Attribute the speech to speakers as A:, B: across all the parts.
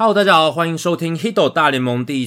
A: Hello， 大家好，欢迎收听《Hito 大联盟》第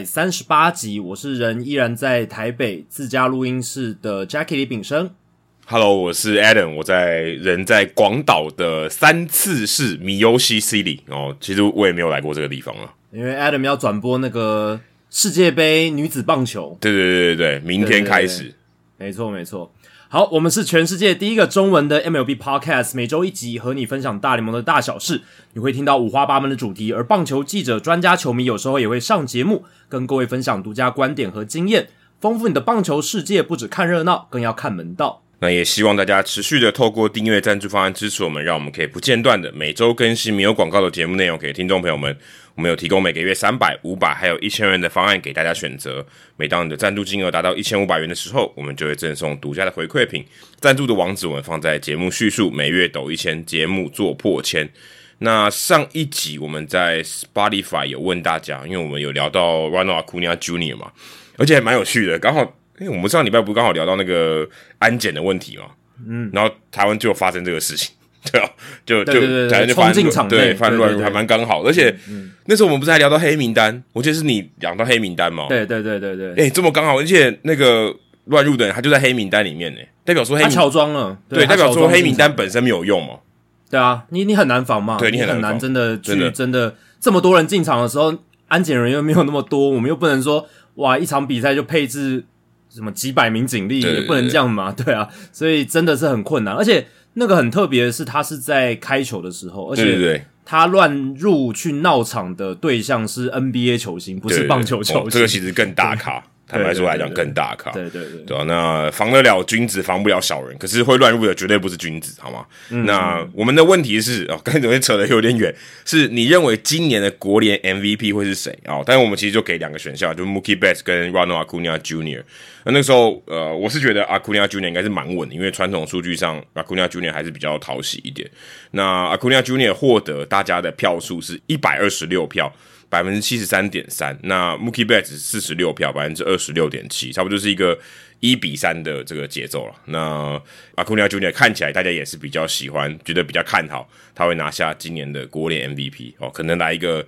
A: 338集，我是人依然在台北自家录音室的 Jackie 李炳生。
B: Hello， 我是 Adam， 人在广岛的三次市 Miyoshi City 哦，其实我也没有来过这个地方了，
A: 因为 Adam 要转播那个世界杯女子棒球，
B: 对，明天开始，
A: 对，没错。好，我们是全世界第一个中文的 MLB Podcast， 每周一集和你分享大联盟的大小事，你会听到五花八门的主题，而棒球记者、专家、球迷有时候也会上节目，跟各位分享独家观点和经验，丰富你的棒球世界。不只看热闹，更要看门道。
B: 那也希望大家持续的透过订阅赞助方案支持我们，让我们可以不间断的每周更新没有广告的节目内容给听众朋友们。我们有提供每个月300、500还有1000元的方案给大家选择。每当你的赞助金额达到1500元的时候，我们就会赠送独家的回馈品。赞助的网址我们放在节目叙述，每月抖1000，节目做破千。那上一集我们在 Spotify 有问大家，因为我们有聊到 Ronald Acuna Jr. 嘛，而且还蛮有趣的，刚好我们上礼拜不是刚好聊到那个安检的问题嘛，然后台湾就发生这个事情。对啊，就台湾就
A: 冲进场内，
B: 对，犯乱入还蛮刚好的，而且那时候我们不是还聊到黑名单，我记得是你讲到黑名单嘛，
A: 对，
B: 这么刚好，而且那个乱入的人他就在黑名单里面呢，代表说他
A: 乔装了，
B: 对，代表说黑名单本身没有用嘛，
A: 对啊，你很难防嘛，
B: 对，你
A: 很难真的这么多人进场的时候，安检人员没有那么多，我们又不能说哇一场比赛就配置什么几百名警力，也不能这样嘛，对啊，所以真的是很困难，而且那个很特别的是，他是在开球的时候，而且他乱入去闹场的对象是 NBA 球星，不是棒球球星，
B: 这个其实更大咖。坦白说来讲更大咖，
A: 对
B: 啊，那防得了君子，防不了小人。可是会乱入的绝对不是君子，好吗？那我们的问题是，刚才怎么扯得有点远？是你认为今年的国联 MVP 会是谁？但是我们其实就给两个选项，就是 Mookie Betts 跟 Ronald Acuna Jr. 那个时候，我是觉得 Acuna Jr. 应该是蛮稳的，因为传统数据上 Acuna Jr. 还是比较讨喜一点。那 Acuna Jr. 获得大家的票数是126票。73.3%，那 Mookie Betts 46票，26.7%，差不多就是一个1-3的这个节奏了。那 Acuna Jr. 看起来大家也是比较喜欢，觉得比较看好他会拿下今年的国联 MVP 可能来一个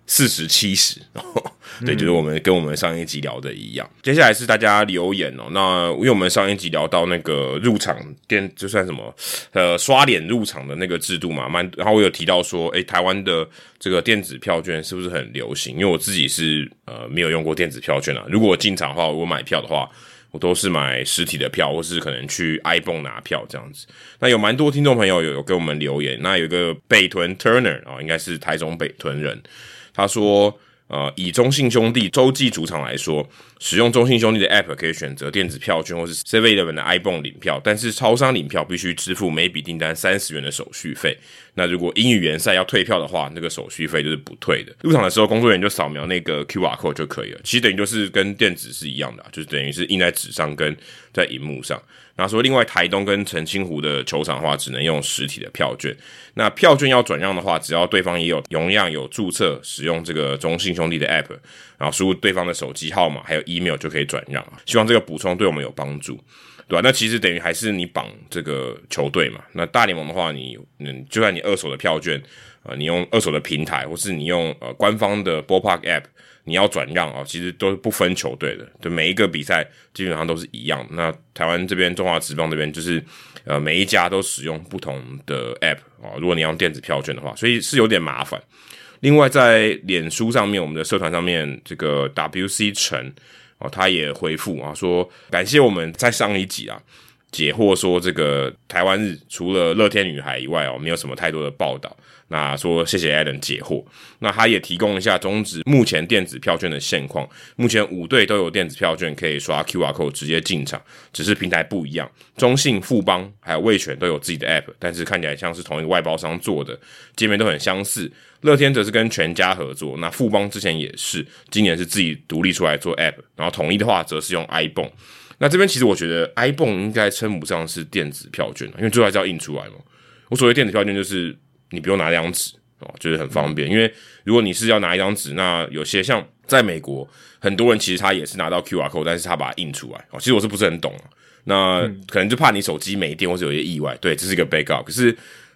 B: 40-70，对，就是我们跟我们上一集聊的一样。接下来是大家留言那因为我们上一集聊到那个入场就算什么刷脸入场的那个制度嘛，然后我有提到说，台湾的这个电子票券是不是很流行？因为我自己是没有用过电子票券啊。如果我进场的话，我买票的话，我都是买实体的票，或是可能去 iPhone 拿票这样子。那有蛮多听众朋友有给我们留言，那有一个北屯 Turner 应该是台中北屯人。他说以中信兄弟洲际主场来说，使用中信兄弟的 App 可以选择电子票券或是 7-Eleven 的 iPhone 领票，但是超商领票必须支付每笔订单30元的手续费。那如果英语联赛要退票的话，那个手续费就是不退的。入场的时候工作人员就扫描那个 QR code 就可以了，其实等于就是跟电子是一样的就是等于是印在纸上跟在萤幕上。然后说另外台东跟澄清湖的球场的话只能用实体的票券，那票券要转让的话，只要对方也有同样有注册使用这个中信兄弟的 App， 然后输入对方的手机号码还有 email 就可以转让。希望这个补充对我们有帮助，对吧？那其实等于还是你绑这个球队嘛。那大联盟的话，就算你二手的票券，你用二手的平台，或是你用官方的 Ballpark App， 你要转让其实都是不分球队的，就每一个比赛基本上都是一样的。那台湾这边中华职棒这边就是每一家都使用不同的 App 如果你要用电子票券的话，所以是有点麻烦。另外在脸书上面，我们的社团上面，这个 WC 陈他也回复说感谢我们在上一集解惑说这个台湾日除了乐天女孩以外没有什么太多的报道。那说谢谢 Adam 解惑，那他也提供一下中职目前电子票券的现况。目前5队都有电子票券可以刷 QR code 直接进场，只是平台不一样。中信、富邦还有味全都有自己的 App， 但是看起来像是同一个外包商做的，界面都很相似。乐天则是跟全家合作，那富邦之前也是，今年是自己独立出来做 App， 然后统一的话则是用 iPhone。那这边其实我觉得 iPhone 应该称不上是电子票券，因为最后还是要印出来嘛。我所谓电子票券就是你不用拿一张纸就是很方便。因为如果你是要拿一张纸，那有些像在美国，很多人其实他也是拿到 QR code， 但是他把它印出来其实我是不是很懂那可能就怕你手机没电或者有些意外，对，这是一个 backup。可是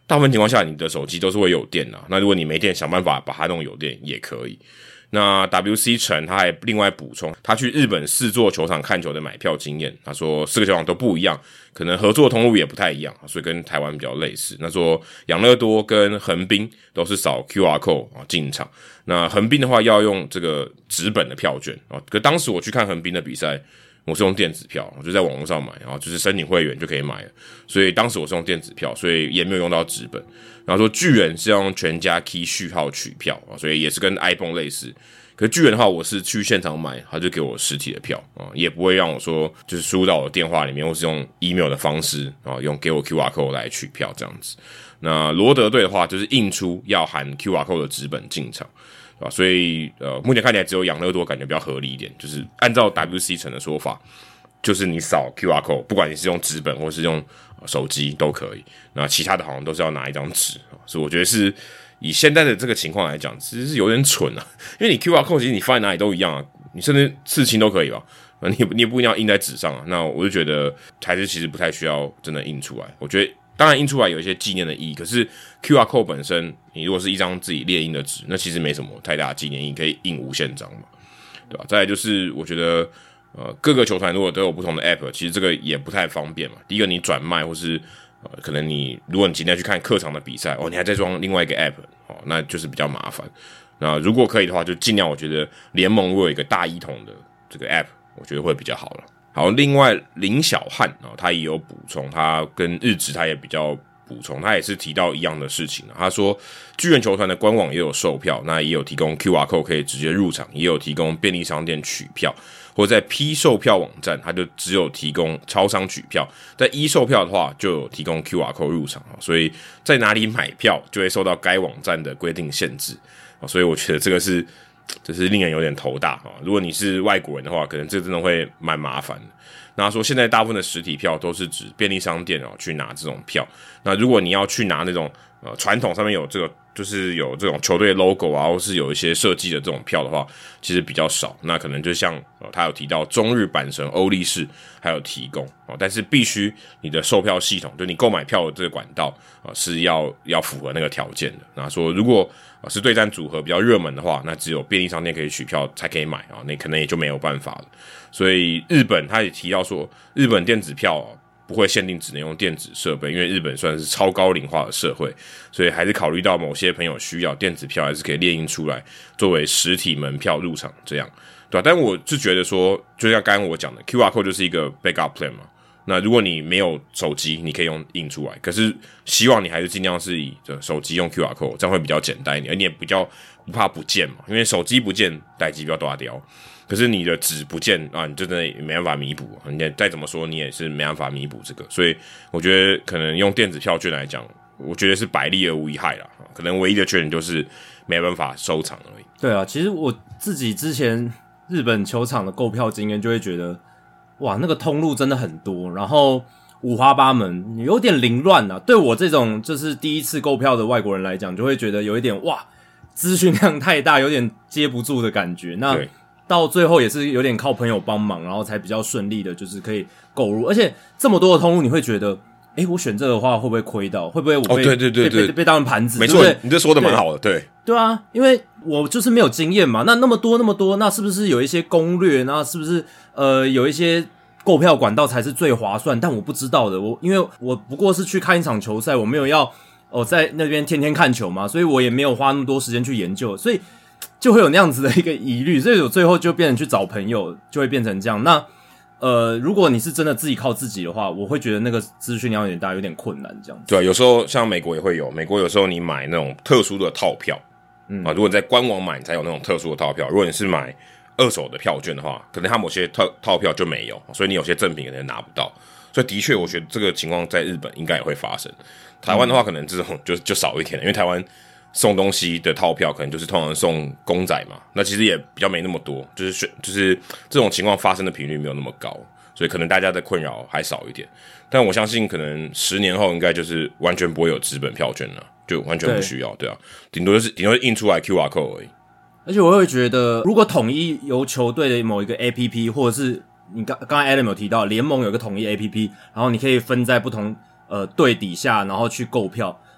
B: 大部分情况下你的手机都是会有电的，那如果你没电，想办法把它弄有电也可以。那 WC 陈他还另外补充，他去日本4座球场看球的买票经验，他说4个球场都不一样，可能合作通路也不太一样，所以跟台湾比较类似。那说养乐多跟横滨都是扫 QR code 进场，那横滨的话要用这个纸本的票券，可当时我去看横滨的比赛，我是用电子票，我就在网络上买，然后就是申请会员就可以买了，所以当时我是用电子票，所以也没有用到纸本。然后说巨人是要用全家 key 序号取票，所以也是跟 iPhone 类似。可是巨人的话，我是去现场买，他就给我实体的票也不会让我说就是输入到我的电话里面，或是用 email 的方式用给我 QR code 来取票这样子。那罗德队的话，就是印出要含 QR code 的纸本进场，对吧？所以目前看起来只有养乐多感觉比较合理一点，就是按照 WC 陈的说法，就是你扫 QR code， 不管你是用纸本或是用手机都可以。那其他的好像都是要拿一张纸，所以我觉得是以现在的这个情况来讲，其实是有点蠢啊。因为你 QR code 其实你放在哪里都一样啊，你甚至刺青都可以吧，你也不一定要印在纸上啊。那我就觉得还是其实不太需要真的印出来。我觉得当然印出来有一些纪念的意义，可是 QR code 本身，你如果是一张自己列印的纸，那其实没什么太大的纪念意义，可以印无限张嘛，对吧？再来就是我觉得各个球团如果都有不同的 app， 其实这个也不太方便嘛。第一个你转卖或是可能如果你今天去看客场的比赛你还在装另外一个 app 那就是比较麻烦。那如果可以的话，就尽量我觉得联盟如果有一个大一统的这个 app， 我觉得会比较好了。好，另外林小汉他也有补充，他跟日职他也比较补充，他也是提到一样的事情。他说巨人球团的官网也有售票，那也有提供 QR code 可以直接入场，也有提供便利商店取票，或者在批售票网站他就只有提供超商取票，在一售票的话就有提供 QR code 入场，所以在哪里买票就会受到该网站的规定限制，所以我觉得这是令人有点头大。如果你是外国人的话，可能这真的会蛮麻烦的。那说现在大部分的实体票都是指便利商店去拿这种票，那如果你要去拿那种传统上面有这个就是有这种球队 logo 或是有一些设计的这种票的话，其实比较少。那可能就像他有提到中日阪神、欧力士还有提供但是必须你的售票系统，就你购买票的这个管道是要符合那个条件的。那说如果是对战组合比较热门的话，那只有便利商店可以取票才可以买那可能也就没有办法了。所以日本他也提到说，日本电子票不会限定只能用电子设备，因为日本算是超高龄化的社会，所以还是考虑到某些朋友需要电子票，还是可以列印出来作为实体门票入场这样，对吧？但我是觉得说，就像刚刚我讲的 QR code 就是一个 backup plan 嘛。那如果你没有手机，你可以用印出来，可是希望你还是尽量是以手机用 QR code， 这样会比较简单一点，而你也比较不怕不见嘛，因为手机不见代志比较大条，可是你的纸不见你真的没办法弥补，你再怎么说你也是没办法弥补这个，所以我觉得可能用电子票券来讲，我觉得是百利而无一害啦，可能唯一的缺点就是没办法收藏而已。
A: 对啊，其实我自己之前日本球场的购票经验就会觉得，哇，那个通路真的很多，然后五花八门，有点凌乱啊。对我这种就是第一次购票的外国人来讲，就会觉得有一点哇，资讯量太大，有点接不住的感觉。那到最后也是有点靠朋友帮忙，然后才比较顺利的，就是可以购入。而且这么多的通路，你会觉得，我选这个的话会不会亏到？会不会我被当成盘子？
B: 没错，你这说的蛮好的，
A: 对啊，因为我就是没有经验嘛。那么多，那是不是有一些攻略？那是不是有一些购票管道才是最划算？但我不知道的，因为我不过是去看一场球赛，我没有要在那边天天看球嘛，所以我也没有花那么多时间去研究，所以就会有那样子的一个疑虑，所以我最后就变成去找朋友，就会变成这样。那如果你是真的自己靠自己的话，我会觉得那个资讯量有点大，有点困难这样子。
B: 对啊，有时候像美国也会有，美国有时候你买那种特殊的套票，如果你在官网买，你才有那种特殊的套票。如果你是买二手的票券的话，可能它某些套票就没有，所以你有些赠品可能拿不到。所以的确，我觉得这个情况在日本应该也会发生。台湾的话，可能这种就少一点，因为台湾送东西的套票可能就是通常送公仔嘛，那其实也比较没那么多，就是这种情况发生的频率没有那么高，所以可能大家的困扰还少一点。但我相信可能10年后应该就是完全不会有纸本票券了，就完全不需要，对啊，顶多是印出来 QR code 而已。
A: 而且我会觉得，如果统一由球队的某一个 APP， 或者是你刚才 Adam 有提到联盟有一个统一 APP， 然后你可以分在不同队底下，然后去购票。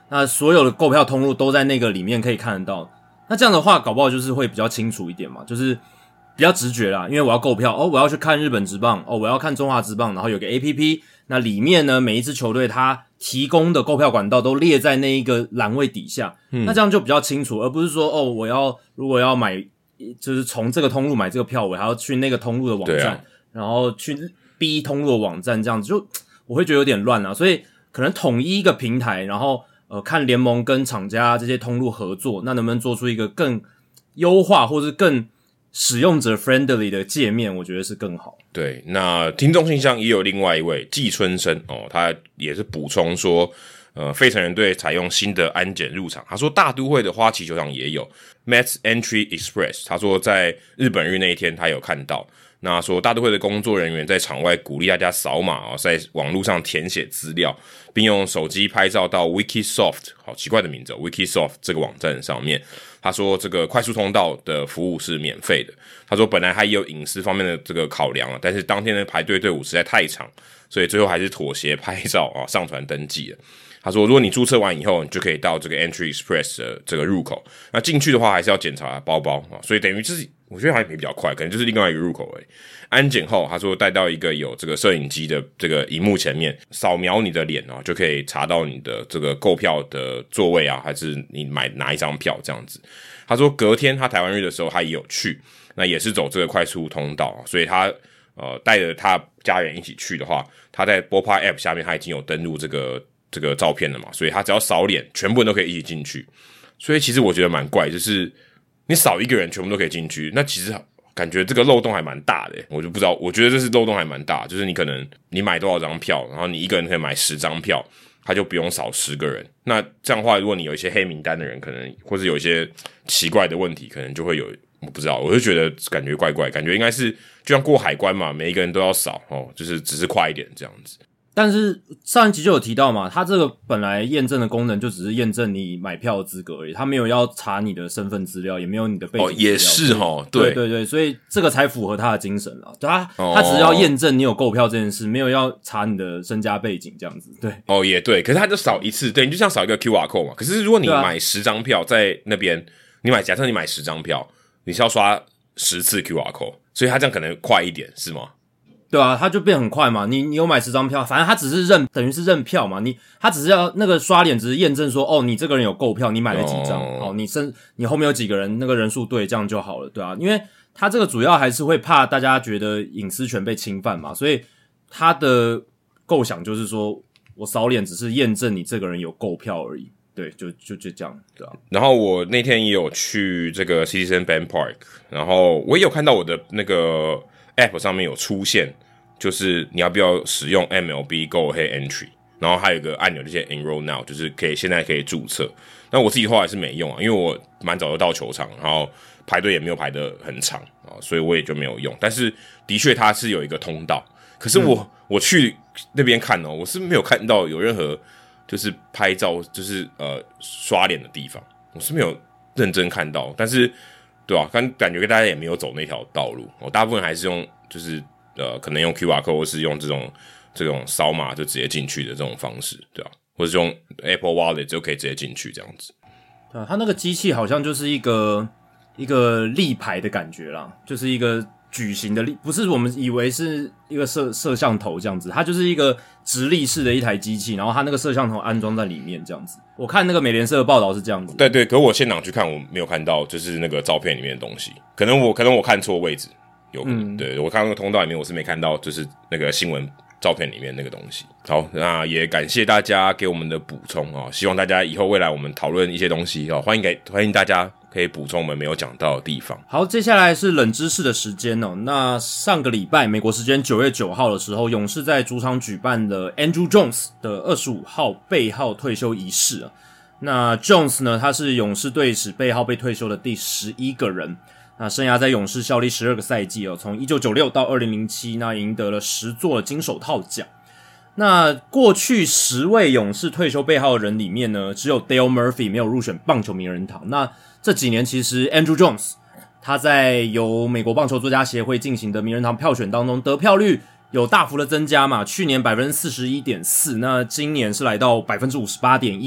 A: 那所有的购票通路都在那个里面可以看得到。那这样的话，搞不好就是会比较清楚一点嘛，就是比较直觉啦。因为我要购票我要去看日本职棒我要看中华职棒，然后有个 APP， 那里面呢每一支球队它提供的购票管道都列在那一个栏位底下，那这样就比较清楚，而不是说如果要买，就是从这个通路买这个票，我还要去那个通路的网站，然后去 B 通路的网站，这样子就我会觉得有点乱啦。所以可能统一一个平台，然后看联盟跟厂家这些通路合作，那能不能做出一个更优化或是更使用者 friendly 的界面，我觉得是更好。
B: 对，那听众信箱也有另外一位季春生他也是补充说，费城人队采用新的安检入场。他说大都会的花旗球场也有 Mets Entry Express， 他说在日本日那一天他有看到。那说大都会的工作人员在场外鼓励大家扫码在网络上填写资料，并用手机拍照到 Wikisoft， 好奇怪的名字Wikisoft 这个网站上面。他说这个快速通道的服务是免费的。他说本来他也有隐私方面的这个考量但是当天的排队队伍实在太长，所以最后还是妥协拍照上传登记了。他说如果你注册完以后，你就可以到这个 Entry Express 的这个入口，那进去的话还是要检查包包所以等于就是我觉得好像比较快，可能就是另外一个入口而已。安检后他说带到一个有这个摄影机的这个萤幕前面，扫描你的脸就可以查到你的这个购票的座位还是你买哪一张票这样子。他说隔天他台湾日的时候他也有去，那也是走这个快速通道，所以他带着他家人一起去的话，他在 Ballpark App 下面他已经有登录这个照片了嘛，所以他只要扫脸，全部人都可以一起进去。所以其实我觉得蛮怪，就是你扫一个人全部都可以进去，那其实感觉这个漏洞还蛮大的我就不知道，我觉得这是漏洞还蛮大，就是你可能你买多少张票，然后你一个人可以买10张票，他就不用扫10个人。那这样的话，如果你有一些黑名单的人，可能或是有一些奇怪的问题，可能就会有，我不知道，我就觉得感觉怪怪，感觉应该是就像过海关嘛，每一个人都要扫就是只是快一点这样子。
A: 但是上一集就有提到嘛，它这个本来验证的功能就只是验证你买票的资格而已，它没有要查你的身份资料，也没有你的背景资料。
B: 也是对
A: 对对，所以这个才符合它的精神啦。它只是要验证你有购票这件事，没有要查你的身家背景这样子。对，
B: 也对，可是它就扫一次，对，你就像扫一个 QR code 嘛。可是如果你买10张票在那边，假设你买10张票，你是要刷10次 QR code， 所以它这样可能快一点，是吗？
A: 对啊，它就变很快嘛。你有买10张票，反正它只是等于是认票嘛。它只是要那个刷脸，只是验证说你这个人有购票，你买了几张，你后面有几个人，那个人数对，这样就好了，对啊。因为它这个主要还是会怕大家觉得隐私权被侵犯嘛，所以它的构想就是说我扫脸只是验证你这个人有购票而已。对，就这样，对啊。
B: 然后我那天也有去这个 Citizen Bank Park， 然后我也有看到我的那个 App 上面有出现，就是你要不要使用 MLB Go Ahead Entry， 然后还有一个按钮，就是 Enroll Now， 就是现在可以注册。那我自己后来是没用因为我蛮早就到球场，然后排队也没有排得很长所以我也就没有用。但是的确它是有一个通道，可是我去那边看我是没有看到有任何就是拍照就是刷脸的地方，我是没有认真看到。但是对啊，感觉大家也没有走那条道路大部分还是用就是可能用 QR code 或是用这种扫码就直接进去的这种方式，对啊，或者是用 Apple Wallet 就可以直接进去这样子。
A: 对啊，它那个机器好像就是一个立牌的感觉啦，就是一个矩形的不是我们以为是一个摄像头这样子，它就是一个直立式的一台机器，然后它那个摄像头安装在里面这样子。我看那个美联社的报道是这样子。
B: 对对，可我现场去看我没有看到就是那个照片里面的东西，可能我看错位置，有可能对，我看那个通道里面我是没看到就是那个新闻照片里面那个东西。好，那也感谢大家给我们的补充希望大家以后未来我们讨论一些东西欢迎大家可以补充我们没有讲到的地方。
A: 好，接下来是冷知识的时间那上个礼拜美国时间9月9号的时候，勇士在主场举办的 Andrew Jones 的25号背号退休仪式那 Jones 呢，他是勇士队史背号被退休的第11个人。那生涯在勇士效力12个赛季从1996到2007，那赢得了10座的金手套奖。那过去10位勇士退休背号的人里面呢，只有 Dale Murphy 没有入选棒球名人堂。那这几年其实 Andrew Jones 他在由美国棒球作家协会进行的名人堂票选当中，得票率有大幅的增加嘛，去年 41.4%， 那今年是来到 58.1%。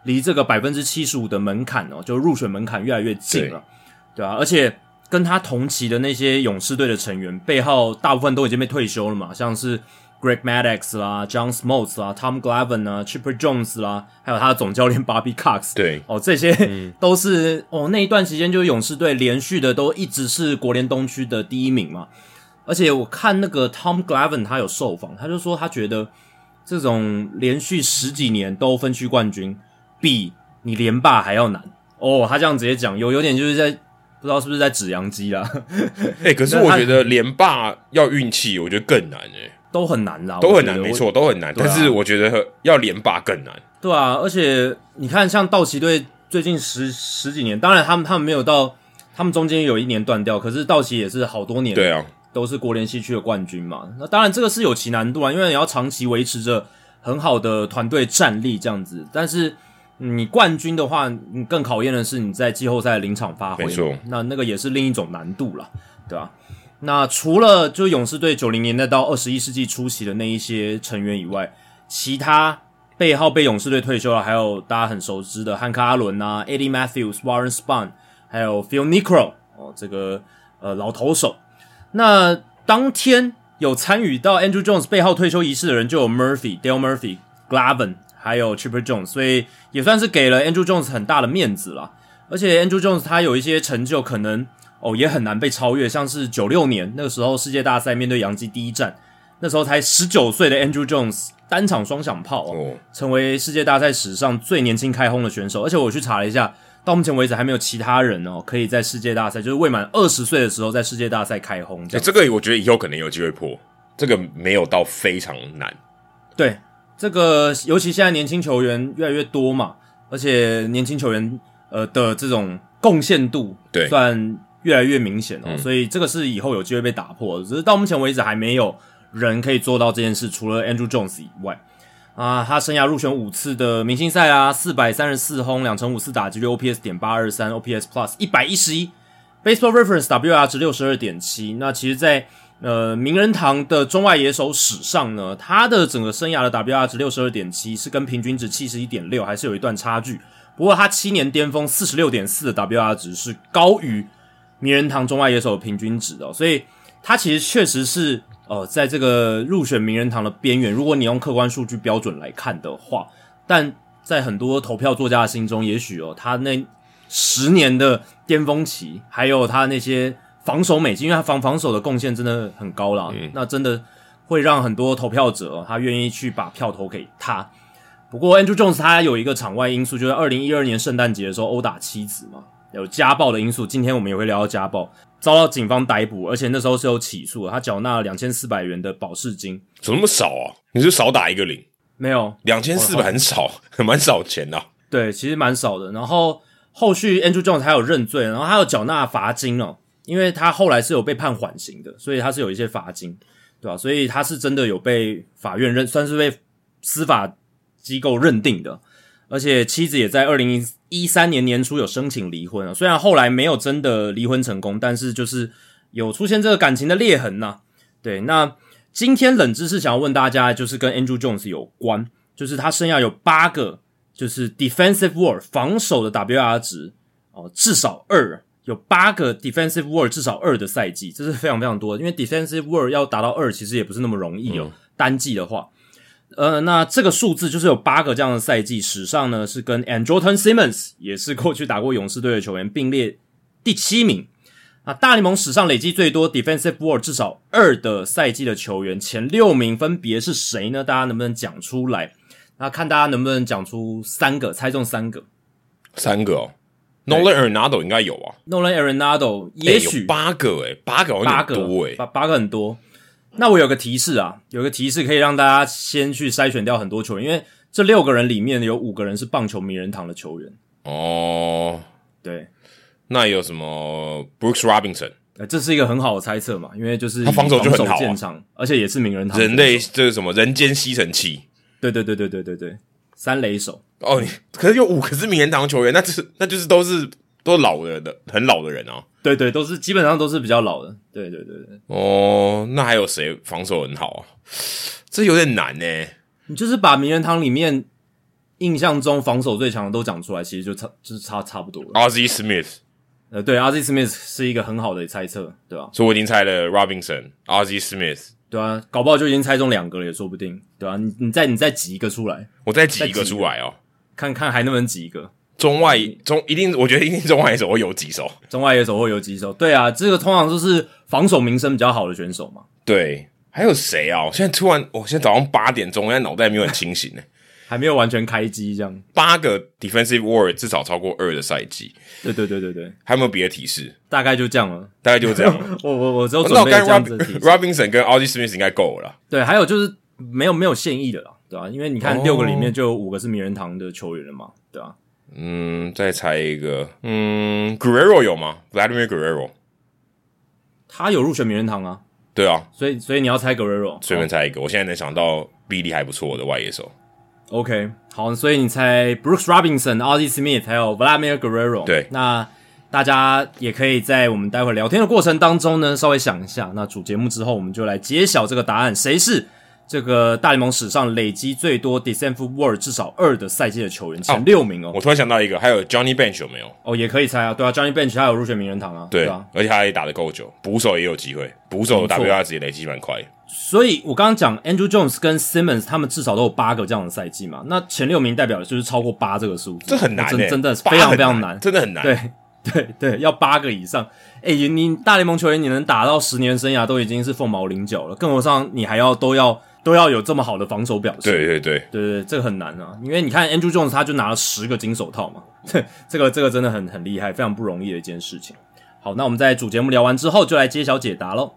A: 离这个 75% 的门槛就入选门槛越来越近了，对啊，而且跟他同期的那些勇士队的成员背号大部分都已经被退休了嘛，像是 Greg Maddux 啦 John Smoltz 啦 Tom Glavine 啦 Chipper Jones 啦，还有他的总教练 Bobby Cox，
B: 对
A: 这些都是那一段时间就是勇士队连续的都一直是国联东区的第一名嘛。而且我看那个 Tom Glavine 他有受访，他就说他觉得这种连续10几年都分区冠军比你连霸还要难他这样直接讲，有点就是在不知道是不是在指洋基啦
B: 可是我觉得连霸要运气我觉得更难
A: 都很难啦，
B: 都很难，没错，都很难，但是我觉得要连霸更难。
A: 对啊，而且你看像道奇队最近十几年，当然他们没有到，他们中间有一年断掉，可是道奇也是好多年，
B: 对啊，
A: 都是国联西区的冠军嘛。那当然这个是有其难度啊，因为你要长期维持着很好的团队战力这样子，但是你冠军的话，你更考验的是你在季后赛的临场发挥，
B: 没错，
A: 那个也是另一种难度啦，对吧？那除了就勇士队90年代到21世纪初期的那一些成员以外，其他背号被勇士队退休了，还有大家很熟知的汉克阿伦啊 Eddie Matthews、Warren Spahn， 还有 Phil Niekro 这个老投手。那当天有参与到 Andrew Jones 背号退休仪式的人就有 Dale Murphy、Glavine， 还有 Chipper Jones， 所以也算是给了 Andrew Jones 很大的面子啦。而且 Andrew Jones 他有一些成就可能也很难被超越，像是96年那个时候世界大赛面对洋基第一战，那时候才19岁的 Andrew Jones 单场双响炮成为世界大赛史上最年轻开轰的选手。而且我去查了一下，到目前为止还没有其他人可以在世界大赛就是未满20岁的时候在世界大赛开轰
B: 这个我觉得以后可能有机会破，这个没有到非常难。
A: 对，这个尤其现在年轻球员越来越多嘛，而且年轻球员的这种贡献度算越来越明显所以这个是以后有机会被打破的，只是到目前为止还没有人可以做到这件事，除了 Andrew Jones 以外他生涯入选5次的明星赛434轰2成5次打击率 OPS.823 OPS Plus 111 Baseball Reference WR 值 62.7。 那其实在名人堂的中外野手史上呢，他的整个生涯的 WR 值 62.7 是跟平均值 71.6 还是有一段差距，不过他7年巅峰 46.4 的 WR 值是高于名人堂中外野手的平均值所以他其实确实是在这个入选名人堂的边缘，如果你用客观数据标准来看的话，但在很多投票作家的心中，也许他那10年的巅峰期，还有他那些防守美技，因为他防守的贡献真的很高啦，那真的会让很多投票者他愿意去把票投给他。不过 Andrew Jones 他有一个场外因素，就是2012年圣诞节的时候殴打妻子嘛，有家暴的因素，今天我们也会聊到家暴，遭到警方逮捕，而且那时候是有起诉的，他缴纳了2400元的保释金。
B: 怎么那么少啊？你是少打一个零？
A: 没有
B: ，2400很少，蛮少钱的
A: 对，其实蛮少的。然后后续 Andrew Jones 还有认罪，然后他有缴纳罚金因为他后来是有被判缓刑的，所以他是有一些罚金，对吧？所以他是真的有被法院算是被司法机构认定的。而且妻子也在2013年年初有申请离婚虽然后来没有真的离婚成功，但是就是有出现这个感情的裂痕对，那今天冷知识想要问大家，就是跟 Andrew Jones 有关，就是他生涯有8个就是 defensive WAR 防守的 WR 值至少2，有8个 defensive WAR 至少2的赛季，这是非常非常多的，因为 defensive WAR 要达到2其实也不是那么容易单季的话。那这个数字就是有8个这样的赛季，史上呢是跟 Andrelton Simmons 也是过去打过勇士队的球员并列第7名。大联盟史上累积最多 defensive WAR 至少2的赛季的球员，前6名分别是谁呢？大家能不能讲出来？那看大家能不能讲出3个，猜中3个。
B: 3个Nolan Arenado 应该有
A: Nolan Arenado 也许
B: 有8个8个好像很多
A: 8个很多。那我有个提示有个提示可以让大家先去筛选掉很多球员，因为这6个人里面有5个人是棒球名人堂的球员。对。
B: 那有什么 Brooks Robinson？
A: 这是一个很好的猜测嘛，因为就是
B: 他防守就很好
A: 见长，而且也是名人堂
B: 人类，这是什么人间吸尘器？
A: 对，三垒手
B: 可是有5个是名人堂球员，那就是都老的很老的人
A: 对，都是基本上都是比较老的。对。
B: 那还有谁防守很好这有点难你
A: 就是把名人堂里面印象中防守最强的都讲出来，其实就是差不多了。
B: Ozzie Smith，
A: 对 ，Ozzie Smith 是一个很好的猜测，对吧？
B: 所以我已经猜了 Robinson、Ozzie Smith，
A: 对啊，搞不好就已经猜中2个了也说不定，对吧？你再挤一个出来，
B: 我再挤一个出来哦，
A: 看看还能不能挤一个。
B: 中外一定，我觉得一定中外野手会有几手，
A: 中外野手会有几手，对啊，这个通常就是防守名声比较好的选手嘛。
B: 对，还有谁啊？我现在早上8点钟，我现在脑袋没有很清醒
A: 还没有完全开机这样。
B: 8个 defensive WAR 至少超过2的赛季。
A: 对，
B: 还有没有别的提示？
A: 大概就这样了。
B: 大概就这样了。
A: 我只有准备这样子的提示。
B: Robinson 跟 Ozzie Smith 应该够了啦。
A: 对，还有就是没有现役的啦，对吧？因为你看6个里面就有5个是名人堂的球员了嘛，对吧？
B: 再猜一个。Guerrero 有吗 ？Vladimir Guerrero，
A: 他有入选名人堂啊。
B: 对啊，
A: 所以你要猜 Guerrero，
B: 随便猜一个。我现在能想到臂力还不错的外野手。
A: OK， 好，所以你猜 Brooks Robinson、Ozzie Smith 还有 Vladimir Guerrero。
B: 对，
A: 那大家也可以在我们待会聊天的过程当中呢，稍微想一下。那主节目之后，我们就来揭晓这个答案，谁是这个大联盟史上累积最多 defensive WAR 至少2的赛季的球员，前6名哦。
B: 我突然想到一个，还有 Johnny Bench 有没有？
A: 哦，也可以猜啊，对啊 ，Johnny Bench 他有入选名人堂啊，
B: 对
A: 啊，
B: 而且他也打得够久，捕手也有机会，捕手的 WR 值也累积蛮快的。
A: 所以我刚刚讲 Andrew Jones 跟 Simmons 他们至少都有8个这样的赛季嘛，那前6名代表的就是超过8这个数字，
B: 这很难
A: 真的非常非常
B: 难，真的很难。
A: 对，要8个以上。你大联盟球员你能打到10年生涯都已经是凤毛麟角了，更何况你还要都要有这么好的防守表现。
B: 对，
A: 这个很难啊，因为你看 Andrew Jones 他就拿了10个金手套嘛，这个真的很厉害，非常不容易的一件事情。好，那我们在主节目聊完之后就来揭晓解答咯。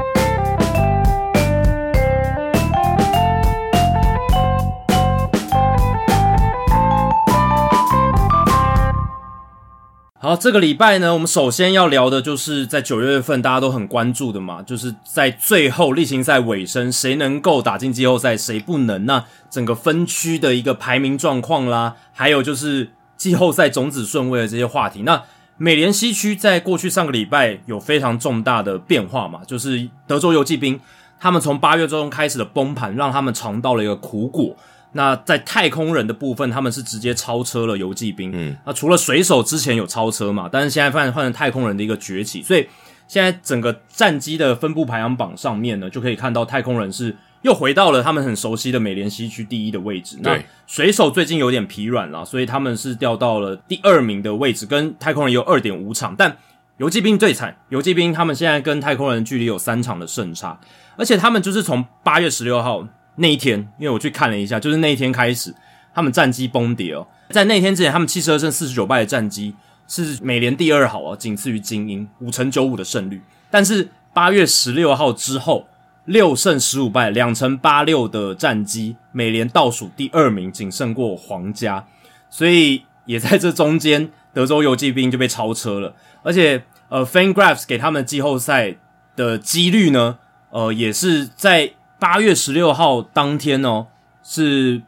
A: 好，这个礼拜呢，我们首先要聊的就是在9月份大家都很关注的嘛，就是在最后例行赛尾声，谁能够打进季后赛，谁不能，那整个分区的一个排名状况啦，还有就是季后赛种子顺位的这些话题。那美联西区在过去上个礼拜有非常重大的变化嘛，就是德州游骑兵他们从8月中开始的崩盘，让他们尝到了一个苦果。那在太空人的部分，他们是直接超车了游骑兵。那除了水手之前有超车嘛，但是现在换成太空人的一个崛起，所以现在整个战绩的分布排行榜上面呢，就可以看到太空人是又回到了他们很熟悉的美联西区第1的位置。那水手最近有点疲软啦，所以他们是掉到了第2名的位置，跟太空人有 2.5 场，但游骑兵最惨，游骑兵他们现在跟太空人距离有3场的胜差，而且他们就是从8月16号那一天，因为我去看了一下，就是那一天开始他们战绩崩跌哦。在那一天之前，他们72胜49败的战绩是美联第2好哦，仅次于精英5.95%的胜率。但是8月16号之后6胜15败2.86%的战绩，美联倒数第2名，仅胜过皇家，所以也在这中间德州游骑兵就被超车了。而且FanGraphs 给他们季后赛的几率呢也是在8月16号当天哦，是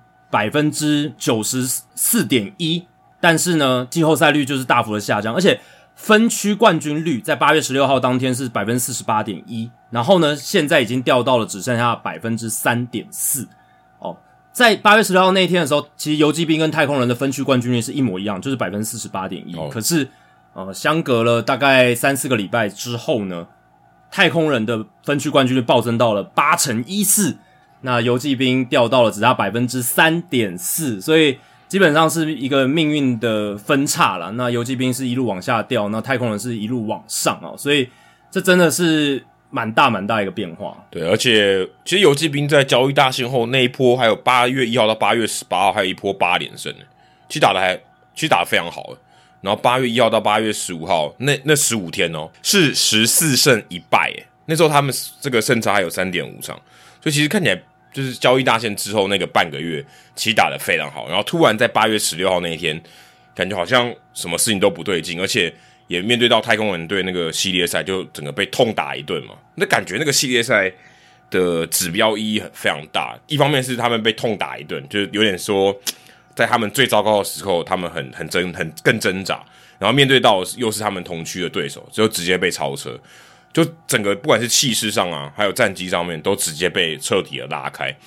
A: 94.1%， 但是呢季后赛率就是大幅的下降，而且分区冠军率在8月16号当天是 48.1%， 然后呢现在已经掉到了只剩下 3.4%。哦，在8月16号那一天的时候，其实游骑兵跟太空人的分区冠军率是一模一样，就是 48.1%。可是相隔了大概3-4个礼拜之后呢，太空人的分区冠军率暴增到了8.14%，那游骑兵掉到了只差 3.4%， 所以基本上是一个命运的分叉啦。那游骑兵是一路往下掉，那太空人是一路往上哦，所以这真的是蛮大一个变化。
B: 对，而且其实游骑兵在交易大限后那一波，还有8月1号到8月18号，还有一波8连胜，其实打得非常好。然后8月1号到8月15号那15天哦，是14胜1败耶。那时候他们这个胜差还有 3.5 场，所以其实看起来就是交易大限之后那个半个月其实打得非常好。然后突然在8月16号那一天，感觉好像什么事情都不对劲，而且也面对到太空人队那个系列赛，就整个被痛打一顿嘛。那感觉那个系列赛的指标意义非常大，一方面是他们被痛打一顿，就是有点说在他们最糟糕的时候，他们更挣扎，然后面对到又是他们同区的对手，就直接被超车，就整个不管是气势上啊，还有战绩上面，都直接被彻底的拉开。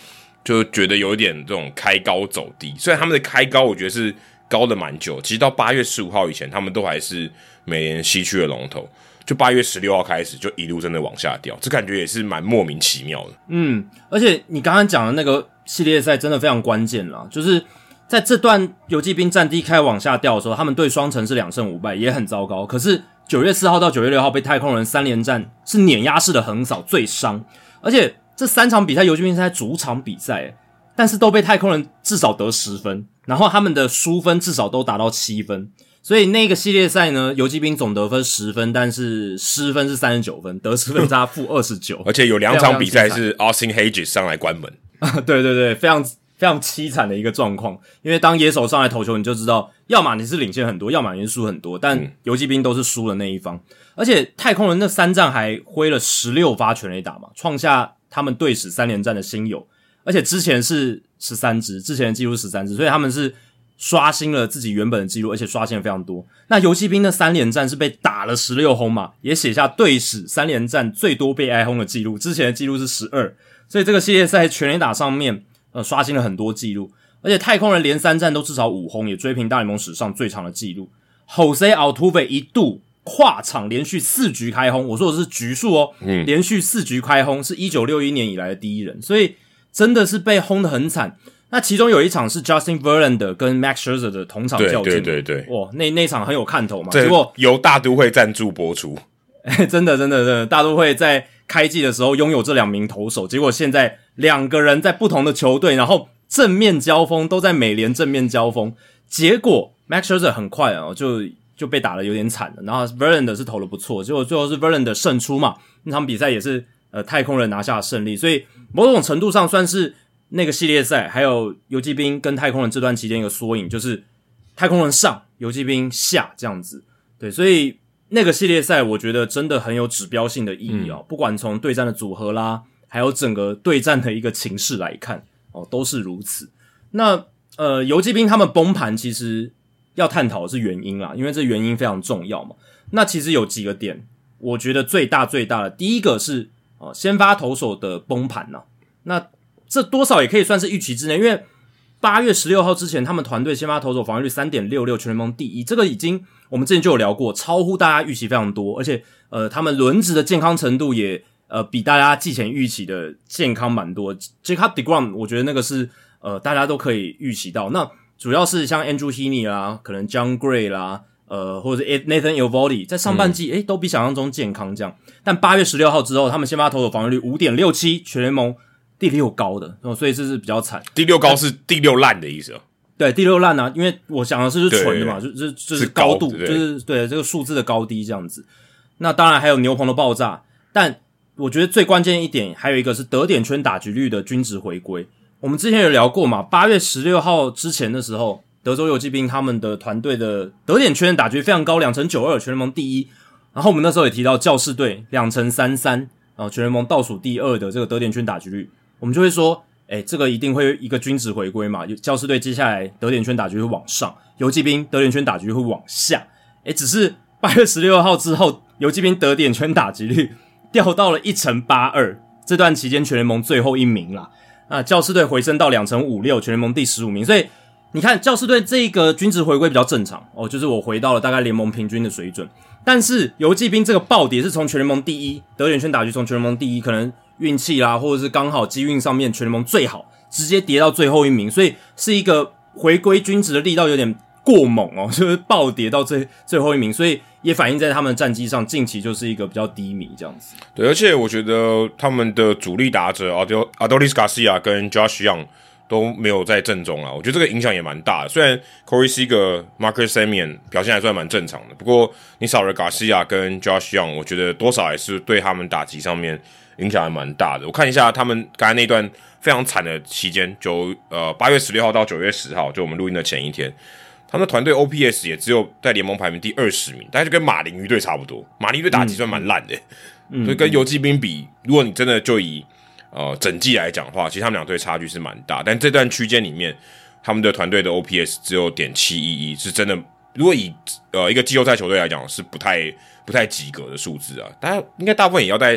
B: 就觉得有一点这种开高走低。虽然他们的开高我觉得是高的蛮久，其实到8月15号以前他们都还是美联西区的龙头，就8月16号开始就一路真的往下掉，这感觉也是蛮莫名其妙的。
A: 而且你刚刚讲的那个系列赛真的非常关键啦，就是在这段游骑兵战绩开始往下掉的时候，他们对双城是2胜5败，也很糟糕。可是9月4号到9月6号被太空人3连战是碾压式的横扫，最伤。而且这3场比赛游骑兵是在主场比赛，但是都被太空人至少得10分，然后他们的输分至少都达到7分。所以那个系列赛呢，游骑兵总得分10分，但是失分是39分，得失分差-29，
B: 而且有2场比赛是 Austin Hedges 上来关门。
A: 对对对，非常凄惨的一个状况。因为当野手上来投球，你就知道，要么你是领先很多，要么你是输很多，但游骑兵都是输的那一方。而且太空人那3战还挥了16发全垒打嘛，创下他们队史3连战的新有。而且之前是13支，之前的记录13支，所以他们是刷新了自己原本的记录，而且刷新了非常多。那游骑兵的3连战是被打了16轰嘛，也写下队史3连战最多被挨轰的记录，之前的记录是12，所以这个系列赛全垒打上面刷新了很多记录。而且太空人连3战都至少5轰，也追平大联盟史上最长的记录。Jose Altuve 一度跨场连续4局开轰，我说的是局数连续4局开轰，是1961年以来的第一人，所以真的是被轰得很惨。那其中有一场是 Justin Verlander 跟 Max Scherzer 的同场较劲，
B: 对，
A: 哇，那场很有看头嘛。结果
B: 由大都会赞助播出，
A: 真的，大都会在开季的时候拥有这2名投手，结果现在2个人在不同的球队，然后正面交锋，都在美联正面交锋，结果 Max Scherzer 很快就被打得有点惨了，然后 Verlander 是投得不错，结果最后是 Verlander 胜出嘛，那场比赛也是太空人拿下胜利，所以某种程度上算是那个系列赛还有游骑兵跟太空人这段期间一个缩影，就是太空人上游骑兵下这样子。对，所以那个系列赛我觉得真的很有指标性的意义不管从对战的组合啦，还有整个对战的一个情势来看都是如此。那游骑兵他们崩盘其实要探讨的是原因啦，因为这原因非常重要嘛。那其实有几个点我觉得最大的，第一个是先发投手的崩盘啦，那这多少也可以算是预期之内，因为8月16号之前他们团队先发投手防御率 3.66 全联盟第一，这个已经我们之前就有聊过，超乎大家预期非常多，而且他们轮值的健康程度也比大家季前预期的健康蛮多。 Jacob deGrom 我觉得那个是大家都可以预期到，那主要是像 Andrew Heaney 啦，可能 John Gray 啦或者是 Nathan Eovaldi 在上半季都比想象中健康这样，但8月16号之后他们先发投手防御率 5.67 全联盟第6高的所以这是比较惨。
B: 第6高是第6烂的意思
A: 对，第6烂啊，因为我想的是纯的嘛，就是高度，就是对这个数字的高低这样子。那当然还有牛棚的爆炸，但我觉得最关键一点还有一个是得点圈打击率的均值回归。我们之前有聊过嘛，8月16号之前的时候，德州游骑兵他们的团队的得点圈打击率非常高，2.92全联盟第一。然后我们那时候也提到教士队2.33全联盟倒数第2的这个得点圈打击率，我们就会说这个一定会一个均值回归嘛，教士队接下来得点圈打击率会往上，游骑兵得点圈打击率会往下。只是8月16号之后，游骑兵得点圈打击率掉到了 1.82， 这段期间全联盟最后一名啦。那教士队回升到 2.56 全联盟第15名，所以你看教士队这个均值回归比较正常就是我回到了大概联盟平均的水准。但是游骑兵这个暴跌是从全联盟第一，得点圈打击从全联盟第一，可能运气啦，或者是刚好机运上面全联盟最好，直接跌到最后一名，所以是一个回归均值的力道有点过猛就是暴跌到最后一名，所以也反映在他们的战绩上，近期就是一个比较低迷这样子。
B: 对，而且我觉得他们的主力打者Adolis Garcia 跟 Josh Young 都没有在阵中啦，我觉得这个影响也蛮大的。虽然 Corey Seager、Marcus Semien 表现还算蛮正常的，不过你少了 Garcia 跟 Josh Young， 我觉得多少还是对他们打击上面影响还蛮大的。我看一下他们刚才那段非常惨的期间，8月16号到9月10号，就我们录音的前一天，他们的团队 OPS 也只有在联盟排名第20名，大概就跟马林鱼队差不多。马林鱼队打击算蛮烂的，所以跟游骑兵比，如果你真的就以整季来讲的话，其实他们两队差距是蛮大，但这段区间里面，他们的团队的 OPS 只有.711，是真的。如果以一个季后赛球队来讲，是不太及格的数字啊。大家应该大部分也要在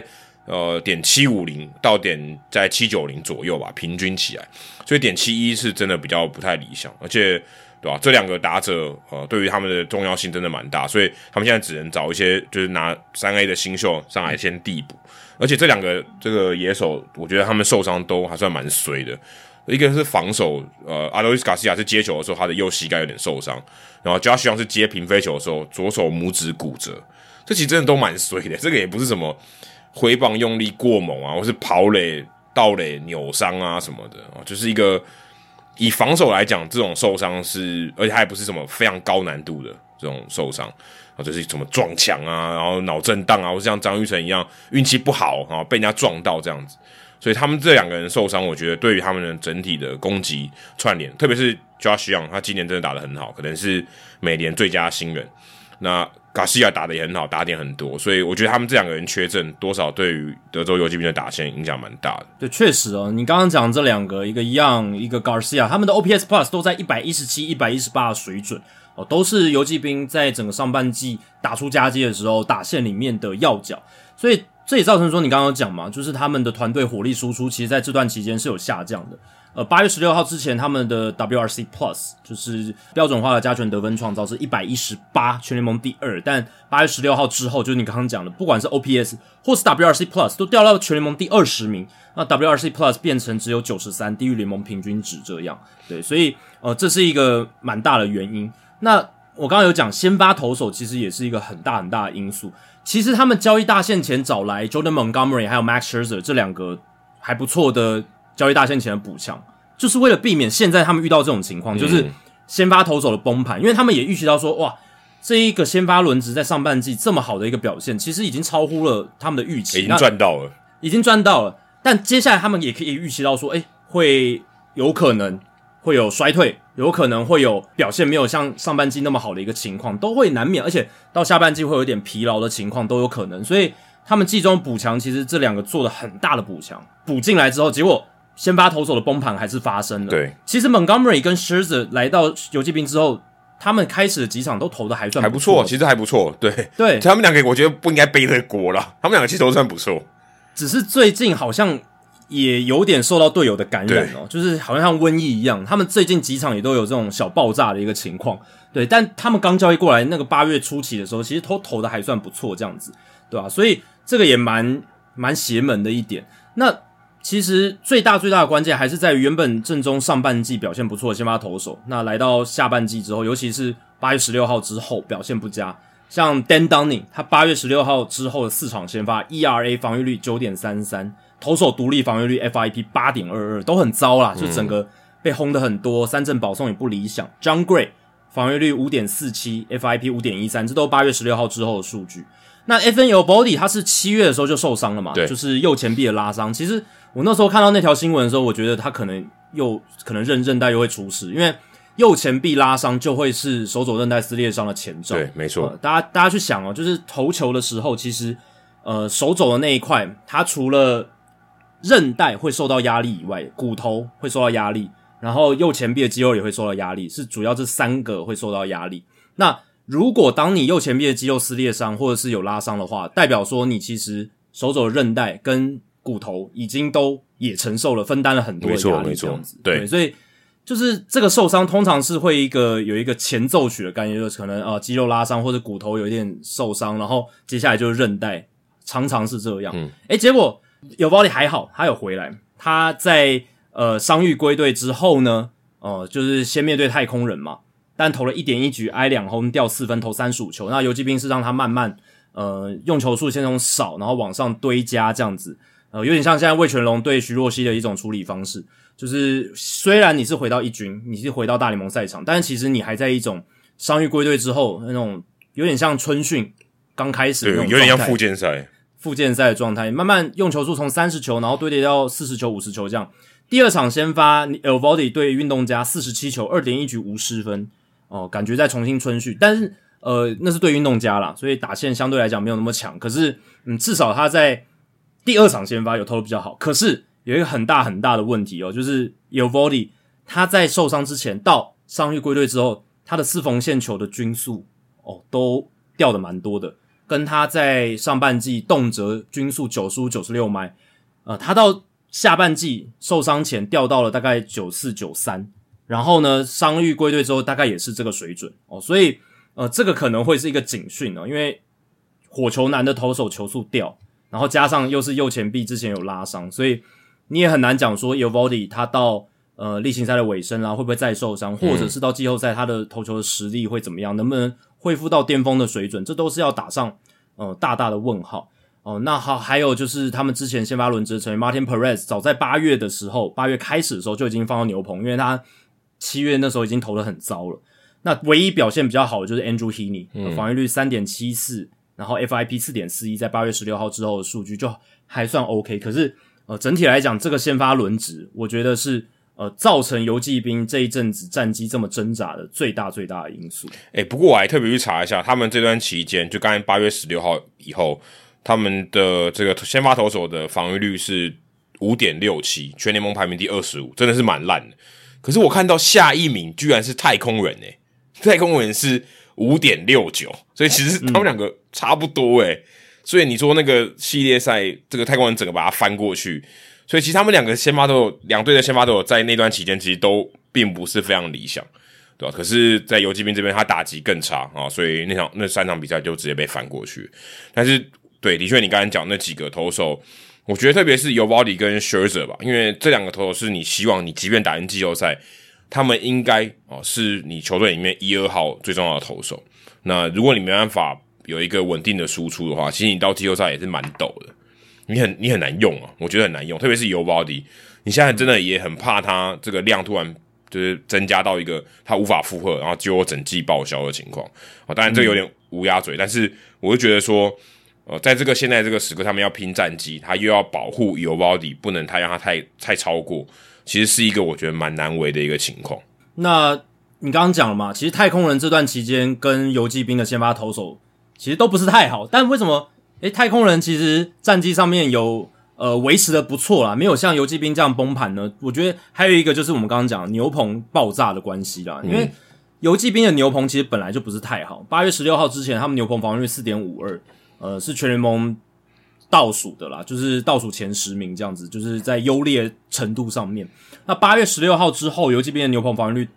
B: .750到在790左右吧，平均起来，所以.71是真的比较不太理想，而且对吧？这两个打者对于他们的重要性真的蛮大，所以他们现在只能找一些就是拿3A 的新秀上来先递补，而且这两个这个野手，我觉得他们受伤都还算蛮衰的。一个是防守，阿多伊斯卡西亚是接球的时候他的右膝盖有点受伤，然后 Josh Young 是接平飞球的时候左手拇指骨折，这其实真的都蛮衰的。这个也不是什么挥棒用力过猛啊，或是跑垒盗垒扭伤啊什么的，就是一个以防守来讲，这种受伤是，而且还不是什么非常高难度的这种受伤，就是什么撞墙啊，然后脑震荡啊，或是像张育成一样运气不好啊，被人家撞到这样子。所以他们这两个人受伤，我觉得对于他们的整体的攻击串联，特别是 Josh Young， 他今年真的打得很好，可能是美联最佳新人。那卡西亚打得也很好，打点很多，所以我觉得他们这两个人缺阵，多少对于德州游骑兵的打线影响蛮大的。
A: 对，确实哦，你刚刚讲这两个，一个 Young， 一个 Garcia， 他们的 OPS Plus 都在117、118的水准哦，都是游骑兵在整个上半季打出佳绩的时候打线里面的要角，所以这也造成说你刚刚有讲嘛，就是他们的团队火力输出其实在这段期间是有下降的。8月16号之前他们的 WRC Plus 就是标准化的加权得分创造是118，全联盟第2，但8月16号之后就是你刚刚讲的，不管是 OPS 或是 WRC Plus 都掉到全联盟第20名，那 WRC Plus 变成只有93，低于联盟平均值这样。对，所以这是一个蛮大的原因。那我刚刚有讲先发投手其实也是一个很大很大的因素。其实他们交易大限前找来 Jordan Montgomery 还有 Max Scherzer 这两个还不错的交易大限前的补强，就是为了避免现在他们遇到这种情况，就是先发投手的崩盘，因为他们也预期到说，哇，这一个先发轮值在上半季这么好的一个表现，其实已经超乎了他们的预期，
B: 已经赚到了，
A: 但接下来他们也可以预期到说，会有可能会有衰退，有可能会有表现没有像上半季那么好的一个情况，都会难免，而且到下半季会有点疲劳的情况都有可能，所以他们季中补强其实这两个做了很大的补强，补进来之后，结果先发投手的崩盘还是发生了。
B: 对，
A: 其实 Montgomery 跟 Scherzer 来到游骑兵之后，他们开始的几场都投的还算不错，
B: 其实还不错。
A: 对，
B: 他们两个我觉得不应该背这个锅啦，他们两个其实都算不错，
A: 只是最近好像也有点受到队友的感染就是好像瘟疫一样，他们最近几场也都有这种小爆炸的一个情况。对，但他们刚交易过来那个8月初期的时候，其实都投的还算不错，这样子，对吧？所以这个也蛮邪门的一点。那其实最大的关键还是在于原本正中上半季表现不错的先发投手，那来到下半季之后，尤其是8月16号之后表现不佳，像 Dan Dunning 他8月16号之后的4场先发 ERA 防御率 9.33， 投手独立防御率 FIP 8.22 都很糟啦，就整个被轰得很多，三振保送也不理想。John Gray 防御率 5.47 FIP 5.13， 这都8月16号之后的数据。那 Evan Body 他是7月的时候就受伤了嘛，就是右前臂的拉伤。其实我那时候看到那条新闻的时候，我觉得他可能韧带又会出事，因为右前臂拉伤就会是手肘韧带撕裂伤的前兆。
B: 对，没错。
A: 大家去想就是投球的时候，其实手肘的那一块，它除了韧带会受到压力以外，骨头会受到压力，然后右前臂的肌肉也会受到压力，是主要这3个会受到压力。那如果当你右前臂的肌肉撕裂伤或者是有拉伤的话，代表说你其实手肘的韧带跟骨头已经都也承受了分担了很多的压力，这样子。对，所以就是这个受伤通常是会有一个前奏曲的概念，就是可能肌肉拉伤或者骨头有一点受伤，然后接下来就是韧带，常常是这样。结果有Eovaldi还好，他有回来，他在伤愈归队之后呢，就是先面对太空人嘛。但投了 1.1 局挨2轰掉4分，投35球。那游骑兵是让他慢慢用球数先从少然后往上堆加这样子，有点像现在味全龙对徐若曦的一种处理方式，就是虽然你是回到一军，你是回到大联盟赛场，但是其实你还在一种伤愈归队之后那种有点像春训刚开始的那种状态，
B: 有点像复健赛
A: 的状态，慢慢用球数从30球然后堆叠到40球50球这样。第2场先发 Eovaldi 对运动家47球 2.1 局无失分，感觉在重新春训，但是那是对运动家啦，所以打线相对来讲没有那么强。可是至少他在第2场先发有投的比较好。可是有一个很大很大的问题就是 Eovaldi 他在受伤之前到伤愈归队之后，他的4缝线球的均速都掉的蛮多的。 跟他在上半季动辄均速95、96迈，他到下半季受伤前掉到了大概94、93，然后呢，伤愈归队之后大概也是这个水准哦，所以这个可能会是一个警讯哦，因为火球男的投手球速掉，然后加上又是右前臂之前有拉伤，所以你也很难讲说 Eovaldi 他到例行赛的尾声啦，会不会再受伤，或者是到季后赛他的投球的实力会怎么样，能不能恢复到巅峰的水准，这都是要打上大大的问号哦。那好，还有就是他们之前先发轮值的成员 Martin Perez 早在8月开始的时候就已经放到牛棚，因为他7月那时候已经投得很糟了。那唯一表现比较好的就是 Andrew Heaney，防御率 3.74， 然后 FIP 4.41， 在8月16号之后的数据就还算 OK， 可是整体来讲这个先发轮值我觉得是造成游骑兵这一阵子战绩这么挣扎的最大的因素。
B: 不过我还特别去查一下，他们这段期间就刚才8月16号以后，他们的这个先发投手的防御率是 5.67， 全联盟排名第25，真的是蛮烂的。可是我看到下一名居然是太空人太空人是 5.69， 所以其实他们两个差不多所以你说那个系列赛这个太空人整个把它翻过去，所以其实他们两队的先发都有在那段期间其实都并不是非常理想，对吧？可是在游骑兵这边他打击更差啊，所以那3场比赛就直接被翻过去。但是对，的确你刚才讲那几个投手，我觉得特别是Eovaldi跟 Scherzer 吧，因为这两个投手是你希望你即便打进季后赛，他们应该是你球队里面1、2号最重要的投手。那如果你没办法有一个稳定的输出的话，其实你到季后赛也是蛮陡的，你很难用啊，我觉得很难用，特别是Eovaldi，你现在真的也很怕他这个量突然就是增加到一个他无法负荷，然后结果整季报销的情况。当然这个有点乌鸦嘴，但是我就觉得说在现在这个时刻他们要拼战绩，他又要保护Eovaldi，不能让他太超过，其实是一个我觉得蛮难为的一个情况。
A: 那你刚刚讲了嘛，其实太空人这段期间跟游骑兵的先发投手其实都不是太好，但为什么太空人其实战绩上面有维持的不错啦，没有像游骑兵这样崩盘呢？我觉得还有一个就是我们刚刚讲牛棚爆炸的关系啦，因为游骑兵的牛棚其实本来就不是太好，8月16号之前他们牛棚防御率 4.52， 是全联盟倒数的啦，就是倒数前10名这样子，就是在优劣程度上面。那8月16号之后，游骑兵的牛棚防御率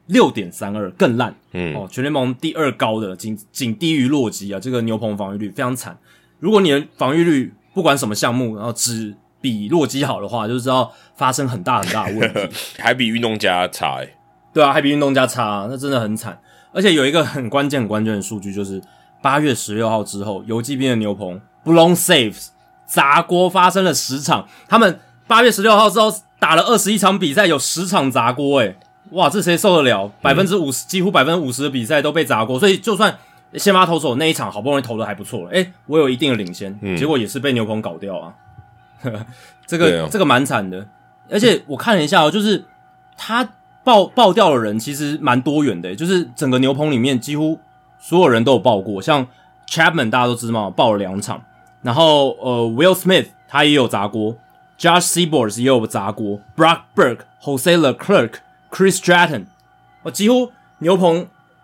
A: 6.32 更烂，全联盟第2高的，仅低于洛基啊，这个牛棚防御率非常惨。如果你的防御率不管什么项目，然后只比洛基好的话，就知道发生很大的问题，
B: 还比运动家差
A: 对啊，还比运动家差，那真的很惨。而且有一个很关键的数据，就是8月16号之后，游骑兵的牛棚 blown saves 砸锅发生了10场，他们8月16号之后打了21场比赛，有10场砸锅哇，这谁受得了？50%几乎50%的比赛都被砸锅，所以就算先发投手那一场好不容易投的还不错了，我有一定的领先，结果也是被牛棚搞掉啊。这个蛮惨的。而且我看了一下就是他爆掉的人其实蛮多元的，就是整个牛棚里面几乎所有人都有爆过，像 Chapman 大家都知道爆了2场，然后Will Smith 他也有砸锅， Josh Seabords 也有砸锅， Brock Burke、Jose Leclerc、Chris Stratton， 几乎牛棚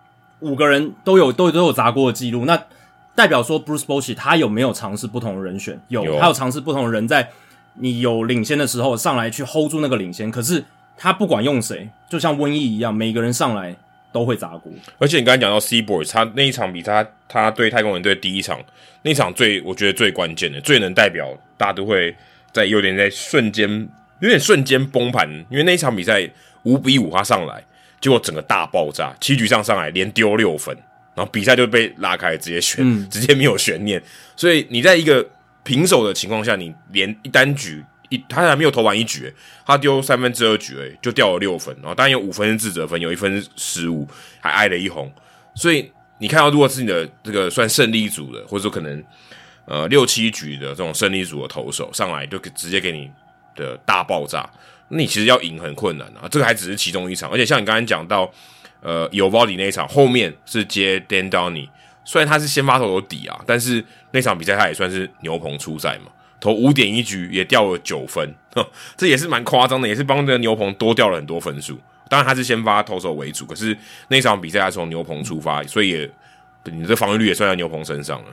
A: 5个人都有砸锅的记录。那代表说 Bruce Bochy 他有没有尝试不同的人选？有，他有尝试不同的人，在你有领先的时候上来去 hold 住那个领先，可是他不管用谁，就像瘟疫一样，每个人上来都会砸锅。
B: 而且你刚才讲到 Seabords， 他那一场比赛，他对太空人队第一场那一场我觉得最关键的，最能代表大都会有点瞬间崩盘，因为那一场比赛5-5他上来，结果整个大爆炸，7局上来连丢6分，然后比赛就被拉开，直接没有悬念。所以你在一个平手的情况下，你连一单局他还没有投完1局，他丢2/3局就掉了6分，然后当然有5分是自责分，有1分是失误，还挨了1红。所以你看到如果是你的这个算胜利组的，或者说可能6-7局的这种胜利组的投手上来，就直接给你的大爆炸，那你其实要赢很困难啊。这个还只是其中一场，而且像你刚才讲到Eovaldi那一场，后面是接 Dan Downey， 虽然他是先发投手底啊，但是那场比赛他也算是牛棚出赛嘛，投 5.1 局也掉了9分，这也是蛮夸张的，也是帮这个牛棚多掉了很多分数。当然他是先发投手为主，可是那场比赛他从牛棚出发，所以你的防御率也算在牛棚身上了。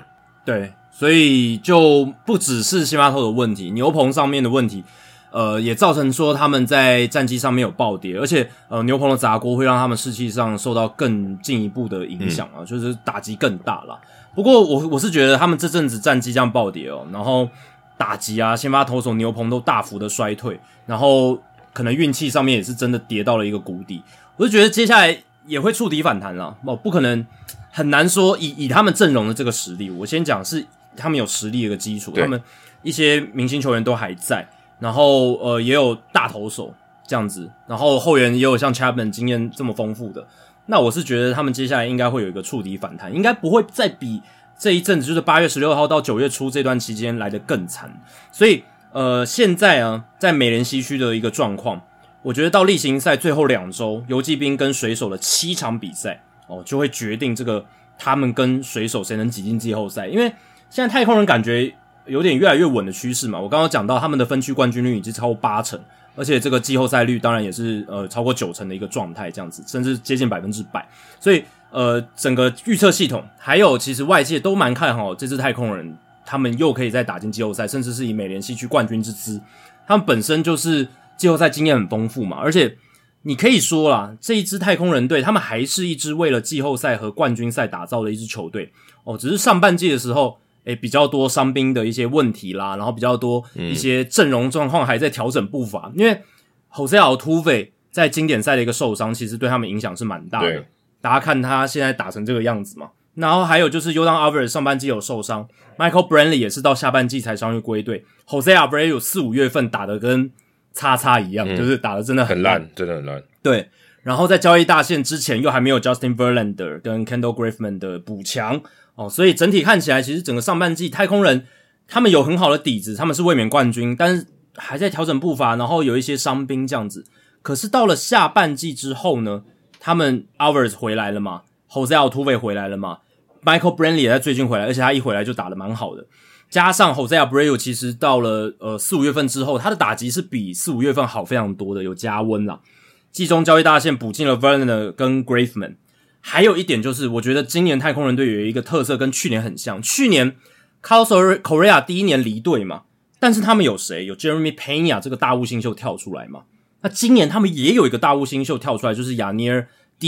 A: 对，所以就不只是先发投的问题，牛棚上面的问题，也造成说他们在战绩上面有暴跌，而且牛棚的砸锅会让他们士气上受到更进一步的影响啊，就是打击更大啦。不过我是觉得他们这阵子战绩这样暴跌然后打击啊，先发投手牛棚都大幅的衰退，然后可能运气上面也是真的跌到了一个谷底。我就觉得接下来也会触底反弹啦，不可能，很难说以他们阵容的这个实力，我先讲是他们有实力的一个基础，他们一些明星球员都还在，然后也有大投手这样子，然后后援也有像 Chapman 经验这么丰富的，那我是觉得他们接下来应该会有一个触底反弹，应该不会再比这一阵子就是8月16号到9月初这段期间来得更惨。所以现在啊，在美联西区的一个状况，我觉得到例行赛最后2周，游骑兵跟水手的7场比赛就会决定这个他们跟水手谁能挤进季后赛。因为现在太空人感觉有点越来越稳的趋势嘛，我刚刚讲到他们的分区冠军率已经超过80%，而且这个季后赛率当然也是超过90%的一个状态，这样子甚至接近100%。所以整个预测系统还有其实外界都蛮看好这支太空人，他们又可以再打进季后赛，甚至是以美联西区冠军之姿。他们本身就是季后赛经验很丰富嘛，而且你可以说啦，这一支太空人队他们还是一支为了季后赛和冠军赛打造的一支球队只是上半季的时候比较多伤兵的一些问题啦，然后比较多一些阵容状况还在调整步伐，因为 Jose Altuve 在经典赛的一个受伤其实对他们影响是蛮大的，大家看他现在打成这个样子嘛。然后还有就是 Yordan Alvarez 上半季有受伤， Michael Brantley 也是到下半季才伤愈归队， Jose Abreu 4-5月份打得跟叉叉一样，就是打得真的很烂，
B: 真的很烂。
A: 对，然后在交易大限之前又还没有 Justin Verlander 跟 Kendall Graveman 的补强所以整体看起来其实整个上半季太空人他们有很好的底子，他们是卫冕冠军，但是还在调整步伐，然后有一些伤兵这样子。可是到了下半季之后呢，他们 Alvarez 回来了嘛， Jose Altuve 回来了嘛， Michael Brantley 也在最近回来，而且他一回来就打得蛮好的，加上 Jose Abreu 其实到了4-5月份之后，他的打击是比4-5月份好非常多的，有加温啦。季中交易大限补进了 Verlander 跟 Graveman。还有一点就是我觉得今年太空人队有一个特色跟去年很像，去年 Carlos Correa 第一年离队嘛，但是他们有谁？有 Jeremy Pena 这个大物新秀跳出来嘛。那今年他们也有一个大物新秀跳出来，就是 Yanier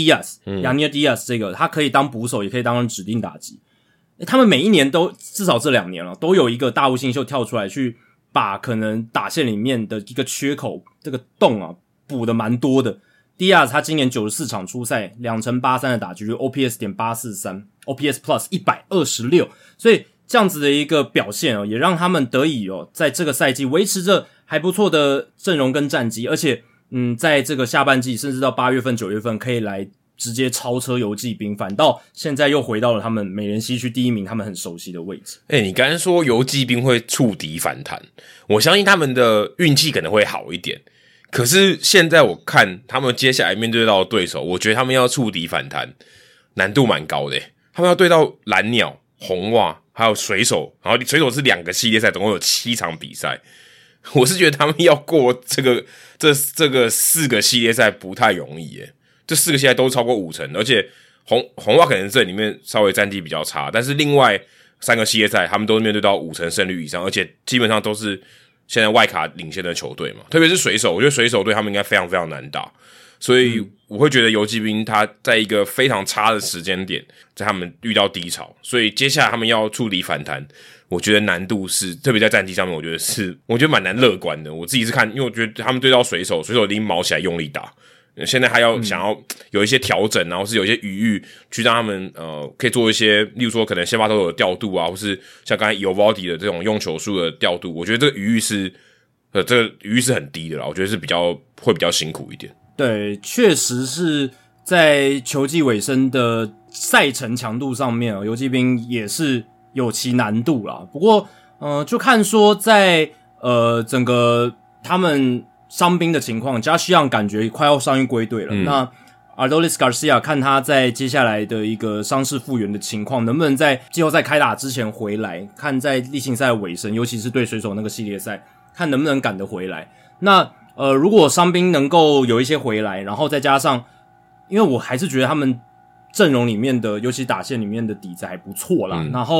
A: Diaz 这个他可以当捕手也可以当指定打击。他们每一年都至少这2年了都有一个大物新秀跳出来去把可能打线里面的一个缺口这个洞补得蛮多的。Diaz 他今年94场出赛2.83%的打击率 OPS.843 OPS Plus 126，所以这样子的一个表现也让他们得以在这个赛季维持着还不错的阵容跟战绩，而且在这个下半季甚至到8月份9月份可以来直接超车游骑兵，反倒现在又回到了他们美联西区第一名他们很熟悉的位置。
B: 你刚才说游骑兵会触底反弹，我相信他们的运气可能会好一点，可是现在我看他们接下来面对到的对手，我觉得他们要触底反弹难度蛮高的他们要对到蓝鸟、红袜还有水手，然后水手是2个系列赛，总共有7场比赛，我是觉得他们要过这个4个系列赛不太容易这4个系列赛都超过50%，而且红袜可能这里面稍微战绩比较差，但是另外3个系列赛他们都面对到50%胜率以上，而且基本上都是现在外卡领先的球队嘛，特别是水手，我觉得水手对他们应该非常非常难打，所以我会觉得游骑兵他在一个非常差的时间点，在他们遇到低潮，所以接下来他们要触底反弹，我觉得难度是特别在战绩上面，我觉得蛮难乐观的。我自己是看，因为我觉得他们对到水手已经毛起来用力打，现在还要想要有一些调整，然后是有一些余裕去让他们可以做一些，例如说可能先发投手的调度或是像刚才 Eovaldi 的这种用球数的调度，我觉得这个余裕是很低的啦，我觉得是会比较辛苦一点。
A: 对，确实是在球季尾声的赛程强度上面游骑兵也是有其难度啦。不过就看说在整个他们伤兵的情况 ，Josh Young 感觉快要伤愈归队了。那 Adolis Garcia 看他在接下来的一个伤势复原的情况，能不能在季后赛开打之前回来？看在例行赛的尾声，尤其是对水手那个系列赛，看能不能赶得回来。那如果伤兵能够有一些回来，然后再加上，因为我还是觉得他们阵容里面的，尤其打线里面的底子还不错啦。然后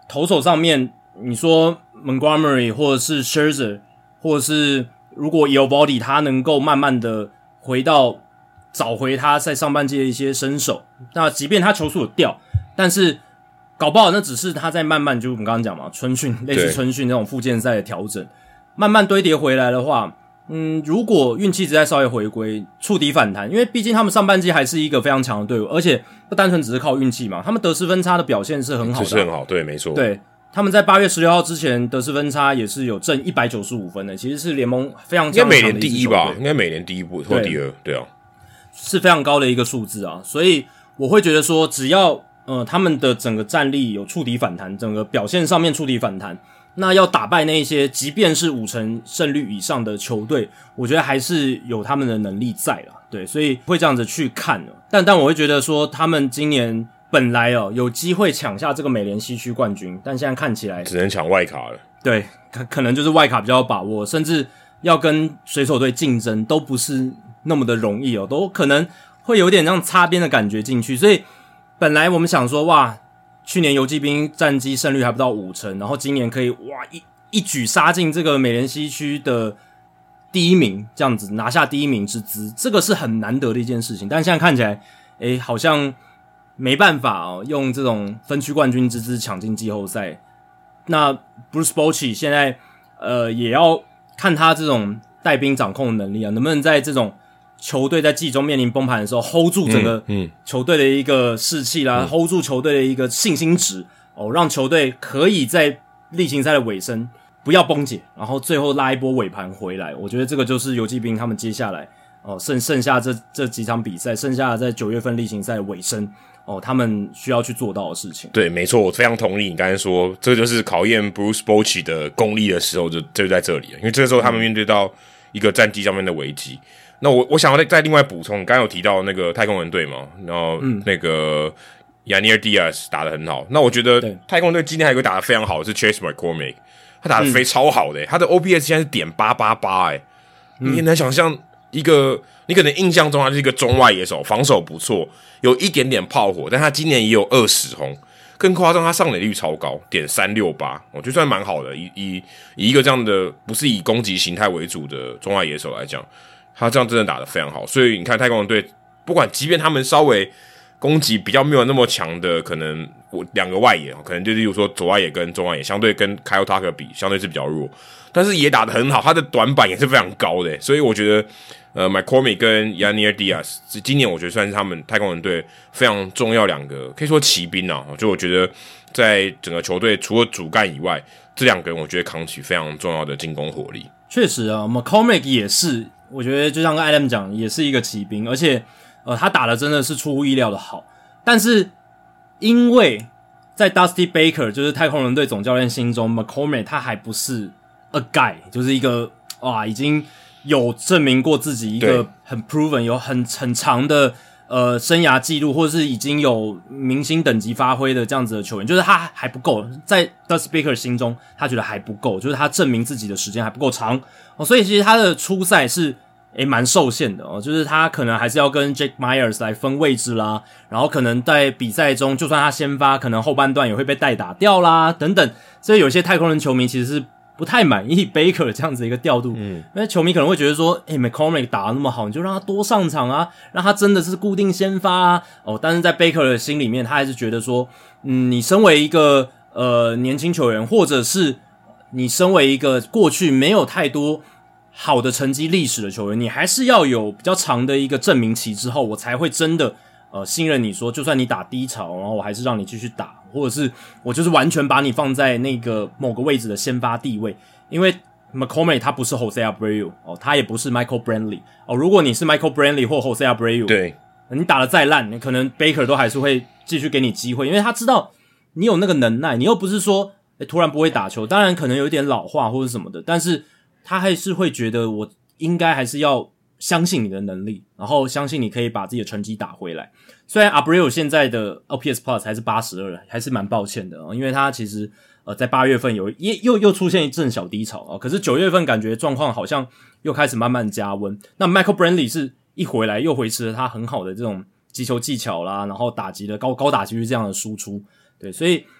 A: 投手上面，你说 Montgomery 或者是 Scherzer， 或者是如果 Eovaldi 他能够慢慢的找回他在上半季的一些身手，那即便他球速有掉，但是搞不好那只是他在慢慢，就我们刚刚讲嘛，春训类似春训那种复健赛的调整，慢慢堆叠回来的话，如果运气只再稍微回归，触底反弹，因为毕竟他们上半季还是一个非常强的队伍，而且不单纯只是靠运气嘛，他们得失分差的表现是很好的，
B: 是很好，对，没错，
A: 对，他们在8月16号之前得失分差也是有正195分的，其实是联盟非常强的一支球队，应该每年第一吧，
B: 应该每年第一或第二，对啊，
A: 是非常高的一个数字啊，所以我会觉得说，只要他们的整个战力有触底反弹，整个表现上面触底反弹，那要打败那一些即便是50%胜率以上的球队，我觉得还是有他们的能力在啦，对，所以会这样子去看但我会觉得说，他们今年本来有机会抢下这个美联西区冠军，但现在看起来
B: 只能抢外卡了，
A: 对，可能就是外卡比较有把握，甚至要跟水手队竞争都不是那么的容易都可能会有点这样擦边的感觉进去，所以本来我们想说，哇，去年游骑兵战绩胜率还不到50%，然后今年可以一举杀进这个美联西区的第一名，这样子拿下第一名之姿，这个是很难得的一件事情。但现在看起来，好像没办法用这种分区冠军之姿抢进季后赛。那 Bruce Bochy 现在也要看他这种带兵掌控的能力能不能在这种球队在季中面临崩盘的时候 hold 住整个球队的一个士气啦，hold 住球队的一个信心值让球队可以在例行赛的尾声不要崩解，然后最后拉一波尾盘回来。我觉得这个就是游骑兵他们接下来剩下这几场比赛，剩下在9月份例行赛的尾声他们需要去做到的事情。
B: 对，没错，我非常同意你刚才说，这就是考验 Bruce Bochy 的功力的时候，就在这里了。因为这个时候他们面对到一个战绩上面的危机。那我想要再另外补充，你刚才有提到那个太空人队嘛，然后那个 Yannier Diaz 打得很好。那我觉得太空人队今天还有一个打得非常好的是 Chase McCormick， 他打得超好的他的 OPS 现在是.888你很难想象一个你可能印象中他是一个中外野手，防守不错，有一点点炮火，但他今年也有20轰，更夸张，他上垒率超高.368，我觉得算蛮好的。以一个这样的不是以攻击形态为主的中外野手来讲，他这样真的打得非常好。所以你看太空人队，不管即便他们稍微攻击比较没有那么强的，可能两个外野，可能就例如说左外野跟中外野，相对跟 Kyle Tucker 比，相对是比较弱，但是也打得很好，他的短板也是非常高的。所以我觉得McCormick 跟 Yannier Diaz 今年我觉得算是他们太空人队非常重要两个，可以说骑兵啊。就我觉得在整个球队除了主干以外，这两个人我觉得扛起非常重要的进攻火力。
A: 确实啊 ，McCormick 也是，我觉得就像跟 Adam 讲，也是一个骑兵，而且他打的真的是出乎意料的好。但是因为在 Dusty Baker 就是太空人队总教练心中 ，McCormick 他还不是 a guy， 就是一个已经有证明过自己一个很 proven 有很长的生涯记录，或者是已经有明星等级发挥的这样子的球员，就是他还不够，在 Dusty Baker 心中他觉得还不够，就是他证明自己的时间还不够长所以其实他的出赛是蛮受限的就是他可能还是要跟 Jake Myers 来分位置啦，然后可能在比赛中就算他先发，可能后半段也会被代打掉啦等等，所以有些太空人球迷其实是不太满意 Baker 这样子一个调度因为球迷可能会觉得说McCormick 打得那么好，你就让他多上场啊，让他真的是固定先发啊但是在 Baker 的心里面，他还是觉得说你身为一个年轻球员，或者是你身为一个过去没有太多好的成绩历史的球员，你还是要有比较长的一个证明期之后，我才会真的信任你说，就算你打低潮，然后我还是让你继续打，或者是我就是完全把你放在那个某个位置的先发地位。因为 McCormick 他不是 Jose Abreu 他也不是 Michael Brantley 如果你是 Michael Brantley 或 Jose Abreu， 对，你打得再烂，你可能 Baker 都还是会继续给你机会，因为他知道你有那个能耐，你又不是说突然不会打球，当然可能有点老化或者什么的，但是他还是会觉得我应该还是要相信你的能力，然后相信你可以把自己的成绩打回来。虽然 Abreu 现在的 OPS Plus 还是82，还是蛮抱歉的因为他其实在8月份又出现一阵小低潮可是9月份感觉状况好像又开始慢慢加温。那 Michael Brantley 是一回来又维持了他很好的这种击球技巧啦，然后打击的高打击率这样的输出，对，所以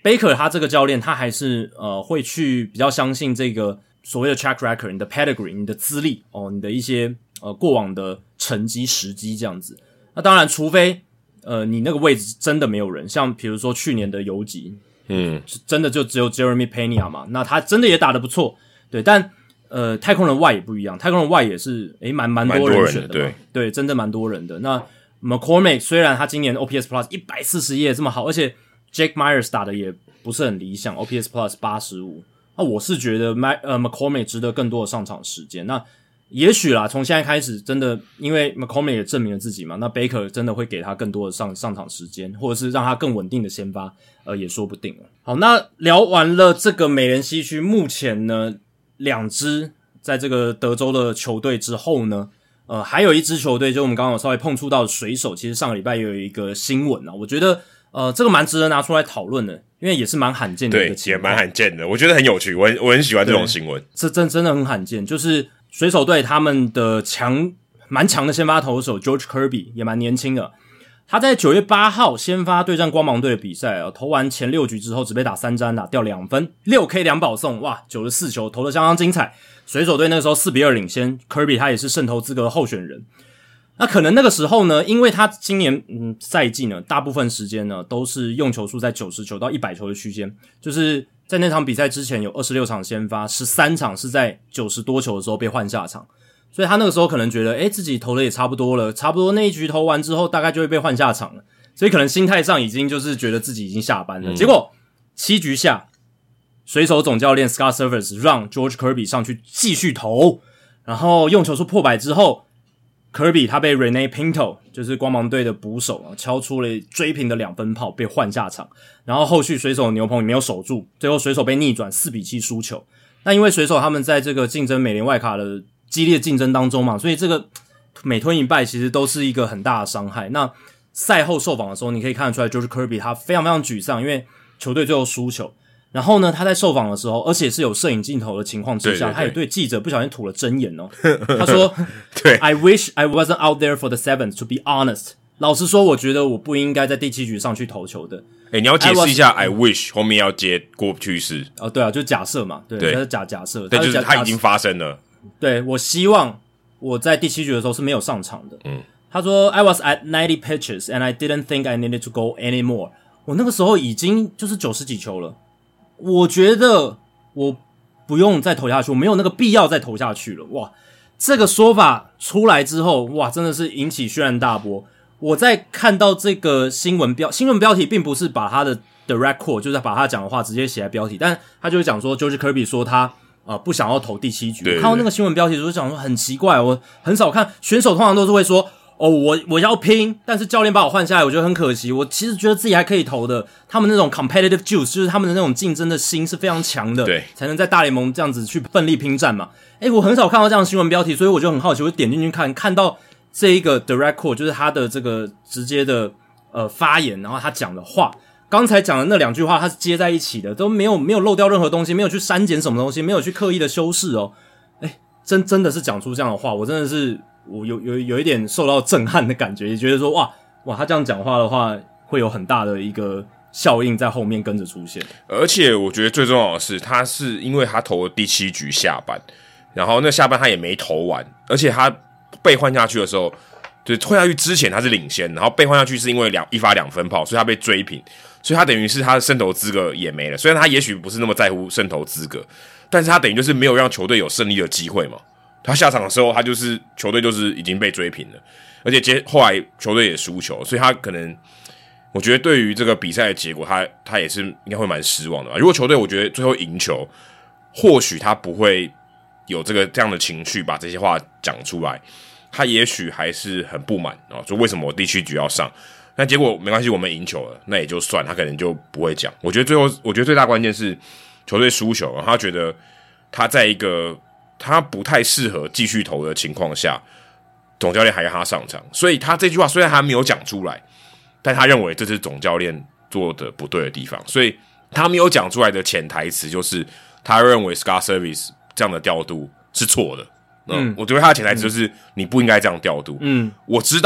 A: Baker 他这个教练他还是会去比较相信这个所谓的 track record， 你的 pedigree， 你的资历你的一些过往的成绩时机这样子。那当然除非你那个位置真的没有人，像比如说去年的游击真的就只有 Jeremy Pena 嘛，那他真的也打得不错，对，但太空人 Y 也不一样，太空人 Y 也是蛮多人选的嘛，对，真的蛮多人的。那 McCormick 虽然他今年 OPS Plus 140页这么好，而且 Jake Myers 打的也不是很理想 ，OPS Plus 85，那我是觉得McCormick 值得更多的上场时间。那也许啦，从现在开始真的，因为 McCormick 也证明了自己嘛，那 Baker 真的会给他更多的上场时间，或者是让他更稳定的先发，也说不定了。好，那聊完了这个美联西区，目前呢2支在这个德州的球队之后呢，还有一支球队，就我们刚刚有稍微碰触到的水手，其实上个礼拜也有一个新闻啊，我觉得这个蛮值得拿出来讨论的，因为也是蛮罕见的一个情况，
B: 对，也蛮罕见的，我觉得很有趣，我很喜欢这种新闻，
A: 这真的很罕见，就是水手队他们的蛮强的先发投手 George Kirby 也蛮年轻的，他在9月8号先发对战光芒队的比赛投完前6局之后只被打3支安打，掉2分 6K 2保送，哇94球投得相当精彩，水手队那个时候4-2领先， Kirby 他也是胜投资格的候选人。那可能那个时候呢，因为他今年赛季呢大部分时间呢都是用球数在90球到100球的区间，就是在那场比赛之前有26场先发，13场是在90多球的时候被换下场，所以他那个时候可能觉得自己投的也差不多了，差不多那一局投完之后大概就会被换下场了，所以可能心态上已经就是觉得自己已经下班了。结果7局下，水手总教练 Scott Servais 让 George Kirby 上去继续投，然后用球数破100之后，Kirby 他被 Rene Pinto 就是光芒队的捕手敲出了追平的2分炮，被换下场，然后后续水手牛棚也没有守住，最后水手被逆转4-7输球。那因为水手他们在这个竞争美联外卡的激烈竞争当中嘛，所以这个每吞一败其实都是一个很大的伤害。那赛后受访的时候你可以看得出来 George Kirby 他非常非常沮丧，因为球队最后输球，然后呢他在受访的时候，而且是有摄影镜头的情况之下，他也对记者不小心吐了真言他说对 I wish I wasn't out there for the 7th to be honest， 老实说我觉得我不应该在第7局上去投球的。
B: 你要解释一下 I wish 后面要接过去式
A: 对啊，就假设嘛，对，它是假设，
B: 对，就是它已经发生了。
A: 对，我希望我在第7局的时候是没有上场的。他说 I was at 90 pitches and I didn't think I needed to go anymore。 我那个时候已经就是90几球了，我觉得我不用再投下去，我没有那个必要再投下去了。哇，这个说法出来之后，哇，真的是引起轩然大波。我在看到这个新闻标题并不是把他的 direct quote， 就是把他讲的话直接写在标题，但他就会讲说 George Kirby 说他不想要投第7局。我看到那个新闻标题的时候讲说很奇怪，我很少看选手通常都是会说我要拼，但是教练把我换下来，我觉得很可惜。我其实觉得自己还可以投的。他们那种 competitive juice， 就是他们的那种竞争的心是非常强的，
B: 对，
A: 才能在大联盟这样子去奋力拼战嘛。我很少看到这样的新闻标题，所以我就很好奇，我点进去看到这一个 direct quote， 就是他的这个直接的发言，然后他讲的话，刚才讲的那2句话，他是接在一起的，都没有漏掉任何东西，没有去删减什么东西，没有去刻意的修饰真的是讲出这样的话，我真的是。我有一点受到震撼的感觉，也觉得说哇，他这样讲话的话，会有很大的一个效应在后面跟着出现。
B: 而且我觉得最重要的是，他是因为他投了第7局下半，然后那下半他也没投完，而且他被换下去的时候，就是换下去之前他是领先，然后被换下去是因为一发2分炮，所以他被追平，所以他等于是他的胜投资格也没了。虽然他也许不是那么在乎胜投资格，但是他等于就是没有让球队有胜利的机会嘛。他下场的时候，他就是球队就是已经被追平了，而且后来球队也输球，所以他可能，我觉得对于这个比赛的结果，他也是应该会蛮失望的吧。如果球队我觉得最后赢球，或许他不会有这样的情绪把这些话讲出来，他也许还是很不满就为什么我第7局要上？但结果没关系，我们赢球了，那也就算，他可能就不会讲。我觉得最大关键是球队输球，然后他觉得他在一个他不太适合继续投的情况下，总教练还让他上场，所以他这句话虽然还没有讲出来，但他认为这是总教练做的不对的地方，所以他没有讲出来的潜台词就是他认为 Scott Servais 这样的调度是错的。我觉得他的潜台词就是你不应该这样调度。我知道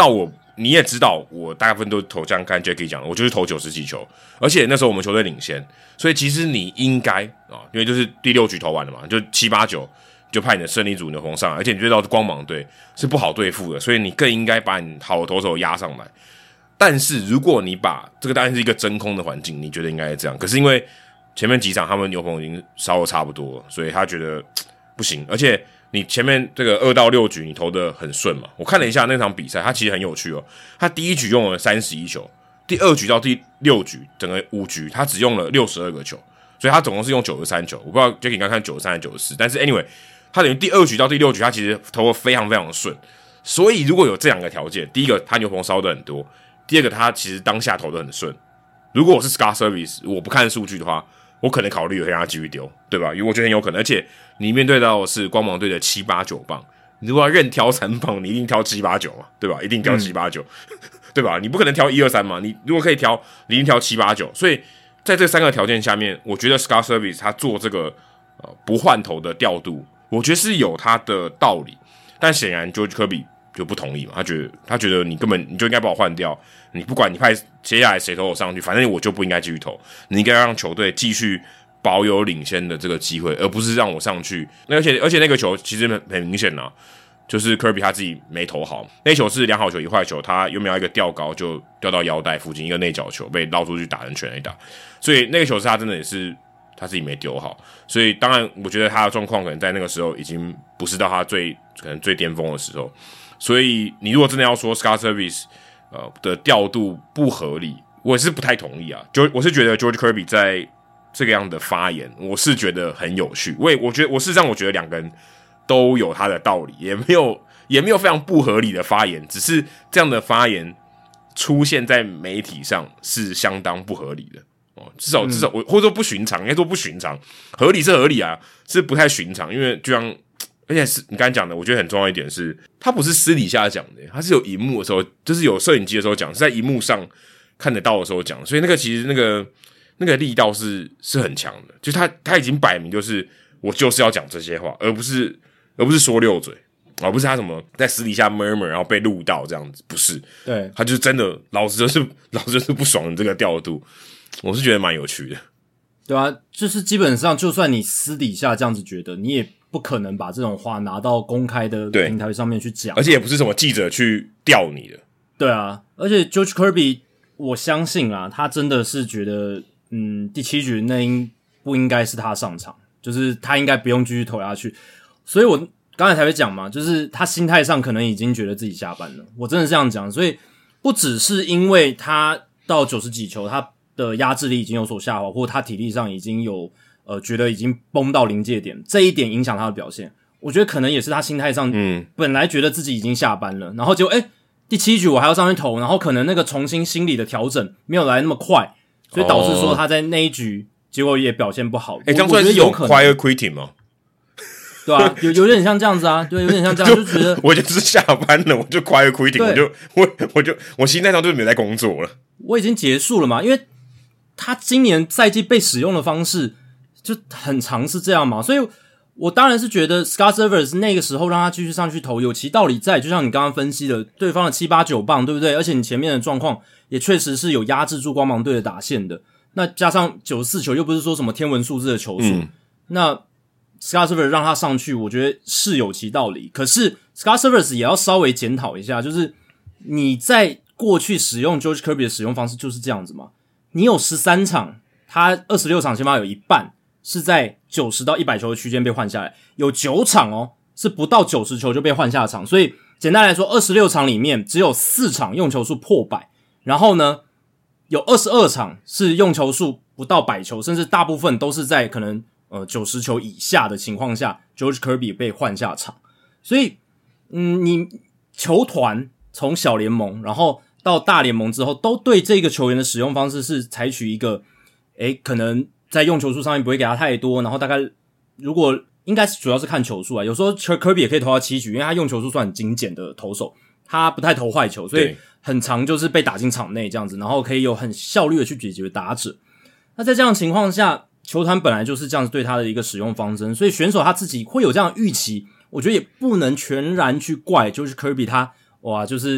B: 你也知道，我大部分都投像刚才 Jacky 讲的，我就是投90几球，而且那时候我们球队领先，所以其实你应该因为就是第6局投完了嘛，就7、8、9就派你的胜利组牛棚上来，而且你知道光芒队是不好对付的，所以你更应该把你好的投手压上来。但是如果你把这个当然是一个真空的环境，你觉得应该是这样，可是因为前面几场他们牛棚已经烧得差不多了，所以他觉得不行，而且你前面这个2到6局你投得很顺嘛，我看了一下那场比赛，他其实很有趣哦。他第1局用了31球，第2局到第6局整个5局他只用了62个球，所以他总共是用93球。我不知道 Jacky 刚看93还是94，但是 anyway 他等于第2局到第6局他其实投得非常非常的顺。所以如果有这两个条件，第一个他牛棚烧得很多，第二个他其实当下投得很顺。如果我是 Scott Service， 我不看数据的话，我可能考虑让他继续丢，对吧？因为我觉得很有可能，而且你面对到的是光芒队的7、8、9棒，你如果要任挑3棒，你一定挑7、8、9嘛，对吧？一定挑7、8、9，对吧？你不可能挑1、2、3嘛，你如果可以挑，你一定挑7、8、9。所以在这3个条件下面，我觉得 Scott Service 他做这个不换头的调度，我觉得是有他的道理，但显然 George Kirby 就不同意嘛，他觉得你根本你就应该把我换掉，你不管你派接下来谁投我上去，反正我就不应该继续投，你应该让球队继续保有领先的这个机会，而不是让我上去。而且那个球其实很明显啊，就是 Kirby 他自己没投好，那球是2好球1坏球，他有没有一个吊高就掉到腰带附近一个内角球被捞出去打成全垒打，所以那个球是他真的也是他自己没丢好，所以当然我觉得他的状况可能在那个时候已经不是到他可能最巅峰的时候。所以你如果真的要说 Scott Service 的调度不合理，我也是不太同意啊。我是觉得 George Kirby 在这个样的发言，我是觉得很有趣。我觉得事实上我觉得两个人都有他的道理，也没有非常不合理的发言，只是这样的发言出现在媒体上是相当不合理的至少我或者说不寻常，应该说不寻常，合理是合理啊，是不太寻常，因为就像。而且是你刚才讲的，我觉得很重要一点是，他不是私底下讲的，他是有荧幕的时候，就是有摄影机的时候讲，是在荧幕上看得到的时候讲，所以那个其实那个力道是很强的，就他已经摆明就是我就是要讲这些话，而不是说溜嘴，而不是他什么在私底下 murmur 然后被录到这样子，不是，
A: 对，
B: 他就是真的老子就是不爽你这个调度，我是觉得蛮有趣的，
A: 对啊，就是基本上就算你私底下这样子觉得，你也不可能把这种话拿到公开的平台上面去讲，
B: 而且也不是什么记者去调你的。
A: 对啊，而且 George Kirby 我相信啊，他真的是觉得第7局那不应该是他上场，就是他应该不用继续投下去。所以我刚才才会讲嘛，就是他心态上可能已经觉得自己下班了，我真的是这样讲。所以不只是因为他到90几球他的压制力已经有所下滑，或他体力上已经有觉得已经崩到临界点，这一点影响他的表现。我觉得可能也是他心态上，本来觉得自己已经下班了，然后结果第7局我还要上去投，然后可能那个重新心理的调整没有来那么快，所以导致说他在那一局结果也表现不好。
B: 这样算是有 quiet quitting 吗？
A: 对啊，有点像这样子啊，对，有点像这样，就觉得
B: 我就是下班了，我就 quiet quitting，我心态上就没在工作了，
A: 我已经结束了嘛，因为他今年赛季被使用的方式就很常是这样嘛，所以我当然是觉得 Scott Service 那个时候让他继续上去投有其道理在，就像你刚刚分析的，对方的7、8、9棒，对不对？而且你前面的状况也确实是有压制住光芒队的打线的，那加上94球又不是说什么天文数字的球数，那 Scott Service 让他上去，我觉得是有其道理。可是 Scott Service 也要稍微检讨一下，就是你在过去使用 George Kirby 的使用方式就是这样子嘛？你有13场，他26场先发有一半是在90到100球的区间被换下来，有9场是不到90球就被换下场，所以简单来说26场里面只有4场用球数破100，然后呢有22场是用球数不到100球，甚至大部分都是在可能90球以下的情况下 George Kirby 被换下场。所以你球团从小联盟然后到大联盟之后都对这个球员的使用方式是采取一个可能在用球数上面不会给他太多，然后大概如果应该是主要是看球数啊，有时候 Kirby 也可以投到7局，因为他用球数算很精简的投手，他不太投坏球，所以很常就是被打进场内这样子，然后可以有很效率的去解决打者。那在这样的情况下，球团本来就是这样子对他的一个使用方针，所以选手他自己会有这样的预期，我觉得也不能全然去怪就是 Kirby 他就是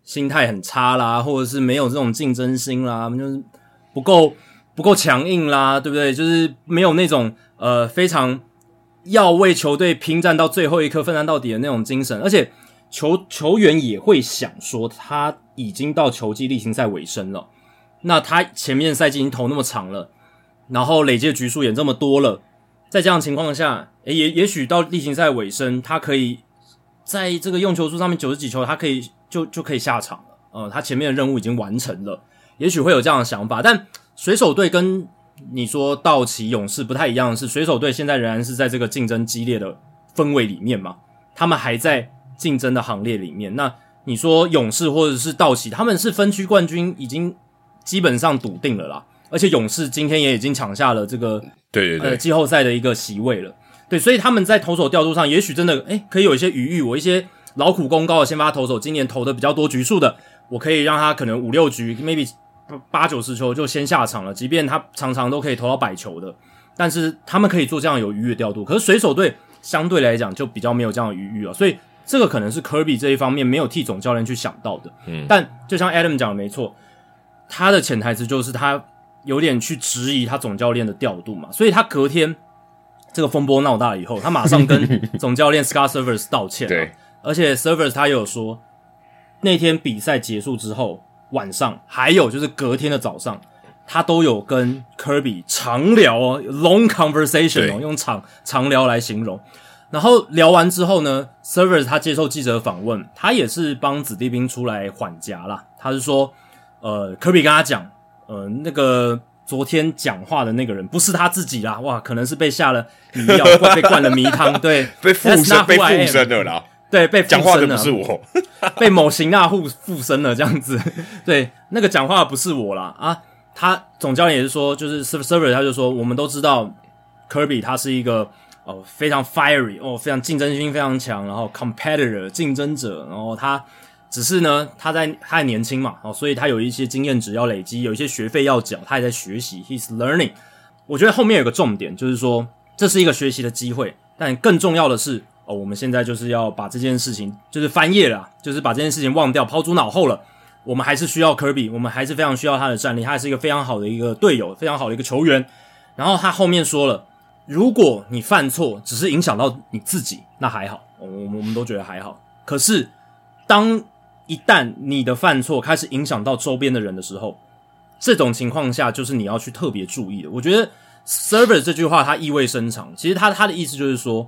A: 心态很差啦，或者是没有这种竞争心啦，就是不够强硬啦，对不对？就是没有那种非常要为球队拼战到最后一刻奋战到底的那种精神，而且球员也会想说他已经到球季例行赛尾声了，那他前面赛季已经投那么长了，然后累积的局数也这么多了，在这样的情况下，也许到例行赛尾声，他可以在这个用球数上面90几球，他可以就可以下场了。他前面的任务已经完成了，也许会有这样的想法。但水手队跟你说道奇、勇士不太一样的是，水手队现在仍然是在这个竞争激烈的氛围里面嘛，他们还在竞争的行列里面。那你说勇士或者是道奇，他们是分区冠军已经基本上笃定了啦，而且勇士今天也已经抢下了这个季后赛的一个席位了。对，所以他们在投手调度上也许真的可以有一些余裕，我一些劳苦功高的先发投手今年投的比较多局数的，我可以让他可能5-6局 maybe 8-90球就先下场了，即便他常常都可以投到100球的，但是他们可以做这样有余裕的调度。可是水手队相对来讲就比较没有这样的余裕了，所以这个可能是 Kirby 这一方面没有替总教练去想到的。但就像 Adam 讲的没错，他的潜台词就是他有点去质疑他总教练的调度嘛，所以他隔天这个风波闹大了以后，他马上跟总教练 Scott Servais 道歉。
B: 对，
A: 而且 Servais 他也有说，那天比赛结束之后晚上，还有就是隔天的早上，他都有跟 Kirby 长聊long conversation 用长聊来形容。然后聊完之后呢 Servais 他接受记者访问，他也是帮子弟兵出来缓颊啦。他是说Kirby 跟他讲那个昨天讲话的那个人不是他自己啦，哇，可能是被下了迷药或被灌了迷汤，对，
B: 被附身了啦，
A: 对，被附身了，
B: 讲话的不是我，
A: 被某型纳户附身了这样子，对，那个讲话的不是我啦啊，他总教练也是说，就是 Servais 他就说，我们都知道 Kirby 他是一个非常 fiery 非常竞争心非常强，然后 competitor 竞争者，然后他只是呢，他还年轻嘛，所以他有一些经验值要累积，有一些学费要缴，他也在学习 ，he's learning。我觉得后面有个重点，就是说这是一个学习的机会，但更重要的是，我们现在就是要把这件事情就是翻页了，就是把这件事情忘掉，抛诸脑后了。我们还是需要 Kirby， 我们还是非常需要他的战力，他也是一个非常好的一个队友，非常好的一个球员。然后他后面说了，如果你犯错只是影响到你自己，那还好，我们都觉得还好。可是一旦你的犯错开始影响到周边的人的时候，这种情况下就是你要去特别注意的。我觉得 Servais 这句话他意味深长，其实他的意思就是说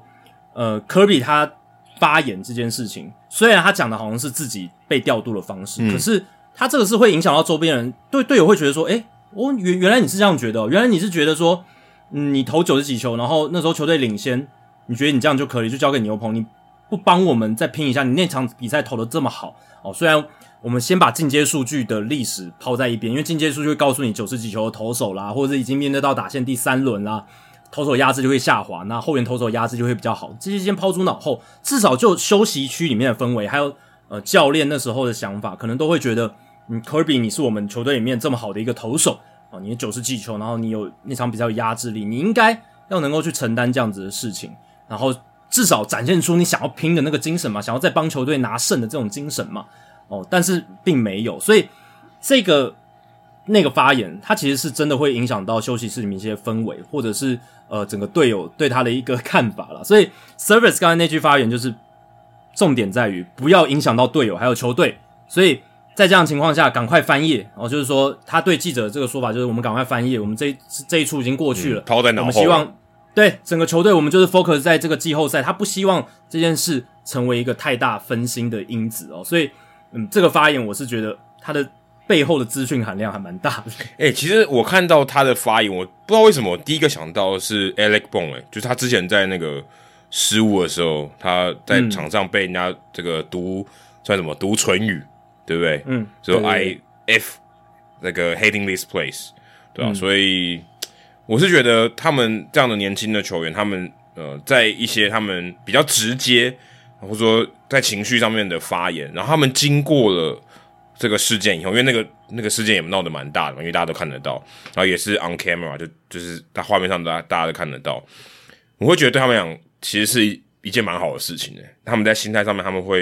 A: Kirby 他发言这件事情，虽然他讲的好像是自己被调度的方式，可是他这个是会影响到周边人，队友会觉得说原来你是这样觉得原来你是觉得说你投90几球，然后那时候球队领先，你觉得你这样就可以就交给牛棚，你不帮我们再拼一下，你那场比赛投得这么好虽然我们先把进阶数据的历史抛在一边，因为进阶数据会告诉你90几球的投手啦，或者是已经面对到打线第3轮啦，投手压制就会下滑，那后援投手压制就会比较好，这些先抛诸脑后，至少就休息区里面的氛围，还有教练那时候的想法，可能都会觉得Kirby 你是我们球队里面这么好的一个投手你90几球，然后你有那场比赛有压制力，你应该要能够去承担这样子的事情，然后至少展现出你想要拼的那个精神嘛，想要再帮球队拿胜的这种精神嘛但是并没有，所以那个发言它其实是真的会影响到休息室里面一些氛围，或者是整个队友对他的一个看法啦。所以 Servais 刚才那句发言就是重点在于不要影响到队友还有球队，所以在这样的情况下赶快翻页就是说他对记者的这个说法就是我们赶快翻页，我们这一出已经过去了，
B: 抛在脑后了，
A: 我们希望对整个球队我们就是 focus 在这个季后赛，他不希望这件事成为一个太大分心的因子所以这个发言我是觉得他的背后的资讯含量还蛮大的。
B: 其实我看到他的发言，我不知道为什么我第一个想到的是 Alec Bohm，就是他之前在那个失误的时候，他在场上被人家这个算什么读唇语，对不对？所以 I F 那个 hating this place， 对吧？所以我是觉得他们这样的年轻的球员，他们在一些他们比较直接，或者说在情绪上面的发言，然后他们经过了这个事件以后，因为那个事件也闹得蛮大的嘛，因为大家都看得到，然后也是 on camera， 就是在画面上大家都看得到，我会觉得对他们讲其实是一件蛮好的事情他们在心态上面他们会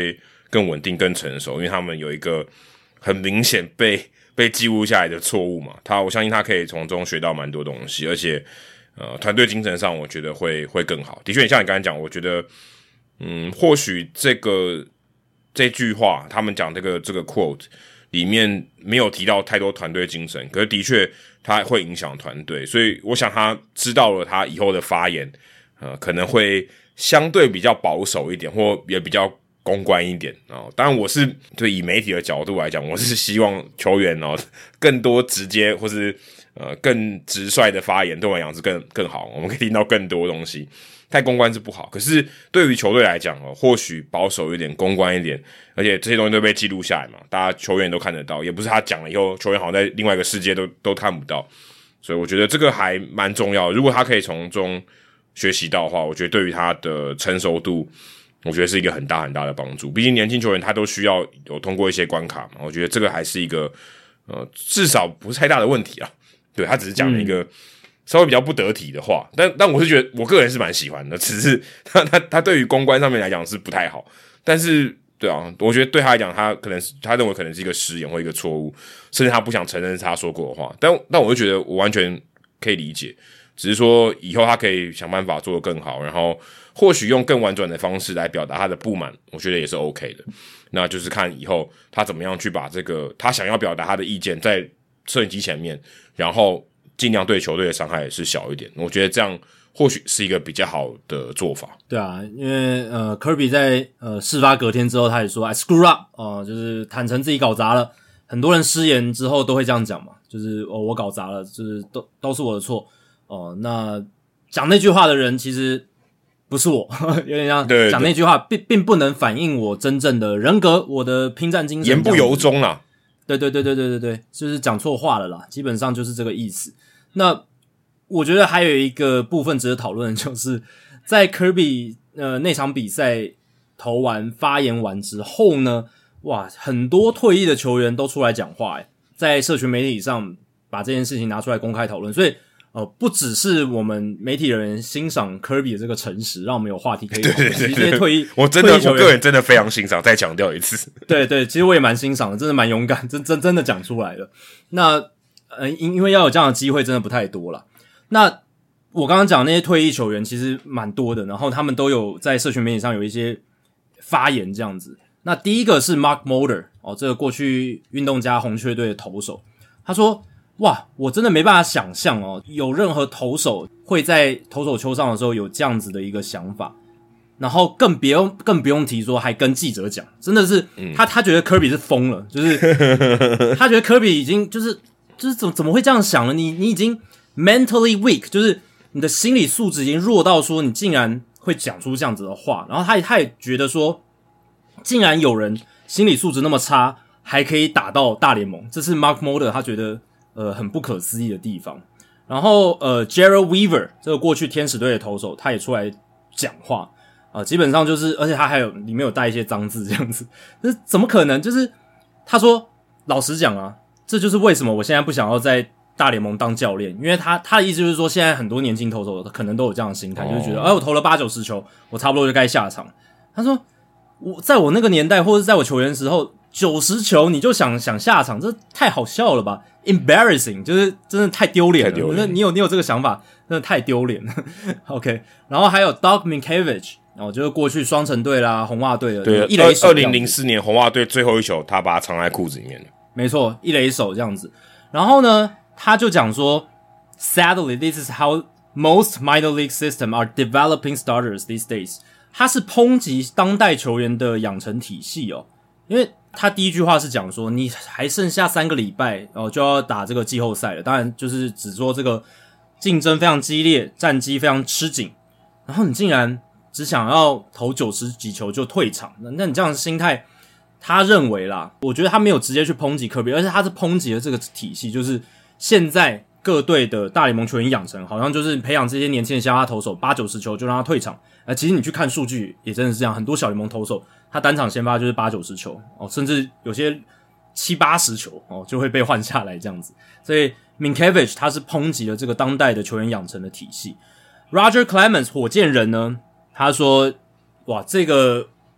B: 更稳定、更成熟，因为他们有一个很明显被记录下来的错误嘛。我相信他可以从中学到蛮多东西，而且团队精神上我觉得会更好。的确，像你刚才讲，我觉得或许这句话他们讲这个 quote 里面没有提到太多团队精神，可是的确他会影响团队，所以我想他知道了他以后的发言可能会相对比较保守一点，或也比较公关一点当然我是对以媒体的角度来讲，我是希望球员更多直接或是更直率的发言对我来讲是更好，我们可以听到更多东西。太公关是不好，可是对于球队来讲或许保守一点、公关一点，而且这些东西都被记录下来嘛，大家球员都看得到，也不是他讲了以后球员好像在另外一个世界都看不到，所以我觉得这个还蛮重要的。如果他可以从中学习到的话，我觉得对于他的成熟度，我觉得是一个很大很大的帮助。毕竟年轻球员他都需要有通过一些关卡嘛，我觉得这个还是一个至少不是太大的问题啊。对，他只是讲了一个稍微比较不得体的话，但我是觉得我个人是蛮喜欢的，只是他对于公关上面来讲是不太好，但是对啊，我觉得对他来讲，他认为可能是一个失言或一个错误，甚至他不想承认是他说过的话，但我就觉得我完全可以理解，只是说以后他可以想办法做得更好，然后或许用更婉转的方式来表达他的不满，我觉得也是 OK 的。那就是看以后他怎么样去把这个他想要表达他的意见在摄影机前面，然后尽量对球队的伤害是小一点，我觉得这样或许是一个比较好的做法。
A: 对啊，因为Kirby 在事发隔天之后，他也说 I screw up 就是坦诚自己搞砸了。很多人失言之后都会这样讲嘛，就是我搞砸了，就是都是我的错那讲那句话的人其实不是我，有点像讲那句话并不能反映我真正的人格，我的拼战精神，
B: 言不由衷啦。
A: 对，就是讲错话了啦，基本上就是这个意思。那我觉得还有一个部分值得讨论的，就是在 Kirby 那场比赛投完发言完之后呢，哇，很多退役的球员都出来讲话在社群媒体上把这件事情拿出来公开讨论，所以不只是我们媒体人欣赏 Kirby 的这个诚实，让我们有话题可以讨论。对，这些退役
B: 我个人真的非常欣赏，再强调一次。
A: 对，其实我也蛮欣赏的，真的蛮勇敢，真的讲出来了。那因为要有这样的机会真的不太多啦。那我刚刚讲那些退役球员其实蛮多的，然后他们都有在社群媒体上有一些发言这样子。那第一个是 Mark Mulder 这个过去运动家红雀队的投手，他说哇，我真的没办法想象有任何投手会在投手丘上的时候有这样子的一个想法，然后更不用提说还跟记者讲，真的是他觉得 Kirby 是疯了，就是他觉得 Kirby 已经就是怎么会这样想了？你已经 mentally weak， 就是你的心理素质已经弱到说你竟然会讲出这样子的话，然后他也觉得说，竟然有人心理素质那么差还可以打到大联盟，这是 Mark Mulder 他觉得很不可思议的地方。然后Gerald Weaver 这个过去天使队的投手，他也出来讲话基本上就是，而且他还有里面有带一些脏字这样子，这怎么可能？就是他说老实讲啊，这就是为什么我现在不想要在大联盟当教练，因为他的意思就是说，现在很多年轻投手可能都有这样的心态，就是觉得我投了80-90球，我差不多就该下场。他说在我那个年代或者在我球员的时候，90球你就想下场，这太好笑了吧 ？Embarrassing， 就是真的太丢脸了。你有这个想法，真的太丢脸了。OK， 然后还有 Doug Mientkiewicz， 就是过去双城队啦、红袜队的，
B: 对，
A: 一垒手。
B: 2004年红袜队最后一球，他把它藏在裤子里面的，
A: 没错，一垒手这样子。然后呢，他就讲说 ，Sadly, this is how most minor league system are developing starters these days。他是抨击当代球员的养成体系因为他第一句话是讲说，你还剩下3个礼拜就要打这个季后赛了，当然就是只说这个竞争非常激烈，战绩非常吃紧，然后你竟然只想要投90几球就退场，那你这样的心态，他认为啦，我觉得他没有直接去抨击科比，而且他是抨击了这个体系，就是现在各队的大联盟球员养成，好像就是培养这些年轻的先发投手80-90球就让他退场。其实你去看数据也真的是这样，很多小联盟投手他单场先发就是80-90球甚至有些70-80球就会被换下来这样子。所以 Mientkiewicz 他是抨击了这个当代的球员养成的体系。Roger Clemens 火箭人呢，他说哇，这个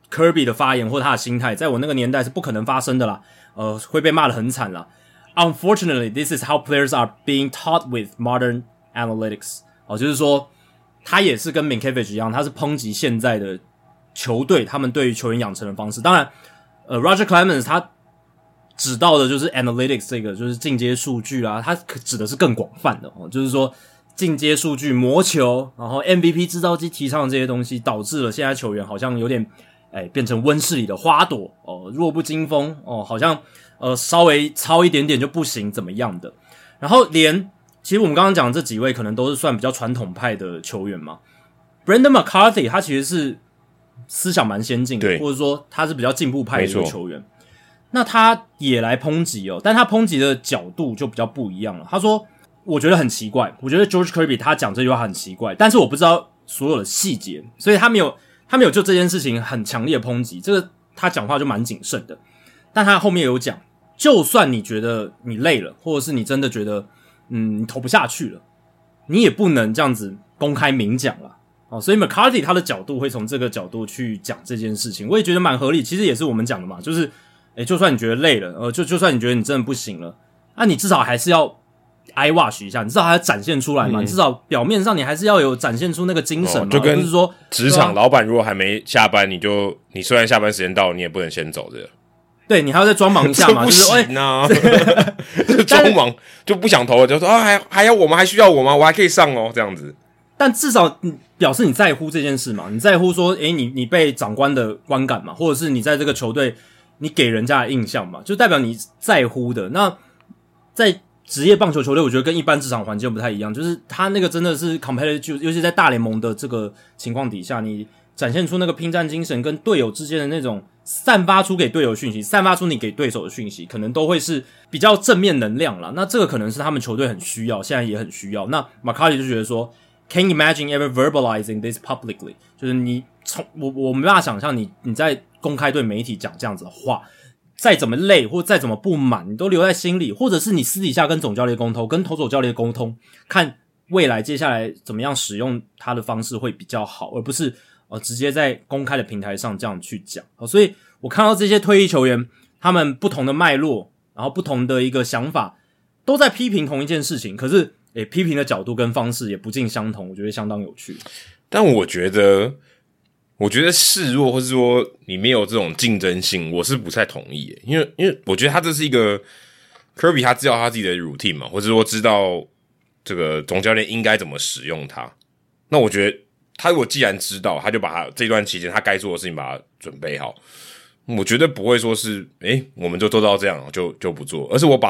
A: Kirby 的发言或他的心态，在我那个年代是不可能发生的啦，会被骂得很惨啦。Unfortunately, this is how players are being taught with modern analytics. 就是说，他也是跟 Minkevich 一样，他是抨击现在的球队他们对于球员养成的方式。当然，Roger Clemens 他指到的就是 analytics 这个，就是进阶数据啊，他指的是更广泛的就是说进阶数据、魔球，然后 MVP 制造机提倡的这些东西，导致了现在球员好像有点变成温室里的花朵弱不禁风好像稍微糙一点点就不行怎么样的。然后其实我们刚刚讲的这几位可能都是算比较传统派的球员嘛。Brendan McCarthy 他其实是思想蛮先进的，或者说他是比较进步派的一个球员。那他也来抨击但他抨击的角度就比较不一样了。他说我觉得很奇怪，我觉得 George Kirby 他讲这句话很奇怪，但是我不知道所有的细节，所以他没有就这件事情很强烈的抨击，这个他讲话就蛮谨慎的。但他后面有讲，就算你觉得你累了，或者是你真的觉得你投不下去了，你也不能这样子公开明讲啦所以 McCarthy 他的角度会从这个角度去讲这件事情，我也觉得蛮合理。其实也是我们讲的嘛，就是就算你觉得累了就算你觉得你真的不行了你至少还是要eye wash 一下，你至少还要展现出来嘛，你至少表面上你还是要有展现出那个精神嘛，
B: 就跟
A: 不是说
B: 职场老板如果还没下班，你虽然下班时间到，你也不能先走的。
A: 对，你还要再装忙一下嘛，
B: 这不行啊！装忙就不想投了，就说还要我们还需要我吗？我还可以上这样子。
A: 但至少表示你在乎这件事嘛，你在乎说，你被长官的观感嘛，或者是你在这个球队你给人家的印象嘛，就代表你在乎的。那在职业棒球球队，我觉得跟一般职场环境不太一样，就是他那个真的是 competitive， 尤其在大联盟的这个情况底下，你展现出那个拼战精神跟队友之间的那种散发出给队友的讯息，散发出你给对手的讯息，可能都会是比较正面能量啦。那这个可能是他们球队很需要，现在也很需要。那 McCarthy 就觉得说 ，Can you imagine ever verbalizing this publicly？ 就是我没办法想象你在公开对媒体讲这样子的话。再怎么累或再怎么不满，你都留在心里，或者是你私底下跟总教练沟通，跟投手教练沟通，看未来接下来怎么样使用他的方式会比较好，而不是直接在公开的平台上这样去讲。所以我看到这些退役球员，他们不同的脉络，然后不同的一个想法，都在批评同一件事情，可是批评的角度跟方式也不尽相同，我觉得相当有趣。
B: 但我觉得示弱或是说你没有这种竞争性，我是不太同意的，因为我觉得他这是一个 Kirby 他知道他自己的 routine 嘛，或者说知道这个总教练应该怎么使用他。那我觉得他如果既然知道，他就把他这段期间他该做的事情把它准备好。我觉得不会说是我们就做到这样就不做，而是我把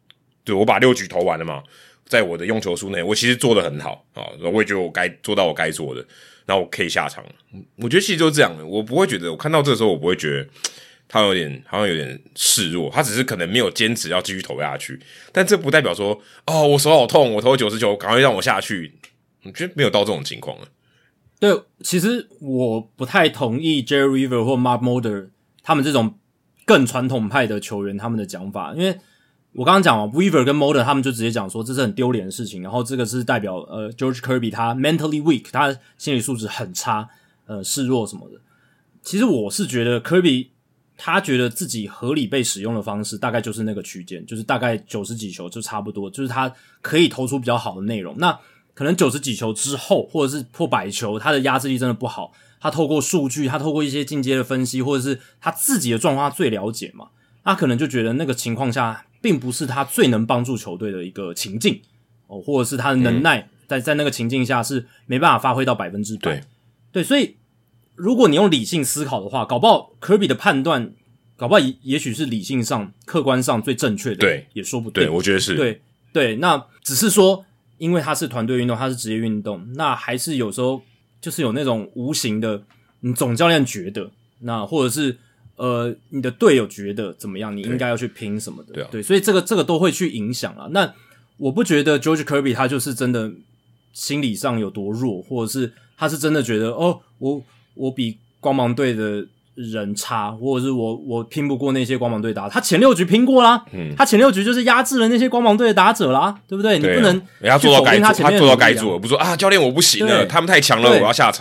B: 6局投完了嘛，在我的用球数内，我其实做得很好我也觉得我该做到我该做的，然后我可以下场。我觉得其实就是这样的，我不会觉得，我看到这个时候我不会觉得他好像有点示弱，他只是可能没有坚持要继续投下去，但这不代表说我手好痛，我投了90球，赶快让我下去。我觉得没有到这种情况了。
A: 对，其实我不太同意 Jerry Weaver 或 Mark Mulder 他们这种更传统派的球员他们的讲法，因为我刚刚讲嘛 Weaver 跟 Mulder 他们就直接讲说这是很丢脸的事情，然后这个是代表George Kirby 他 mentally weak， 他心理素质很差，示弱什么的。其实我是觉得 Kirby 他觉得自己合理被使用的方式大概就是那个区间，就是大概90几球就差不多，就是他可以投出比较好的内容。那可能90几球之后或者是破100球，他的压制力真的不好，他透过数据，他透过一些进阶的分析，或者是他自己的状况他最了解嘛，他可能就觉得那个情况下并不是他最能帮助球队的一个情境或者是他的能耐在那个情境下是没办法发挥到100%。对，所以如果你用理性思考的话，搞不好 Kirby 的判断搞不好也许是理性上客观上最正确的，
B: 对，
A: 也说不定。
B: 对，我觉得是。
A: 对，那只是说因为它是团队运动，它是职业运动，那还是有时候就是有那种无形的总教练觉得，那或者是你的队友觉得怎么样，你应该要去拼什么的。对，所以这个都会去影响啦。那我不觉得 George Kirby 他就是真的心理上有多弱，或者是他是真的觉得我比光芒队的人差，或者是我拼不过那些光芒队打者。他前6局拼过啦，他前6局就是压制了那些光芒队的打者啦，对不对？你不能
B: 他做到该做，他做到该做，不说教练我不行了，他们太强了，我要下场了。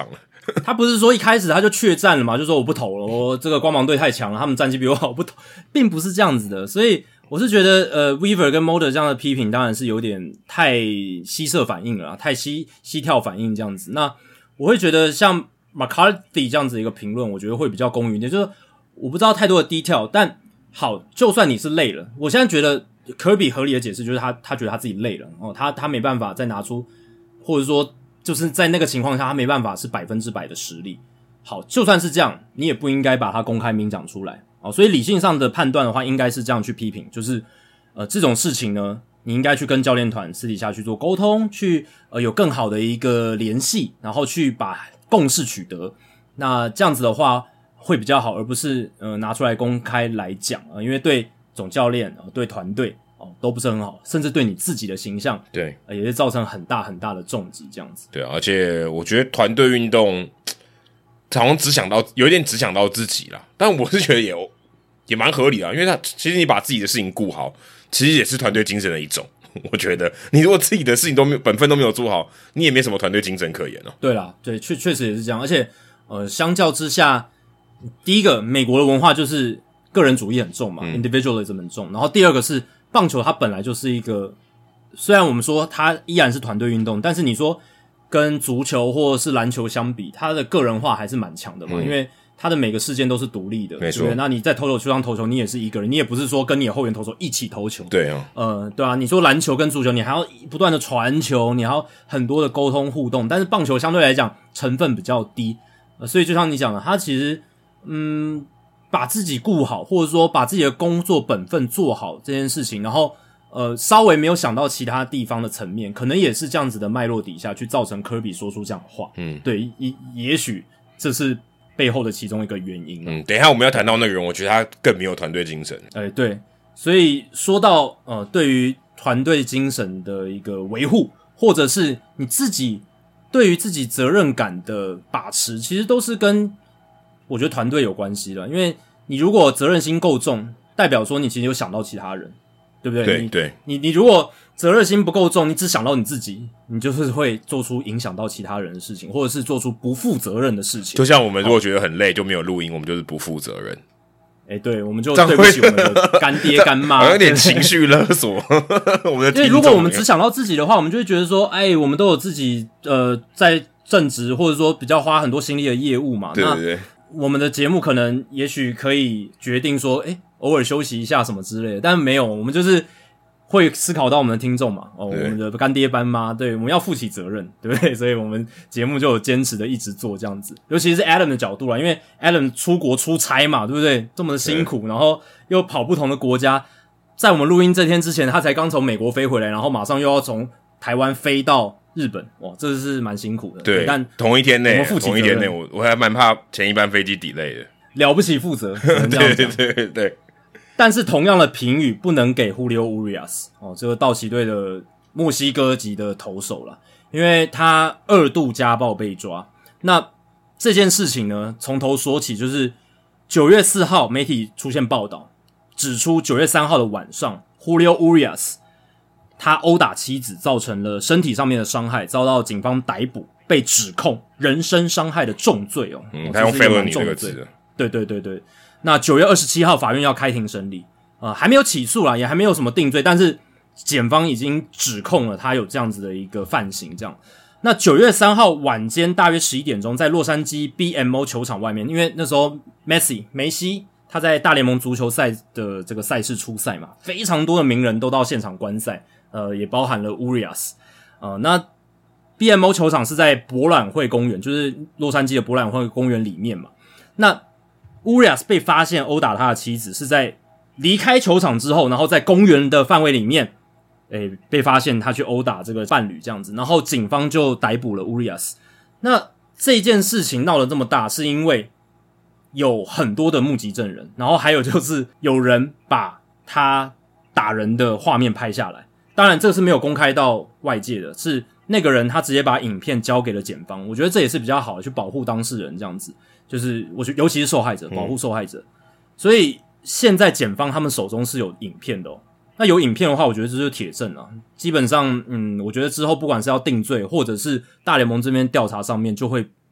A: 他不是说一开始他就确战了嘛，就说我不投了，我这个光芒队太强了，他们战绩比我好，不投，并不是这样子的。所以我是觉得Weaver 跟 Mulder 这样的批评当然是有点太吸射反应了啦，太吸跳反应这样子。那我会觉得像 McCarthy 这样子一个评论，我觉得会比较公允一点，就是我不知道太多的 detail， 但好，就算你是累了，我现在觉得Kirby 合理的解释就是他觉得他自己累了他没办法再拿出，或者说就是在那个情况下他没办法是100%的实力。好，就算是这样，你也不应该把它公开明讲出来。所以理性上的判断的话，应该是这样去批评，就是这种事情呢，你应该去跟教练团私底下去做沟通，去有更好的一个联系，然后去把共识取得。那这样子的话会比较好，而不是拿出来公开来讲因为对总教练对团队都不是很好，甚至对你自己的形象
B: 对
A: 也是造成很大很大的重击这样子。
B: 对，而且我觉得团队运动好像有一点只想到自己啦，但我是觉得也蛮合理的，因为其实你把自己的事情顾好，其实也是团队精神的一种。我觉得你如果自己的事情本分都没有做好，你也没什么团队精神可言哦。
A: 对啦，对，确实也是这样。而且相较之下，第一个美国的文化就是个人主义很重嘛，individualism 很重。然后第二个是棒球，它本来就是一个，虽然我们说它依然是团队运动，但是你说跟足球或是篮球相比，它的个人化还是蛮强的嘛，因为它的每个事件都是独立的，
B: 没错。
A: 那你在投手球上投球，你也是一个人，你也不是说跟你的后援投手一起投球。
B: 对啊，
A: 对啊，你说篮球跟足球，你还要不断的传球，你还要很多的沟通互动，但是棒球相对来讲成分比较低，所以就像你讲的，它其实把自己顾好，或者说把自己的工作本分做好这件事情，然后稍微没有想到其他地方的层面，可能也是这样子的脉络底下去造成科比说出这样的话。对，也许这是背后的其中一个原因。
B: 等一下我们要谈到那个人，我觉得他更没有团队精神。
A: 对，所以说到对于团队精神的一个维护，或者是你自己对于自己责任感的把持，其实都是跟我觉得团队有关系的。因为你如果责任心够重，代表说你其实有想到其他人。对不对？
B: 对，
A: 你如果责任心不够重，你只想到你自己，你就是会做出影响到其他人的事情，或者是做出不负责任的事情。
B: 就像我们如果觉得很累就没有录音，我们就是不负责任。
A: 对，我们就对不起我们的干爹干妈，
B: 好像有点情绪勒索我们的听众。
A: 因为如果我们只想到自己的话，我们就会觉得说，我们都有自己在正职或者说比较花很多心力的业务嘛。
B: 对对对，
A: 那我们的节目可能也许可以决定说，偶尔休息一下什么之类的，但没有，我们就是会思考到我们的听众嘛，我们的干爹干妈，对，我们要负起责任，对不对？所以我们节目就有坚持的一直做这样子，尤其是 Adam 的角度啦，因为 Adam 出国出差嘛，对不对？这么的辛苦，然后又跑不同的国家，在我们录音这天之前，他才刚从美国飞回来，然后马上又要从台湾飞到日本，哇，这是蛮辛苦的。
B: 对，
A: 但
B: 同一天内，
A: 同一天内，
B: 我还蛮怕前一班飞机 delay 的。
A: 了不起负责，只能这样讲。
B: 对。
A: 但是同样的评语不能给 Julio Urias 这个道奇队的墨西哥籍的投手啦，因为他2度家暴被抓。那这件事情呢，从头说起，就是9月4号媒体出现报道，指出9月3号的晚上 ，Julio Urias 他殴打妻子，造成了身体上面的伤害，遭到警方逮捕，被指控人身伤害的重罪
B: 他用 felony 这个字。
A: 对。那9月27号法院要开庭审理，还没有起诉啦，也还没有什么定罪，但是检方已经指控了他有这样子的一个犯行，这样。那9月3号晚间大约11点钟，在洛杉矶 BMO 球场外面，因为那时候梅西他在大联盟足球赛的这个赛事出赛嘛，非常多的名人都到现场观赛，也包含了 Urias。那 BMO 球场是在博览会公园，就是洛杉矶的博览会公园里面嘛。那Urias 被发现殴打他的妻子是在离开球场之后，然后在公园的范围里面被发现他去殴打这个伴侣这样子，然后警方就逮捕了 Urias。那这件事情闹得这么大，是因为有很多的目击证人，然后还有就是有人把他打人的画面拍下来，当然这个是没有公开到外界的，是那个人他直接把影片交给了检方，我觉得这也是比较好的去保护当事人这样子，就是我觉得尤其是受害者，保护受害者。所以现在检方他们手中是有影片的那有影片的话，我觉得这就是铁证啊。基本上我觉得之后不管是要定罪或者是大联盟这边调查上面就会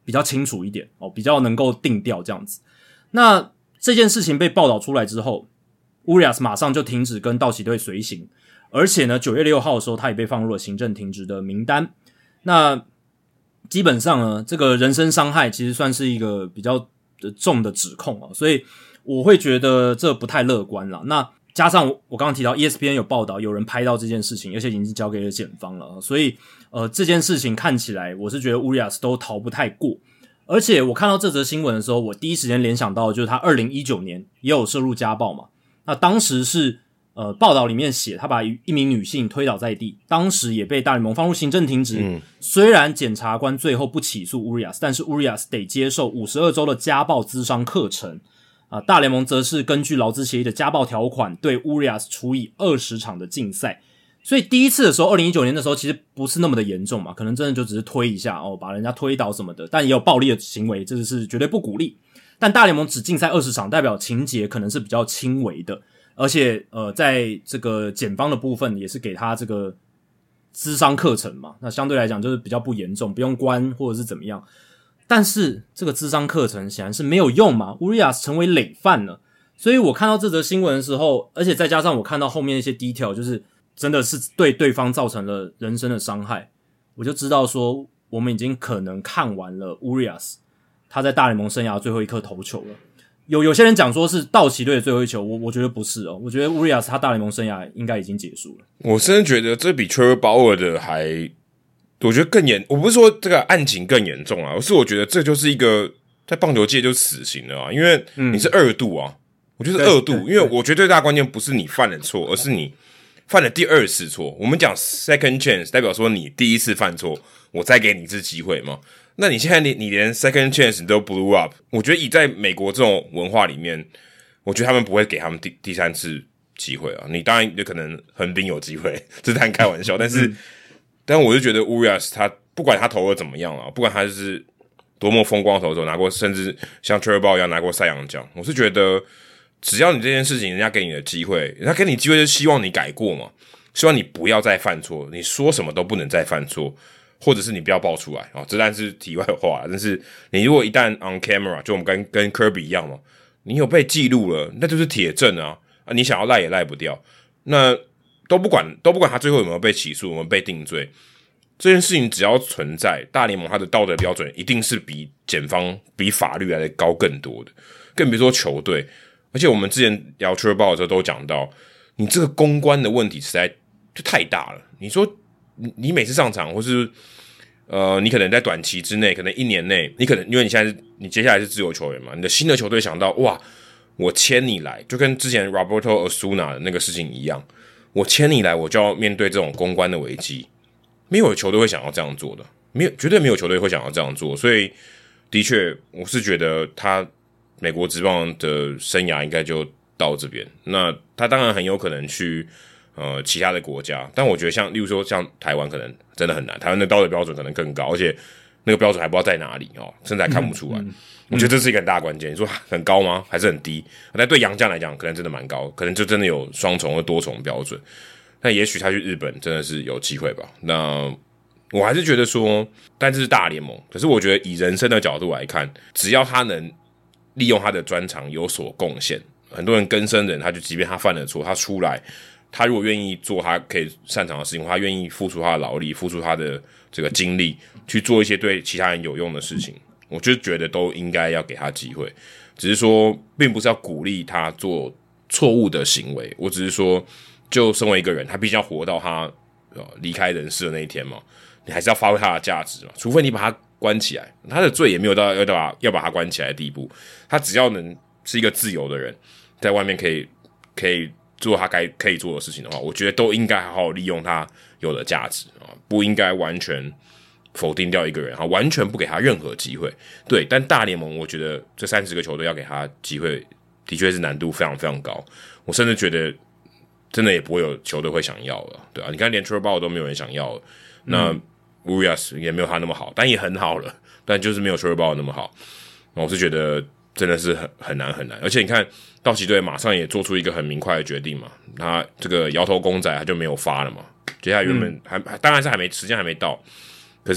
A: 比较清楚一点比较能够定调这样子。那这件事情被报道出来之后，乌里亚斯马上就停止跟道奇队随行，而且呢9月6号的时候他也被放入了行政停职的名单。那基本上呢这个人身伤害其实算是一个比较重的指控所以我会觉得这不太乐观啦。那加上我刚刚提到 ESPN 有报道有人拍到这件事情，而且已经交给了检方了，所以这件事情看起来我是觉得乌里亚斯都逃不太过。而且我看到这则新闻的时候，我第一时间联想到的就是他2019年也有涉入家暴嘛。那当时是报道里面写他把一名女性推倒在地，当时也被大联盟放入行政停职。虽然检察官最后不起诉乌里亚斯，但是乌里亚斯得接受52周的家暴咨商课程。大联盟则是根据劳资协议的家暴条款对乌里亚斯处以20场的禁赛。所以第一次的时候2019年的时候其实不是那么的严重嘛，可能真的就只是推一下把人家推倒什么的，但也有暴力的行为，这是绝对不鼓励。但大联盟只禁赛20场，代表情节可能是比较轻微的，而且在这个检方的部分也是给他这个咨商课程嘛，那相对来讲就是比较不严重，不用关或者是怎么样。但是这个咨商课程显然是没有用嘛，乌里亚斯成为累犯了。所以我看到这则新闻的时候，而且再加上我看到后面一些 detail， 就是真的是对对方造成了人身的伤害，我就知道说我们已经可能看完了乌里亚斯他在大联盟生涯最后一颗投球了。有些人讲说是道奇队的最后一球，我觉得不是我觉得乌里亚斯他大联盟生涯应该已经结束了。
B: 我真的觉得这比 Trevor Bauer 的还，我觉得更严。我不是说这个案情更严重而是我觉得这就是一个在棒球界就死刑了因为你是2度我觉得是2度，因为我觉得最大的关键不是你犯了错，而是你犯了第2次错。我们讲 second chance 代表说你第一次犯错，我再给你一次机会嘛。那你现在你连 second chance 你都 blew up， 我觉得以在美国这种文化里面，我觉得他们不会给他们第3次机会你当然有可能横滨有机会，这是开玩笑，但我就觉得乌里亚斯他不管他投的怎么样不管他是多么风光的投手，拿过甚至像 Trevor Bauer 一样拿过赛扬奖，我是觉得只要你这件事情人家给你的机会，人家给你机会就是希望你改过嘛，希望你不要再犯错，你说什么都不能再犯错，或者是你不要爆出来这当然是题外话但是你如果一旦 on camera， 就我们跟 Kirby 一样嘛，你有被记录了，那就是铁证你想要赖也赖不掉。那都不管他最后有没有被起诉，有没有被定罪，这件事情只要存在，大联盟它的道德标准一定是比检方比法律来的高更多的，更别说球队。而且我们之前聊 Trevor Bauer 的时候都讲到，你这个公关的问题实在就太大了。你说你每次上场，或是你可能在短期之内，可能1年内，你可能因为你接下来是自由球员嘛，你的新的球队想到哇，我签你来，就跟之前 Roberto Osuna 的那个事情一样，我签你来，我就要面对这种公关的危机。没有球队会想要这样做的，绝对没有球队会想要这样做。所以的确，我是觉得他美国职棒的生涯应该就到这边。那他当然很有可能去其他的国家，但我觉得例如说像台湾可能真的很难，台湾的道德标准可能更高，而且那个标准还不知道在哪里甚至还看不出来。我觉得这是一个很大的关键。你说很高吗？还是很低？但对洋将来讲，可能真的蛮高，可能就真的有双重或多重标准。但也许他去日本真的是有机会吧。那我还是觉得说，但这是大联盟，可是我觉得以人生的角度来看，只要他能利用他的专长有所贡献，很多人更生人，他就即便他犯了错，他出来，他如果愿意做他可以擅长的事情，他愿意付出他的劳力，付出他的这个精力，去做一些对其他人有用的事情，我就觉得都应该要给他机会。只是说，并不是要鼓励他做错误的行为，我只是说，就身为一个人，他必须要活到他离开人世的那一天嘛，你还是要发挥他的价值嘛。除非你把他关起来，他的罪也没有到要把他关起来的地步。他只要能是一个自由的人，在外面可以做他可以做的事情的话，我觉得都应该好好利用他有的价值不应该完全否定掉一个人完全不给他任何机会。对，但大联盟我觉得这30个球队要给他机会，的确是难度非常非常高。我甚至觉得真的也不会有球队会想要了，对啊，你看连 Trevor Bauer 都没有人想要了，那 Urias 也没有他那么好，但也很好了，但就是没有 Trevor Bauer 那么好。我是觉得真的是很难很难，而且你看道奇队马上也做出一个很明快的决定嘛，他这个摇头公仔他就没有发了嘛，接下来原本当然是时间还没到，可是他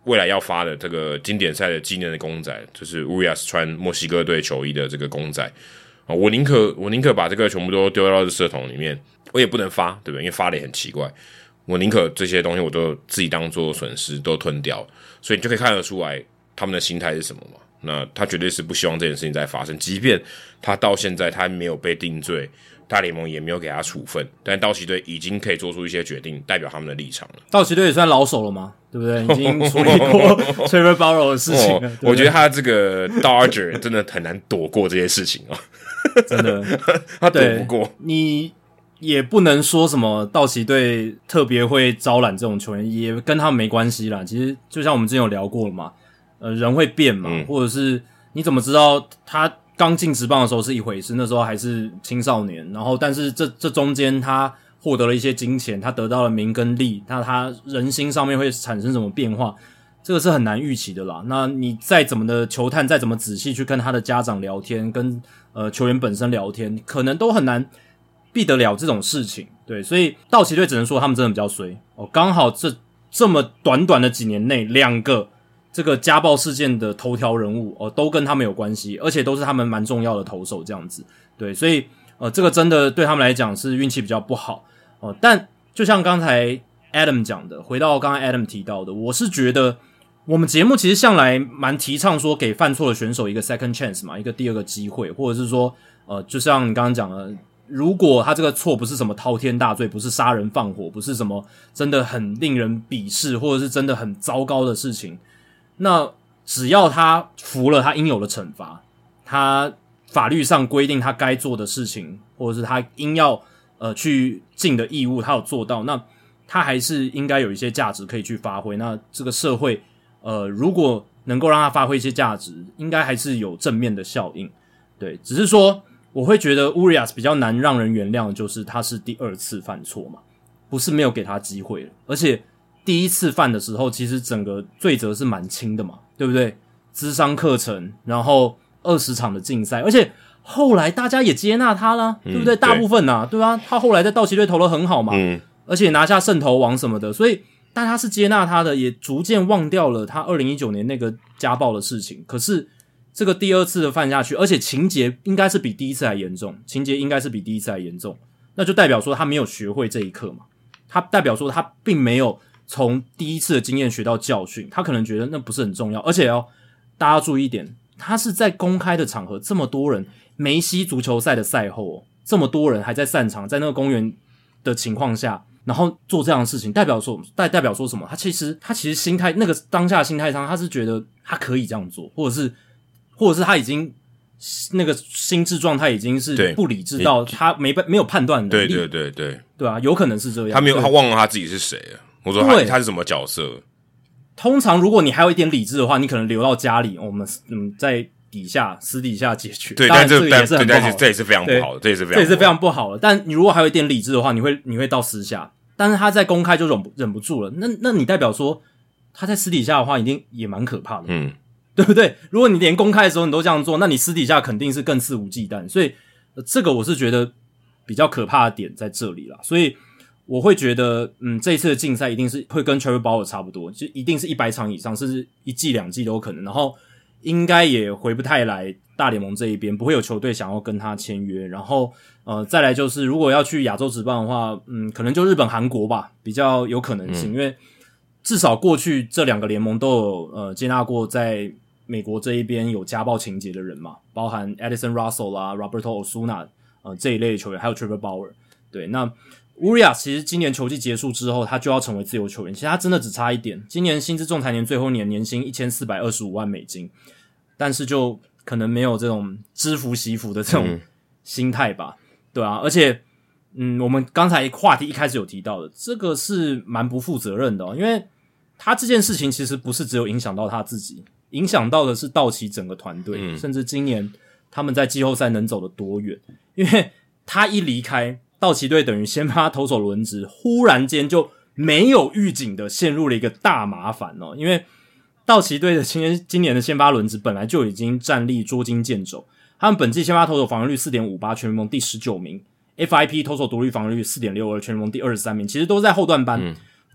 B: 未来要发的这个经典赛的纪念的公仔，就是 Urias 穿墨西哥队球衣的这个公仔啊，我宁可把这个全部都丢到这社桶里面，我也不能发，对不对？因为发的也很奇怪，我宁可这些东西我都自己当做损失都吞掉，所以你就可以看得出来他们的心态是什么嘛。那他绝对是不希望这件事情再发生，即便他到现在他没有被定罪，大联盟也没有给他处分，但道奇队已经可以做出一些决定，代表他们的立场了。
A: 道奇队也算老手了嘛，对不对？已经处理过 Trevor Bauer 的事情了。对对，
B: 我觉得他这个 Dodger 真的很难躲过这些事情啊，
A: 真的，
B: 他躲不过。
A: 你也不能说什么道奇队特别会招揽这种球员，也跟他们没关系啦。其实就像我们之前有聊过了嘛，人会变嘛，或者是你怎么知道他刚进职棒的时候是一回事，那时候还是青少年，然后但是这中间他获得了一些金钱，他得到了名跟利，那他人心上面会产生什么变化，这个是很难预期的啦。那你再怎么的球探，再怎么仔细去跟他的家长聊天，跟球员本身聊天，可能都很难避得了这种事情。对，所以道奇队只能说他们真的比较衰哦，刚好这么短短的几年内，两个这个家暴事件的头条人物都跟他们有关系，而且都是他们蛮重要的投手这样子。对，所以这个真的对他们来讲是运气比较不好但就像刚才 Adam 讲的，回到刚才 Adam 提到的，我是觉得我们节目其实向来蛮提倡说给犯错的选手一个 second chance 嘛，一个第二个机会，或者是说就像你刚刚讲的，如果他这个错不是什么滔天大罪，不是杀人放火，不是什么真的很令人鄙视或者是真的很糟糕的事情，那只要他服了他应有的惩罚，他法律上规定他该做的事情，或者是他应要去尽的义务他有做到，那他还是应该有一些价值可以去发挥。那这个社会如果能够让他发挥一些价值，应该还是有正面的效应。对，只是说我会觉得 Urias 比较难让人原谅的就是他是第二次犯错嘛，不是没有给他机会了，而且第一次犯的时候其实整个罪责是蛮轻的嘛，对不对？諮商課程，然后20场的竞赛，而且后来大家也接纳他啦，对不对？大部分啊，对啊，他后来在道奇队投得很好嘛，而且拿下胜投王什么的，所以大家是接纳他的，也逐渐忘掉了他2019年那个家暴的事情。可是这个第二次的犯下去，而且情节应该是比第一次还严重，那就代表说他没有学会这一课嘛，他代表说他并没有从第一次的经验学到教训，他可能觉得那不是很重要，而且大家注意一点，他是在公开的场合，这么多人，梅西足球赛的赛后这么多人还在散场，在那个公园的情况下，然后做这样的事情，代表说什么？他其实心态，那个当下的心态上，他是觉得他可以这样做，或者是他已经那个心智状态已经是不理智到他没有判断能力。对啊，有可能是这样。
B: 他忘了他自己是谁了。我说他是什么角色？
A: 通常如果你还有一点理智的话，你可能留到家里，我们在私底下解决。
B: 对，但这也是很不好的，这也是非常不好的，这也是非常不好的。
A: 但你如果还有一点理智的话，你会到私下，但是他在公开就忍不住了。那你代表说他在私底下的话，一定也蛮可怕的，对不对？如果你连公开的时候你都这样做，那你私底下肯定是更肆无忌惮。所以这个我是觉得比较可怕的点在这里啦。所以我会觉得，这一次的竞赛一定是会跟 Trevor Bauer 差不多，就一定是100场以上，甚至1季2季都有可能。然后应该也回不太来大联盟这一边，不会有球队想要跟他签约。然后再来就是如果要去亚洲职棒的话，可能就日本、韩国吧，比较有可能性，因为至少过去这两个联盟都有接纳过在美国这一边有家暴情节的人嘛，包含 Addison Russell 啦、Roberto Osuna 这一类的球员，还有 Trevor Bauer。对，那Urias 其实今年球季结束之后，他就要成为自由球员。其实他真的只差一点，今年薪资仲裁年最后一年年薪$1425万，但是就可能没有这种知福惜福的这种心态吧，对啊。而且，我们刚才话题一开始有提到的，这个是蛮不负责任的因为他这件事情其实不是只有影响到他自己，影响到的是道奇整个团队，甚至今年他们在季后赛能走得多远，因为他一离开。道奇队等于先发投手轮值，忽然间就没有预警的陷入了一个大麻烦因为道奇队的今年的先发轮值本来就已经战力捉襟见肘，他们本季先发投手防御率 4.58， 全联盟第19名， FIP 投手独立防御率 4.62， 全联盟第23名，其实都在后段班。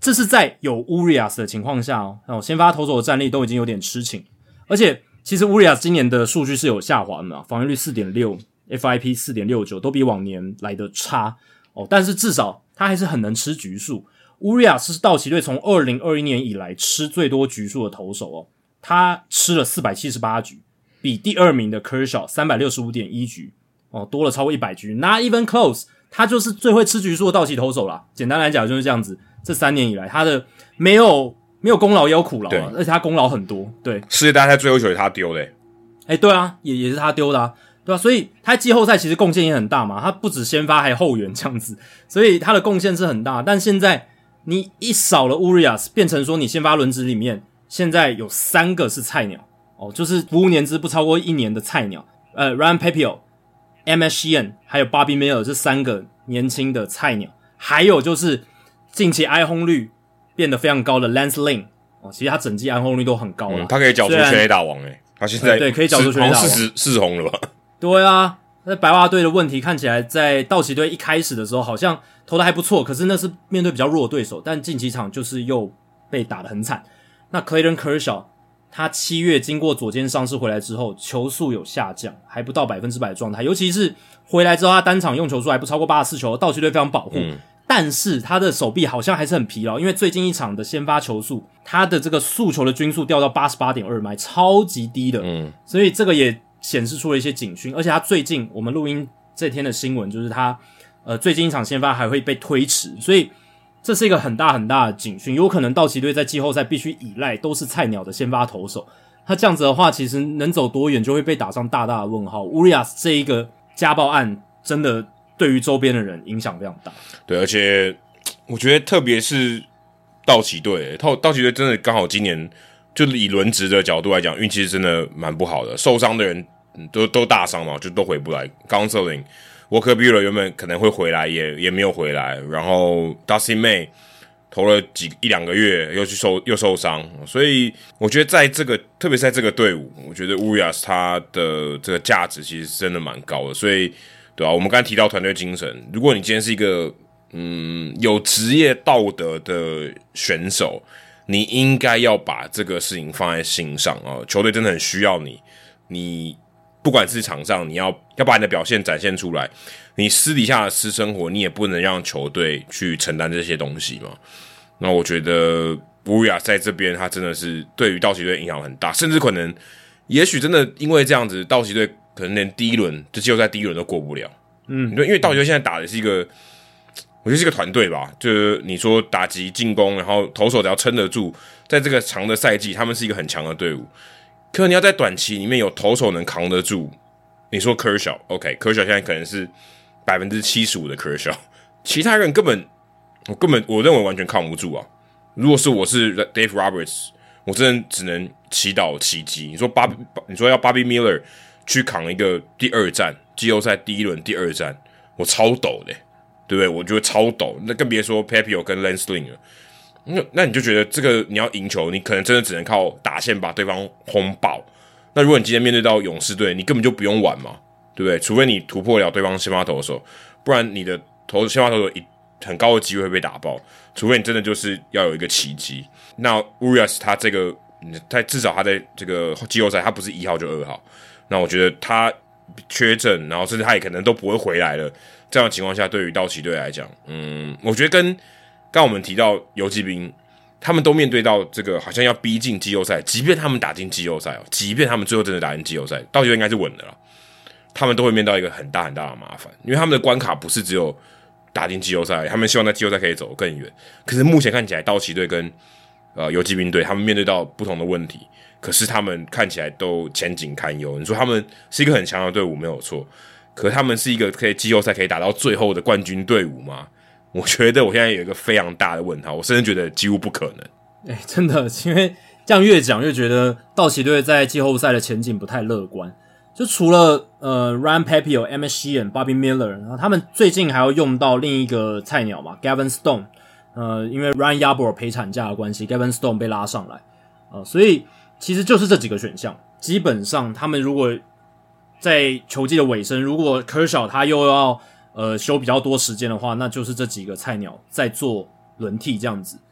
A: 这是在有 Urias 的情况下先发投手的战力都已经有点吃紧，而且其实 Urias 今年的数据是有下滑的嘛，防御率 4.6 FIP 4.69 都比往年来的差但是至少他还是很能吃局数。Urias 是道奇队从2021年以来吃最多局数的投手他吃了478局，比第二名的 Kershaw 365.1 局多了超过100局 ，Not even close。他就是最会吃局数的道奇投手啦。简单来讲就是这样子。这3年以来，他的没有功劳也有苦劳而且他功劳很多。对，
B: 世界大赛最后一球也是他丢的。
A: 对啊，也是他丢的对啊，所以他季后赛其实贡献也很大嘛。他不止先发还后援这样子，所以他的贡献是很大。但现在你一少了 Urias， 变成说你先发轮值里面现在有3个是菜鸟就是服务年资不超过1年的菜鸟。Ryan Pepiot、MS Sheehan 还有 Bobby Miller 这3个年轻的菜鸟，还有就是近期挨轰率变得非常高的 Lance Lynn 其实他整季挨轰率都很高了。
B: 他可以缴出全垒打王他现在
A: 对可以缴出全垒打王
B: ，4轰了吧？
A: 对啊，那白袜队的问题看起来在道奇队一开始的时候好像投的还不错，可是那是面对比较弱的对手，但近几场就是又被打得很惨。那 Clayton Kershaw 他7月经过左肩伤势回来之后，球速有下降，还不到100%的状态，尤其是回来之后他单场用球数还不超过84球，道奇队非常保护。但是他的手臂好像还是很疲劳，因为最近一场的先发球速，他的这个速球的均速掉到 88.2 迈，超级低的。所以这个也显示出了一些警讯，而且他最近我们录音这天的新闻就是他最近一场先发还会被推迟，所以这是一个很大很大的警讯，有可能道奇队在季后赛必须依赖都是菜鸟的先发投手。他这样子的话，其实能走多远就会被打上大大的问号。Urias 这一个家暴案真的对于周边的人影响非常大。
B: 对，而且我觉得特别是道奇队真的刚好今年就以轮值的角度来讲，运气是真的蛮不好的，受伤的人都大伤嘛，就都回不来。Gonsolin、Walker Buehler 原本可能会回来，也没有回来。然后 Dustin May 投了一两个月又受伤，所以我觉得在这个特别是在这个队伍，我觉得 Urias 他的这个价值其实真的蛮高的。所以对啊，我们刚才提到团队精神，如果你今天是一个有职业道德的选手，你应该要把这个事情放在心上球队真的很需要你不管是场上你要把你的表现展现出来，你私底下的私生活你也不能让球队去承担这些东西嘛。那我觉得Urias在这边他真的是对于道奇队影响很大，甚至可能也许真的因为这样子，道奇队可能连第一轮就季后赛第一轮都过不了。因为道奇队现在打的是一个，我觉得是一个团队吧，就是你说打击进攻，然后投手只要撑得住，在这个长的赛季他们是一个很强的队伍。可你要在短期里面有投手能扛得住，你说 Kershaw Kershaw 现在可能是 75% 的 Kershaw， 其他人我认为完全扛不住啊。如果是我是 Dave Roberts， 我真的只能祈祷奇迹。你说要 Bobby Miller 去扛一个第二战，季后赛第一轮第二战，我超抖的，对不对？我觉得超抖，那更别说 Pepiot 跟 Lance Lynn 了。那你就觉得这个你要赢球，你可能真的只能靠打线把对方轰爆。那如果你今天面对到勇士队，你根本就不用玩嘛，对不对？除非你突破了对方先发投手，不然你的先发投手很高的机会会被打爆。除非你真的就是要有一个奇迹。那 Urias 他至少他在这个季后赛他不是1号就2号，那我觉得他缺阵，然后甚至他也可能都不会回来了。这样的情况下，对于道奇队来讲，我觉得跟刚我们提到游骑兵，他们都面对到这个好像要逼近季后赛，即便他们打进季后赛即便他们最后真的打进季后赛，道奇队应该是稳的啦，他们都会面到一个很大很大的麻烦，因为他们的关卡不是只有打进季后赛，他们希望在季后赛可以走更远。可是目前看起来，道奇队跟游骑兵队他们面对到不同的问题，可是他们看起来都前景堪忧。你说他们是一个很强的队伍没有错，可是他们是一个可以季后赛可以打到最后的冠军队伍吗？我觉得我现在有一个非常大的问号，我甚至觉得几乎不可能。
A: 真的，因为这样越讲越觉得道奇队在季后赛的前景不太乐观。就除了Ryan Pepiot、MS Sheehan、Bobby Miller， 然后他们最近还要用到另一个菜鸟嘛 ，Gavin Stone。因为 Ryan Yarbrough 陪产假的关系 ，Gavin Stone 被拉上来，所以其实就是这几个选项。基本上他们如果在球季的尾声，如果 Kershaw 他又要休比较多时间的话，那就是这几个菜鸟在做轮替这样子。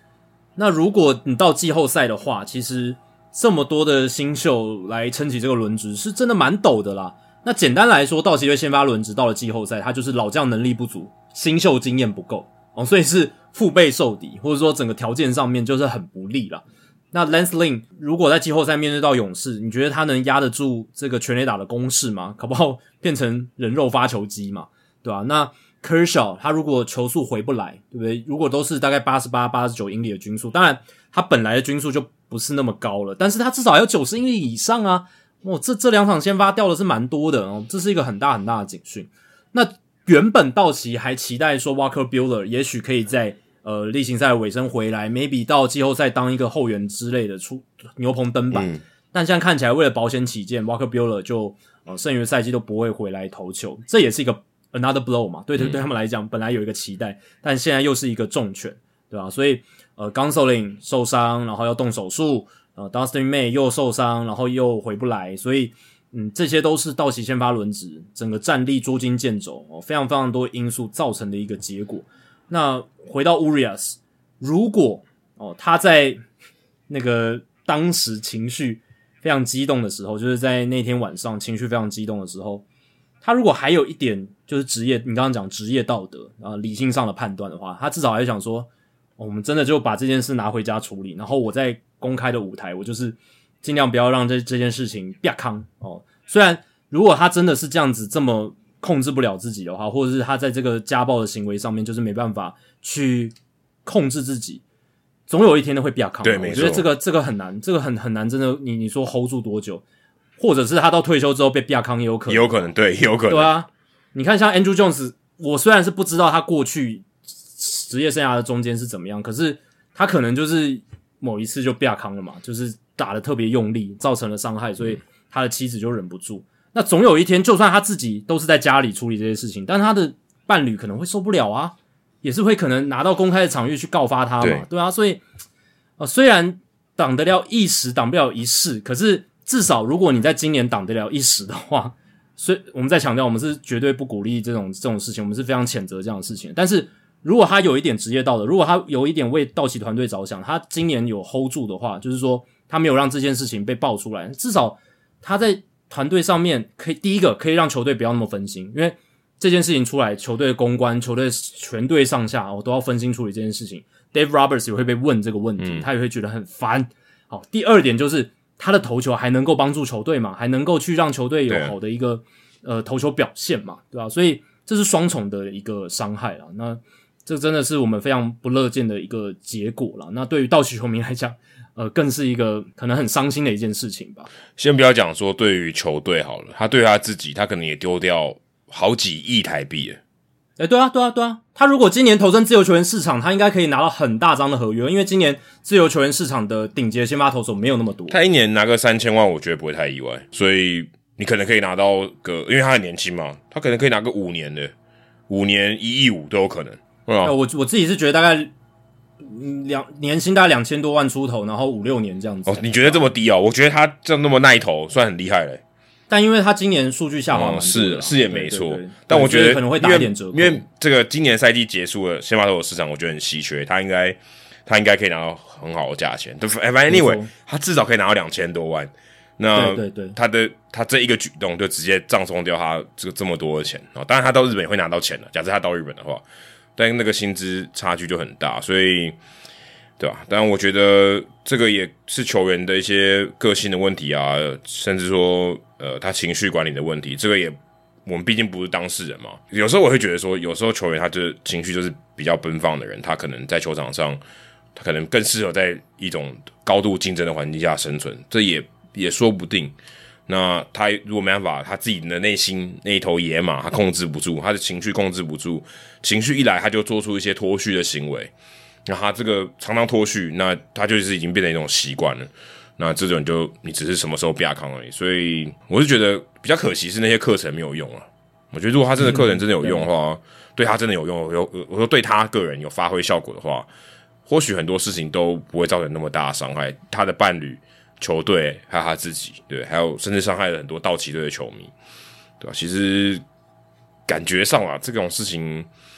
A: 那如果你到季后赛的话，其实这么多的新秀来撑起这个轮值是真的蛮陡的啦。那简单来说，道奇队先发轮值到了季后赛，他就是老将能力不足，新秀经验不够所以是腹背受敌，或者说整个条件上面就是很不利啦。那 Lance Lynn 如果在季后赛面对到勇士，你觉得他能压得住这个全垒打的攻势吗？搞不好变成人肉发球机嘛，对吧？那 Kershaw 他如果球速回不来，对不对？如果都是大概88、89英里的均速，当然他本来的均速就不是那么高了，但是他至少还有90英里以上啊。这两场先发掉的是蛮多的这是一个很大很大的警讯。那原本道奇还期待说 Walker Buehler 也许可以在例行赛尾声回来 maybe 到季后赛当一个后援之类的出牛棚登板但现在看起来为了保险起见 Walker Buehler 就剩余的赛季都不会回来投球，这也是一个 another blow 嘛，对他们来讲本来有一个期待，但现在又是一个重拳，对吧？所以Gonsolin 受伤然后要动手术Dustin May 又受伤然后又回不来，所以这些都是道奇先发轮值整个战力捉襟见肘非常非常多因素造成的一个结果。那回到 Urias 如果他在那个当时情绪非常激动的时候，就是在那天晚上情绪非常激动的时候，他如果还有一点就是职业，你刚刚讲职业道德理性上的判断的话，他至少还想说我们真的就把这件事拿回家处理，然后我在公开的舞台我就是尽量不要让这件事情啪康虽然如果他真的是这样子这么控制不了自己的话，或者是他在这个家暴的行为上面就是没办法去控制自己，总有一天都会啪康。
B: 对，没错。
A: 我觉得这个很难，这个很难，真的你说 hold 住多久，或者是他到退休之后被啪康也有可能，
B: 有可能，对，有可能。
A: 对啊，你看像 Andrew Jones， 我虽然是不知道他过去职业生涯的中间是怎么样，可是他可能就是某一次就啪康了嘛，就是打得特别用力造成了伤害，所以他的妻子就忍不住。那总有一天就算他自己都是在家里处理这些事情，但他的伴侣可能会受不了啊，也是会可能拿到公开的场域去告发他嘛，对啊，所以虽然挡得了一时挡不了一世，可是至少如果你在今年挡得了一时的话，所以我们在强调我们是绝对不鼓励这种事情，我们是非常谴责这样的事情，但是如果他有一点职业道德，如果他有一点为道奇团队着想，他今年有 hold 住的话，就是说他没有让这件事情被爆出来，至少他在团队上面可以第一个可以让球队不要那么分心，因为这件事情出来，球队的公关、球队全队上下都要分心处理这件事情。Dave Roberts 也会被问这个问题，他也会觉得很烦。好，第二点就是他的投球还能够帮助球队嘛，还能够去让球队有好的一个投球表现嘛，对吧？所以这是双重的一个伤害啦。那这真的是我们非常不乐见的一个结果啦。那对于道奇球迷来讲，更是一个可能很伤心的一件事情吧。
B: 先不要讲说对于球队好了，他对他自己，他可能也丢掉好几亿台币了。
A: 对啊。他如果今年投身自由球员市场，他应该可以拿到很大张的合约，因为今年自由球员市场的顶级的先发投手没有那么多。
B: 他一年拿个3000万，我觉得不会太意外。所以你可能可以拿到个，因为他很年轻嘛，他可能可以拿个5年的，5年1.5亿都有可能。
A: 我自己是觉得大概年薪大概2000多万出头，然后5-6年这样子。
B: 你觉得这么低哦？我觉得他这样那么耐投，算很厉害了。
A: 但因为他今年数据下滑蛮多的
B: 是也没错，
A: 对，
B: 但我觉得
A: 可能会打一点折扣，
B: 因为这个今年赛季结束了，先发投手市场我觉得很稀缺，他应该可以拿到很好的价钱。反正 anyway， 他至少可以拿到2000多万。那
A: 对，
B: 他这一个举动就直接葬送掉他这么多的钱当然他到日本也会拿到钱的，假设他到日本的话，但那个薪资差距就很大，所以对吧？当然我觉得这个也是球员的一些个性的问题啊，甚至说他情绪管理的问题，这个也我们毕竟不是当事人嘛。有时候我会觉得说，有时候球员他就是情绪就是比较奔放的人，他可能在球场上，他可能更适合在一种高度竞争的环境下生存，这也说不定。那他如果没办法，他自己的内心那一头野马，他控制不住，他的情绪控制不住，情绪一来他就做出一些脱序的行为，那他这个常常脱序，那他就是已经变成一种习惯了。那这种你只是什么时候变康而已，所以我是觉得比较可惜是那些课程没有用啊。我觉得如果他真的课程真的有用的话，对他真的有用，我说对他个人有发挥效果的话，或许很多事情都不会造成那么大的伤害，他的伴侣、球队还有他自己，对，还有甚至伤害了很多道奇队的球迷，对吧？其实感觉上啊，这种事情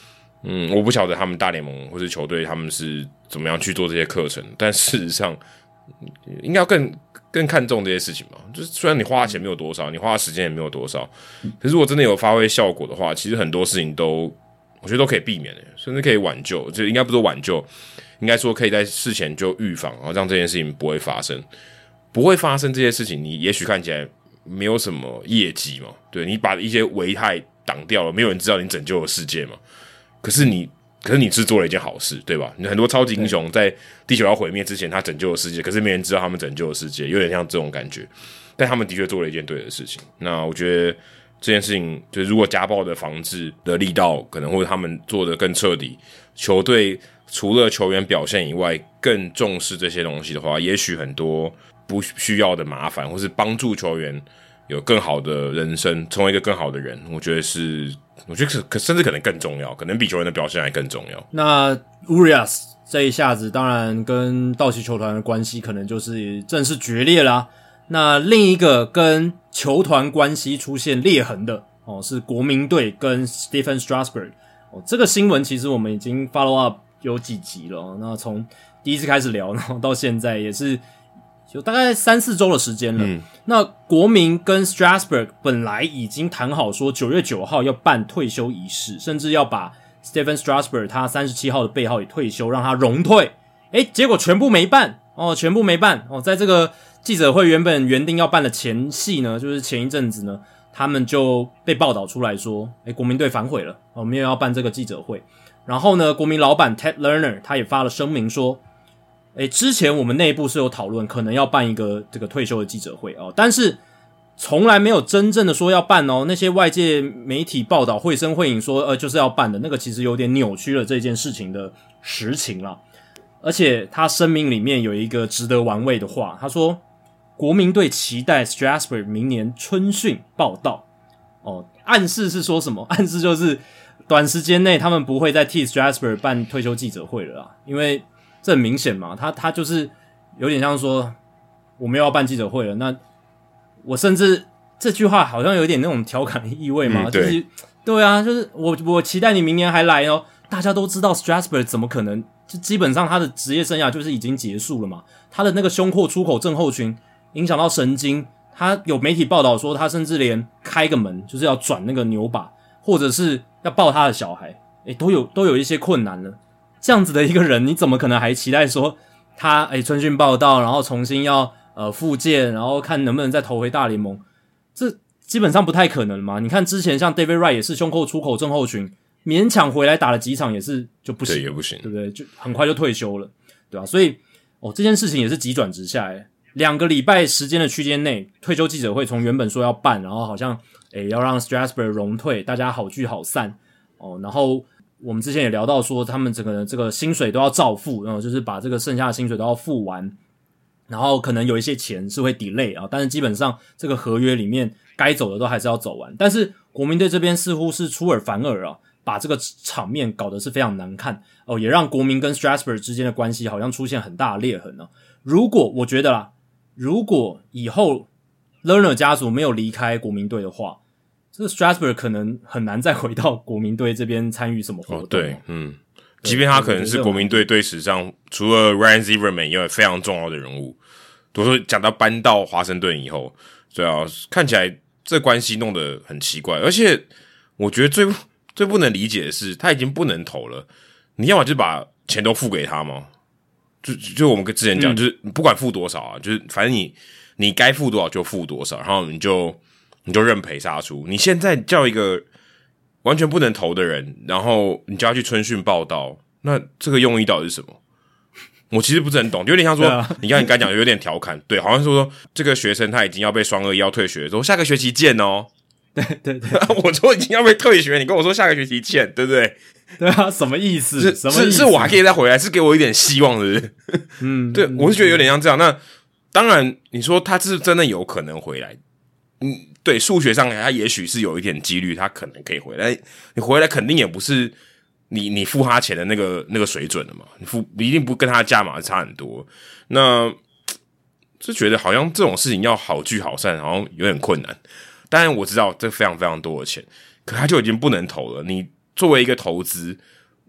B: 我不晓得他们大联盟或是球队他们是怎么样去做这些课程，但事实上应该要更看重这些事情嘛。就是虽然你花的钱没有多少，你花的时间也没有多少，可是如果真的有发挥效果的话，其实很多事情我觉得都可以避免的，甚至可以挽救。就应该不说挽救，应该说可以在事前就预防，然后让这件事情不会发生。不会发生这些事情，你也许看起来没有什么业绩嘛，对，你把一些危害挡掉了，没有人知道你拯救了世界嘛。可是你是做了一件好事，对吧？很多超级英雄在地球要毁灭之前，他拯救了世界，可是没人知道他们拯救了世界，有点像这种感觉。但他们的确做了一件对的事情。那我觉得这件事情，就是如果家暴的防治的力道可能或者他们做的更彻底，球队除了球员表现以外，更重视这些东西的话，也许很多不需要的麻烦，或是帮助球员有更好的人生，成为一个更好的人，我觉得甚至可能更重要，可能比球员的表现还更重要。
A: 那 Urias 这一下子当然跟道奇球团的关系可能就是正式决裂啦。那另一个跟球团关系出现裂痕的是国民队跟 Stephen Strasburg。这个新闻其实我们已经 follow up 有几集了，那从第一次开始聊，然后到现在也是就大概3-4周的时间了。那国民跟 Strasburg 本来已经谈好说9月9号要办退休仪式，甚至要把 Stephen Strasburg 他37号的背号也退休，让他荣退。结果全部没办在这个记者会原定要办的前夕呢，就是前一阵子呢，他们就被报道出来说国民队反悔了，没有要办这个记者会。然后呢，国民老板 Ted Lerner 他也发了声明说之前我们内部是有讨论可能要办一个这个退休的记者会但是从来没有真正的说要办那些外界媒体报道绘声绘影说就是要办的那个，其实有点扭曲了这件事情的实情啦。而且他声明里面有一个值得玩味的话，他说国民队期待 Strasburg 明年春训报到暗示是说什么？暗示就是短时间内他们不会再替 Strasburg 办退休记者会了啦，因为这很明显嘛，他就是有点像说我们又要办记者会了，那我甚至这句话好像有点那种调侃的意味嘛，就是对啊，就是我期待你明年还来大家都知道 Strasburg 怎么可能，就基本上他的职业生涯就是已经结束了嘛，他的那个胸廓出口症候群影响到神经，他有媒体报道说他甚至连开个门就是要转那个扭把，或者是要抱他的小孩都有一些困难了。这样子的一个人，你怎么可能还期待说他春训报到，然后重新要复健，然后看能不能再投回大联盟？这基本上不太可能嘛。你看之前像 David Wright 也是胸廓出口症候群，勉强回来打了几场也是就不行，
B: 对，也不行，
A: 对不对？就很快就退休了，对吧？所以这件事情也是急转直下2个礼拜时间的区间内，退休记者会从原本说要办，然后好像要让 Strasburg 荣退，大家好聚好散然后我们之前也聊到说他们整个这个薪水都要照付，就是把这个剩下的薪水都要付完，然后可能有一些钱是会 delay 但是基本上这个合约里面该走的都还是要走完。但是国民队这边似乎是出尔反尔把这个场面搞得是非常难看也让国民跟 Strasburg 之间的关系好像出现很大的裂痕我觉得啦，如果以后 Lerner 家族没有离开国民队的话，这个 Strasburg 可能很难再回到国民队这边参与什么活动
B: 对，即便他可能是国民队队史上除了 Ryan Zimmerman 以外非常重要的人物，都说讲到搬到华盛顿以后，对啊，看起来这关系弄得很奇怪。而且我觉得最不能理解的是，他已经不能投了，你要么就把钱都付给他吗？就我们之前讲，就是不管付多少就是反正你该付多少就付多少，然后你就认赔杀出。你现在叫一个完全不能投的人，然后你就要去春训报道，那这个用意到底是什么？我其实不是很懂，有点像说，你刚才讲有点调侃，对，好像说这个学生他已经要被双2要退学，说下个学期见
A: 对，
B: 我说已经要被退学，你跟我说下个学期见，对不对？
A: 对啊，什么意思？
B: 是我还可以再回来，是给我一点希望的，是不是？对，我是觉得有点像这样。那当然，你说他是真的有可能回来，对，数学上他也许是有一点几率，他可能可以回来。你回来肯定也不是你付他钱的那个水准的嘛，你一定不跟他价码差很多。那就觉得好像这种事情要好聚好散，好像有点困难。当然我知道这非常非常多的钱，可他就已经不能投了。你作为一个投资，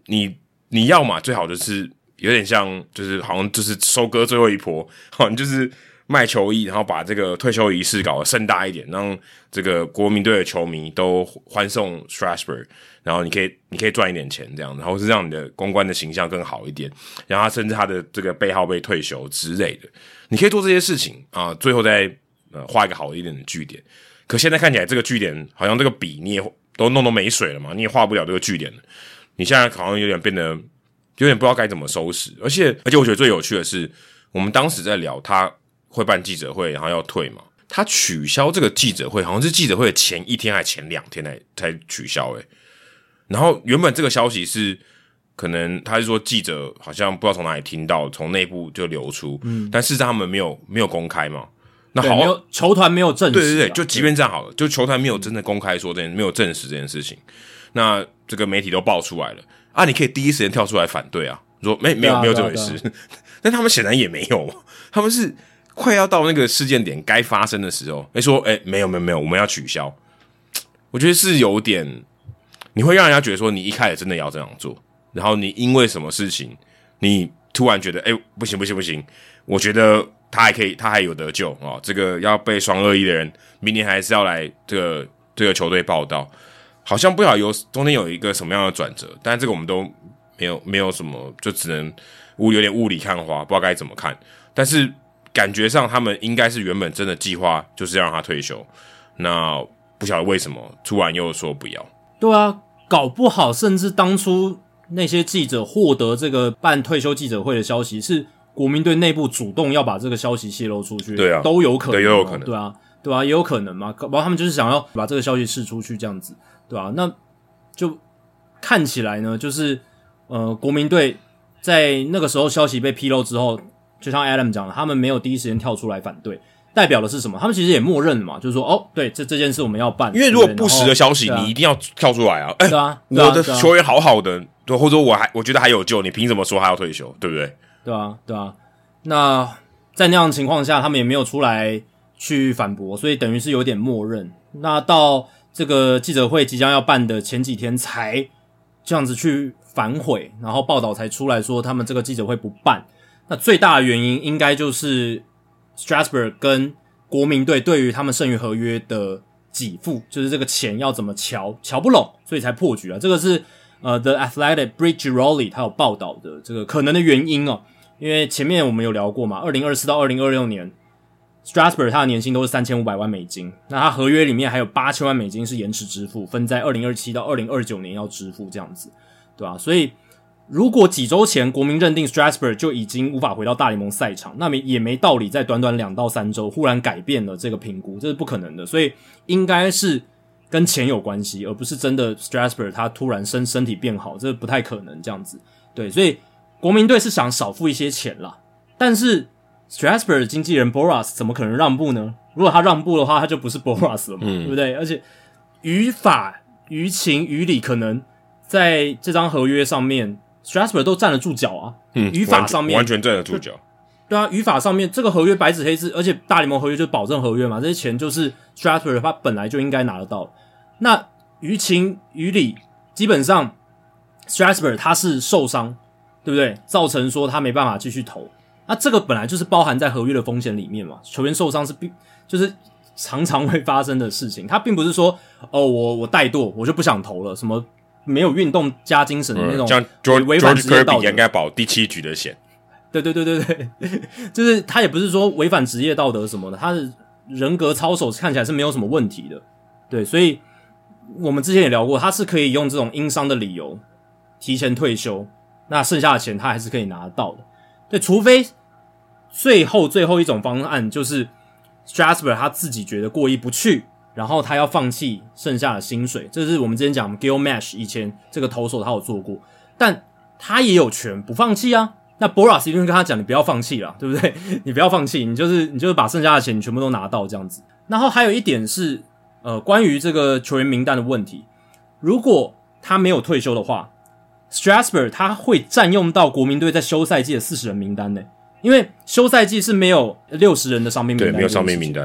B: 你要嘛最好就是有点像，就是好像就是收割最后一波，好，你就是卖球衣，然后把这个退休仪式搞得盛大一点，让这个国民队的球迷都欢送 Strasburg， 然后你可以赚一点钱这样，然后是让你的公关的形象更好一点，然后甚至他的这个背号被退休之类的，你可以做这些事情啊，最后再画一个好一点的句点。可现在看起来这个句点好像这个笔你也都弄没水了嘛，你也画不了这个句点了。你现在好像有点变得有点不知道该怎么收拾，而且我觉得最有趣的是，我们当时在聊他会办记者会，然后要退嘛，他取消这个记者会，好像是记者会的前一天还前2天才取消然后原本这个消息是可能他是说记者好像不知道从哪里听到，从内部就流出，但事实上他们没有公开嘛。那好，
A: 没有球团没有证实，
B: 对，就即便这样好了，就球团没有真的公开说没有证实这件事情，那这个媒体都爆出来了啊，你可以第一时间跳出来反对啊，说没有这回事，但他们显然也没有，他们是快要到那个事件点该发生的时候，说没有，我们要取消，我觉得是有点，你会让人家觉得说你一开始真的要这样做，然后你因为什么事情，你突然觉得不行，我觉得他还有得救哦，这个要被双2-1的人，明年还是要来这个球队报道，好像不晓得中间有一个什么样的转折，但这个我们都没有什么，就只能有点雾里看花，不知道该怎么看。但是感觉上他们应该是原本真的计划就是要让他退休，那不晓得为什么突然又说不要。
A: 对啊，搞不好甚至当初那些记者获得这个办退休记者会的消息是国民队内部主动要把这个消息泄露出去，
B: 对啊，
A: 都有可能，
B: 对，也有可能，
A: 对啊，也有可能嘛，搞不好他们就是想要把这个消息释出去这样子，对啊，那就看起来呢，就是国民队在那个时候消息被披露之后，就像 Adam 讲的，他们没有第一时间跳出来反对，代表的是什么？他们其实也默认了嘛，就是说对，这件事我们要办，
B: 因为如果不实的消息，你一定要跳出来啊！对啊，我的球员好好的，对，或者我觉得还有救，你凭什么说他要退休？对不对？
A: 对啊，那在那样的情况下，他们也没有出来去反驳，所以等于是有点默认。那到这个记者会即将要办的前几天才这样子去反悔，然后报道才出来说他们这个记者会不办。那最大的原因应该就是 Strasburg 跟国民队对于他们剩余合约的给付，就是这个钱要怎么瞧不拢，所以才破局啊。这个是The Athletic Britt Ghiroli 他有报道的这个可能的原因哦。因为前面我们有聊过嘛，2024到2026年 Strasburg 他的年薪都是$3500万，那他合约里面还有$8000万是延迟支付，分在2027到2029年要支付这样子，对吧？所以如果几周前国民认定 Strasburg 就已经无法回到大联盟赛场，那也没道理在短短2到3周忽然改变了这个评估，这是不可能的，所以应该是跟钱有关系，而不是真的 Strasburg 他突然身体变好，这不太可能这样子，对，所以国民队是想少付一些钱啦，但是 Strasburg 的经纪人 Boras 怎么可能让步呢？如果他让步的话，他就不是 Boras 了嘛，对不对？而且于法于情于理，可能在这张合约上面 Strasburg 都站得住脚啊，于法上面
B: 完全站得住脚。
A: 对啊，于法上面这个合约白纸黑字，而且大联盟合约就是保证合约嘛，这些钱就是 Strasburg 他本来就应该拿得到。那于情于理，基本上 Strasburg 他是受伤，对不对？造成说他没办法继续投，那这个本来就是包含在合约的风险里面嘛。球员受伤就是常常会发生的事情，他并不是说我怠惰，我就不想投了，什么没有运动加精神的那种，
B: 像 George Kirby 应该保第7局的险。
A: 对，就是他也不是说违反职业道德什么的，他的人格操守看起来是没有什么问题的。对，所以我们之前也聊过，他是可以用这种因伤的理由提前退休，那剩下的钱他还是可以拿得到的。对，除非最后一种方案就是 Strasburg 他自己觉得过意不去，然后他要放弃剩下的薪水，这是我们之前讲 Gil Mash 以前这个投手他有做过，但他也有权不放弃啊。那 Boras 一定跟他讲，你不要放弃啦，对不对？你不要放弃，你就是把剩下的钱你全部都拿到这样子。然后还有一点是关于这个球员名单的问题，如果他没有退休的话， Strasburg 他会占用到国民队在休赛季的40人名单呢，因为休赛季是没有60人的伤病名单，
B: 对，没有伤病名单。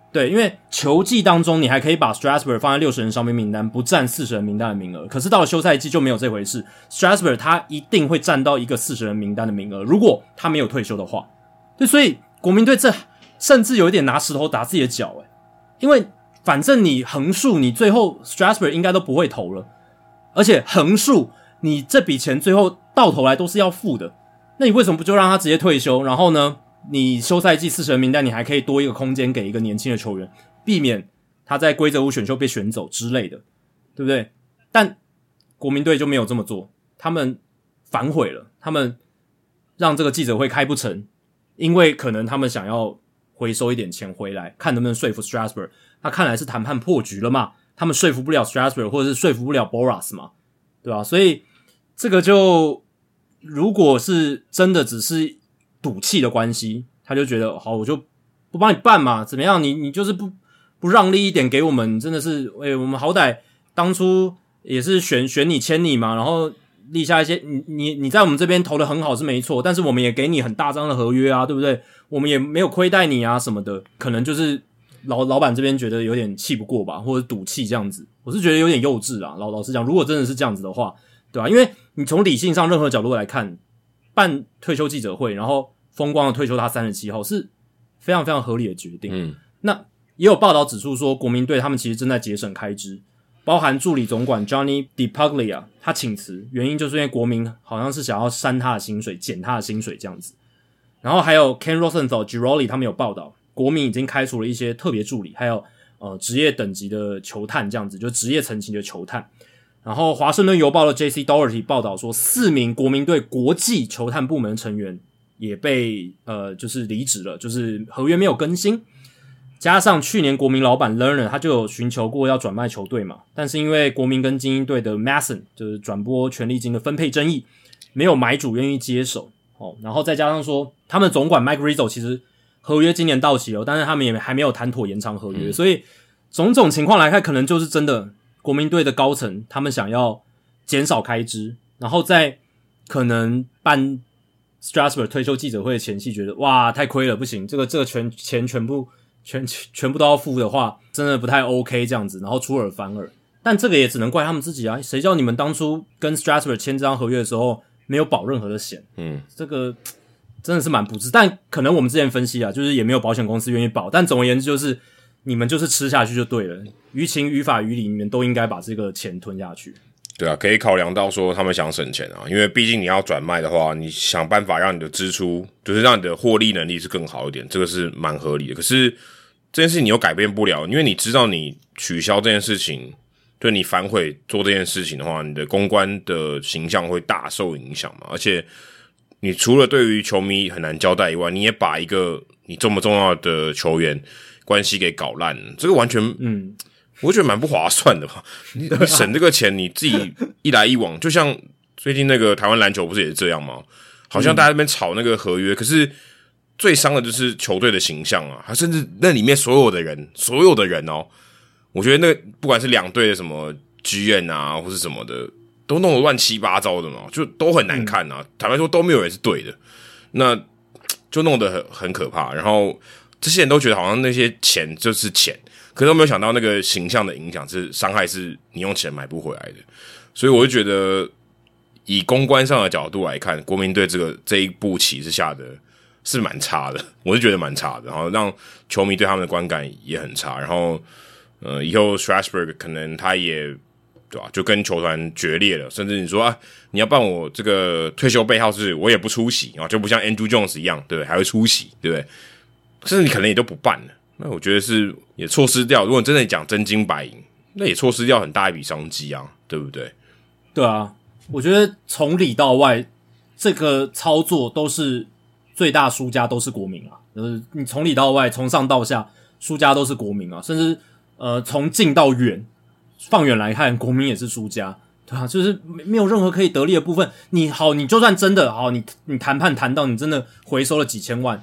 A: 对，因为球季当中你还可以把 Strasburg 放在60人伤兵名单，不占40人名单的名额。可是到了休赛季就没有这回事 ，Strasburg 他一定会占到一个40人名单的名额，如果他没有退休的话。对，所以国民队这甚至有一点拿石头打自己的脚因为反正你横竖你最后 Strasburg 应该都不会投了，而且横竖你这笔钱最后到头来都是要付的，那你为什么不就让他直接退休，然后呢你休赛季40人名单你还可以多一个空间给一个年轻的球员，避免他在规则五选秀被选走之类的，对不对？但国民队就没有这么做，他们反悔了，他们让这个记者会开不成，因为可能他们想要回收一点钱回来，看能不能说服 Strasburg， 那看来是谈判破局了嘛，他们说服不了 Strasburg 或者是说服不了 Boras 嘛，对吧？所以这个就如果是真的只是赌气的关系，他就觉得好，我就不帮你办嘛，怎么样？你就是不让利一点给我们，真的是我们好歹当初也是选你签你嘛，然后立下一些你在我们这边投的很好是没错，但是我们也给你很大张的合约啊，对不对？我们也没有亏待你啊什么的，可能就是老板这边觉得有点气不过吧，或者赌气这样子，我是觉得有点幼稚啊。老实讲，如果真的是这样子的话，对吧？因为你从理性上任何角度来看，办退休记者会，然后风光的退休他37号是非常非常合理的决定。那也有报道指出说，国民队他们其实正在节省开支，包含助理总管 Johnny DiPaglia 他请辞，原因就是因为国民好像是想要删他的薪水，减他的薪水这样子。然后还有 Ken Rosenthal、Giroli 他们有报道，国民已经开除了一些特别助理，还有职业等级的球探这样子，就职业层级的球探。然后华盛顿邮报的 JC Doherty 报道说，4名国民队国际球探部门成员也被就是离职了，就是合约没有更新。加上去年国民老板 Lerner 他就有寻求过要转卖球队嘛，但是因为国民跟精英队的 Masson 就是转播权利金的分配争议，没有买主愿意接手。然后再加上说他们总管 Mike Rizzo 其实合约今年到期了，但是他们也还没有谈妥延长合约，所以种种情况来看，可能就是真的国民队的高层他们想要减少开支，然后在可能办 Strasburg 退休记者会的前夕觉得哇太亏了，不行，这个钱全部都要付的话，真的不太 OK 这样子，然后出尔反尔。但这个也只能怪他们自己啊，谁叫你们当初跟 Strasburg 签这张合约的时候没有保任何的险，这个真的是蛮不智。但可能我们之前分析啊，就是也没有保险公司愿意保，但总而言之就是你们就是吃下去就对了，于情于法于理你们都应该把这个钱吞下去。
B: 对啊，可以考量到说他们想省钱啊，因为毕竟你要转卖的话，你想办法让你的支出就是让你的获利能力是更好一点，这个是蛮合理的。可是这件事情你又改变不了，因为你知道你取消这件事情，对你反悔做这件事情的话，你的公关的形象会大受影响嘛。而且你除了对于球迷很难交代以外，你也把一个你这么重要的球员关系给搞烂了，这个完全我觉得蛮不划算的吧。你省这个钱你自己一来一往，就像最近那个台湾篮球不是也是这样吗？好像大家在那边吵那个合约，可是最伤的就是球队的形象啊，甚至那里面所有的人哦，我觉得那不管是两队的什么GM啊或是什么的，都弄得乱七八糟的嘛，就都很难看啊。坦白说都没有人是对的，那就弄得很可怕。然后这些人都觉得好像那些钱就是钱，可是都没有想到那个形象的影响是伤害，是你用钱买不回来的。所以我就觉得以公关上的角度来看，国民队这一步棋是下的是蛮差的，我是觉得蛮差的，然后让球迷对他们的观感也很差。然后以后 Strasburg 可能他也对吧，就跟球团决裂了，甚至你说啊，你要办我这个退休背号是我也不出席啊，就不像 Andrew Jones 一样，对不对？还会出席，对不对？甚至你可能也都不办了，那我觉得是也错失掉。如果真的讲真金白银，那也错失掉很大一笔商机啊，对不对？
A: 对啊，我觉得从里到外这个操作都是最大输家都是国民啊，就是你从里到外，从上到下，输家都是国民啊，甚至从近到远，放远来看，国民也是输家，对啊，就是没有任何可以得利的部分。你就算真的好，你谈判谈到你真的回收了几千万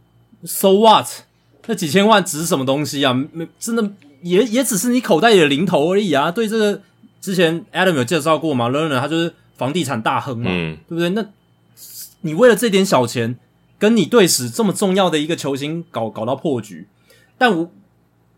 A: ，so what？ 那几千万只是什么东西啊？真的也只是你口袋里的零头而已啊。对这个之前 Adam 有介绍过嘛 ，Lerner 他就是房地产大亨嘛，对不对？那你为了这点小钱，跟你队史这么重要的一个球星搞到破局，但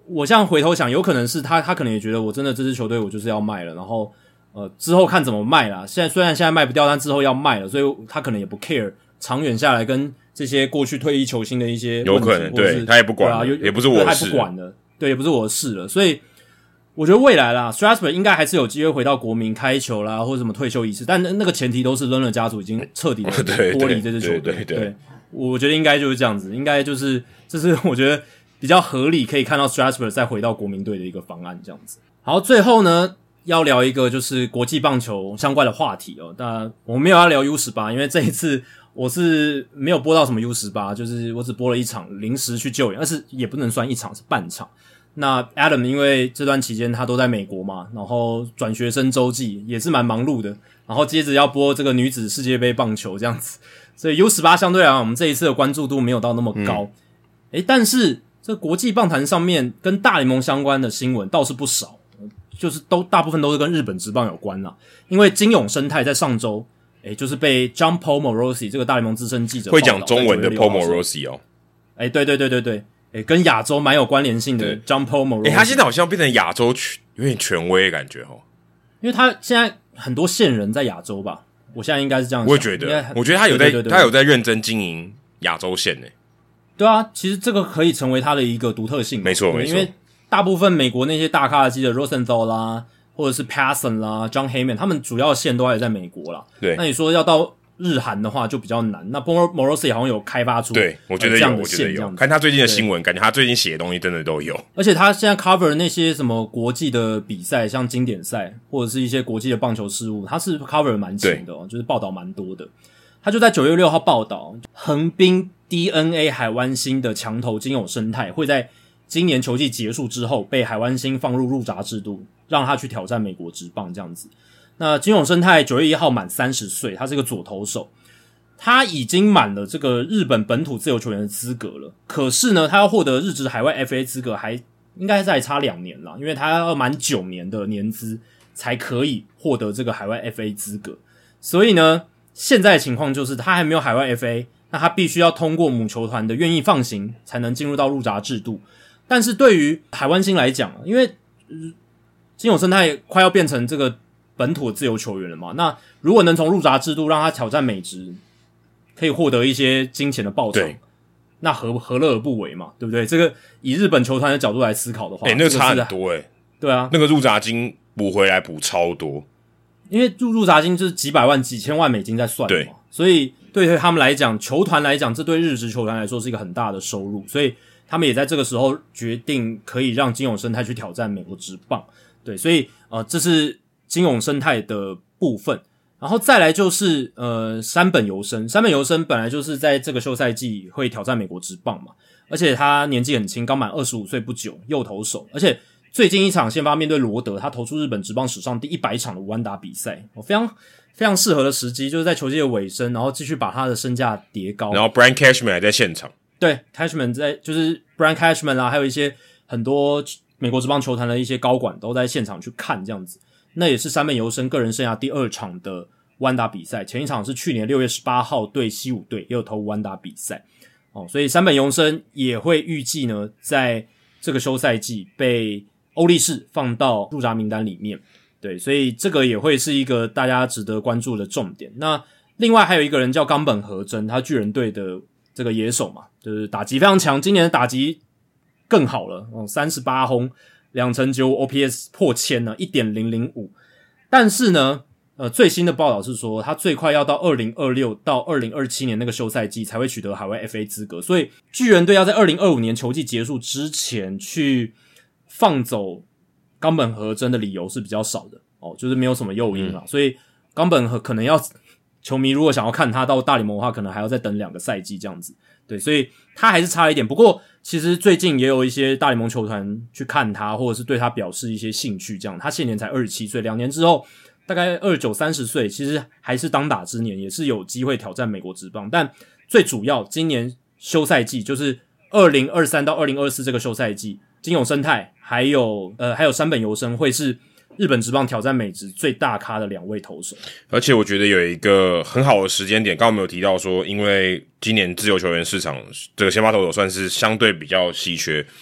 A: 我这样回头想，有可能是他可能也觉得我真的这支球队我就是要卖了，然后之后看怎么卖啦。虽然现在卖不掉，但之后要卖了，所以他可能也不 care 长远下来跟这些过去退役球星的一些问题，
B: 有可能对他也不管了，也不是我的事，
A: 他也不管了，对，也不是我的事了。所以我觉得未来啦 ，Strasburg 应该还是有机会回到国民开球啦，或者什么退休仪式，但那个前提都是 Lerner 家族已经彻底的脱离这支球队。对，我觉得应该就是这样子，应该就是这是我觉得比较合理，可以看到 Strasburg 再回到国民队的一个方案这样子。好，最后呢要聊一个就是国际棒球相关的话题哦。当然我们没有要聊 U18， 因为这一次我是没有播到什么 U18， 就是我只播了一场临时去救援，但是也不能算一场，是半场。那 Adam 因为这段期间他都在美国嘛，然后转学生周记也是蛮忙碌的，然后接着要播这个女子世界杯棒球这样子，所以 U18 相对来讲我们这一次的关注度没有到那么高。但是这国际棒坛上面跟大联盟相关的新闻倒是不少，就是大部分都是跟日本职棒有关啦。因为金永生态在上周就是被 John Paul Morosi 这个大联盟资深记者
B: 会讲中文的 Paul Morosi 哦。
A: 对，跟亚洲蛮有关联性的 John Paul Morosi。
B: 他现在好像变成亚洲有点权威的感觉哦。
A: 因为他现在很多线人在亚洲吧，我现在应该是这样想。
B: 我也觉得，我觉得他有在他有在认真经营亚洲线诶。
A: 对啊，其实这个可以成为他的一个独特性。
B: 没错，
A: 因为大部分美国那些大咖的记者 Rosenthal 啦，或者是 Passan 啦 ，John Heyman， 他们主要线都还在美国啦。
B: 对，
A: 那你说要到日韩的话就比较难。那 Paul Morosi 好像有开发出
B: 对，我觉得有，我觉得有。看他最近的新闻，感觉他最近写的东西真的都有。
A: 而且他现在 cover 那些什么国际的比赛，像经典赛或者是一些国际的棒球事务，他是 cover 蛮勤的就是报道蛮多的。他就在9月6号报道，横滨 DNA 海湾星的强投金永生态会在今年球季结束之后被海湾星放入入闸制度，让他去挑战美国职棒这样子。那金永生态9月1号满30岁，他是个左投手，他已经满了这个日本本土自由球员的资格了。可是呢，他要获得日职海外 FA 资格还应该再差2年啦，因为他要满9年的年资才可以获得这个海外 FA 资格。所以呢，现在的情况就是他还没有海外 FA， 那他必须要通过母球团的愿意放行才能进入到入闸制度。但是对于海湾星来讲，因为金永生态快要变成这个本土的自由球员了嘛，那如果能从入闸制度让他挑战美职，可以获得一些金钱的报酬，那何乐而不为嘛，对不对？这个以日本球团的角度来思考的话，
B: 那个差很多
A: 对啊，
B: 那个入闸金补回来补超多，
A: 因为入闸金就是几百万几千万美金在算的嘛，所以对他们来讲，球团来讲，这对日职球团来说是一个很大的收入，所以他们也在这个时候决定可以让金永生态去挑战美国职棒。对，所以这是金永生态的部分。然后再来就是山本由伸本来就是在这个休赛季会挑战美国职棒嘛，而且他年纪很轻，刚满25岁不久，右投手，而且最近一场先发面对罗德，他投出日本职棒史上第100场的无安打比赛，非常非常适合的时机，就是在球季的尾声，然后继续把他的身价叠高。
B: 然后 Brian Cashman 还在现场，
A: 对 Cashman 就是 Brian Cashman 啦，还有一些很多美国职棒球坛的一些高管都在现场去看这样子。那也是山本由伸个人生涯第2场的无安打比赛，前一场是去年6月18号对西武队，也有投无安打比赛所以山本由伸也会预计呢，在这个休赛季被欧力士放到入闸名单里面。对，所以这个也会是一个大家值得关注的重点。那另外还有一个人叫冈本和真，他巨人队的这个野手嘛，就是打击非常强，今年的打击更好了38轰2成9 OPS 破千呢 1.005。 但是呢最新的报道是说他最快要到2026到2027年那个休赛季才会取得海外 FA 资格，所以巨人队要在2025年球季结束之前去放走冈本和真的理由是比较少的就是没有什么诱因啦，所以冈本和可能要球迷如果想要看他到大联盟的话，可能还要再等2个赛季这样子。对，所以他还是差了一点。不过其实最近也有一些大联盟球团去看他，或者是对他表示一些兴趣这样。他现年才27岁，2年之后大概29、30岁，其实还是当打之年，也是有机会挑战美国职棒。但最主要今年休赛季就是2023到2024这个休赛季，金永生态还有山本由伸会是日本职棒挑战美职最大咖的2位投手。
B: 而且我觉得有一个很好的时间点，刚刚我们有提到说，因为今年自由球员市场这个先发投手算是相对比较稀缺，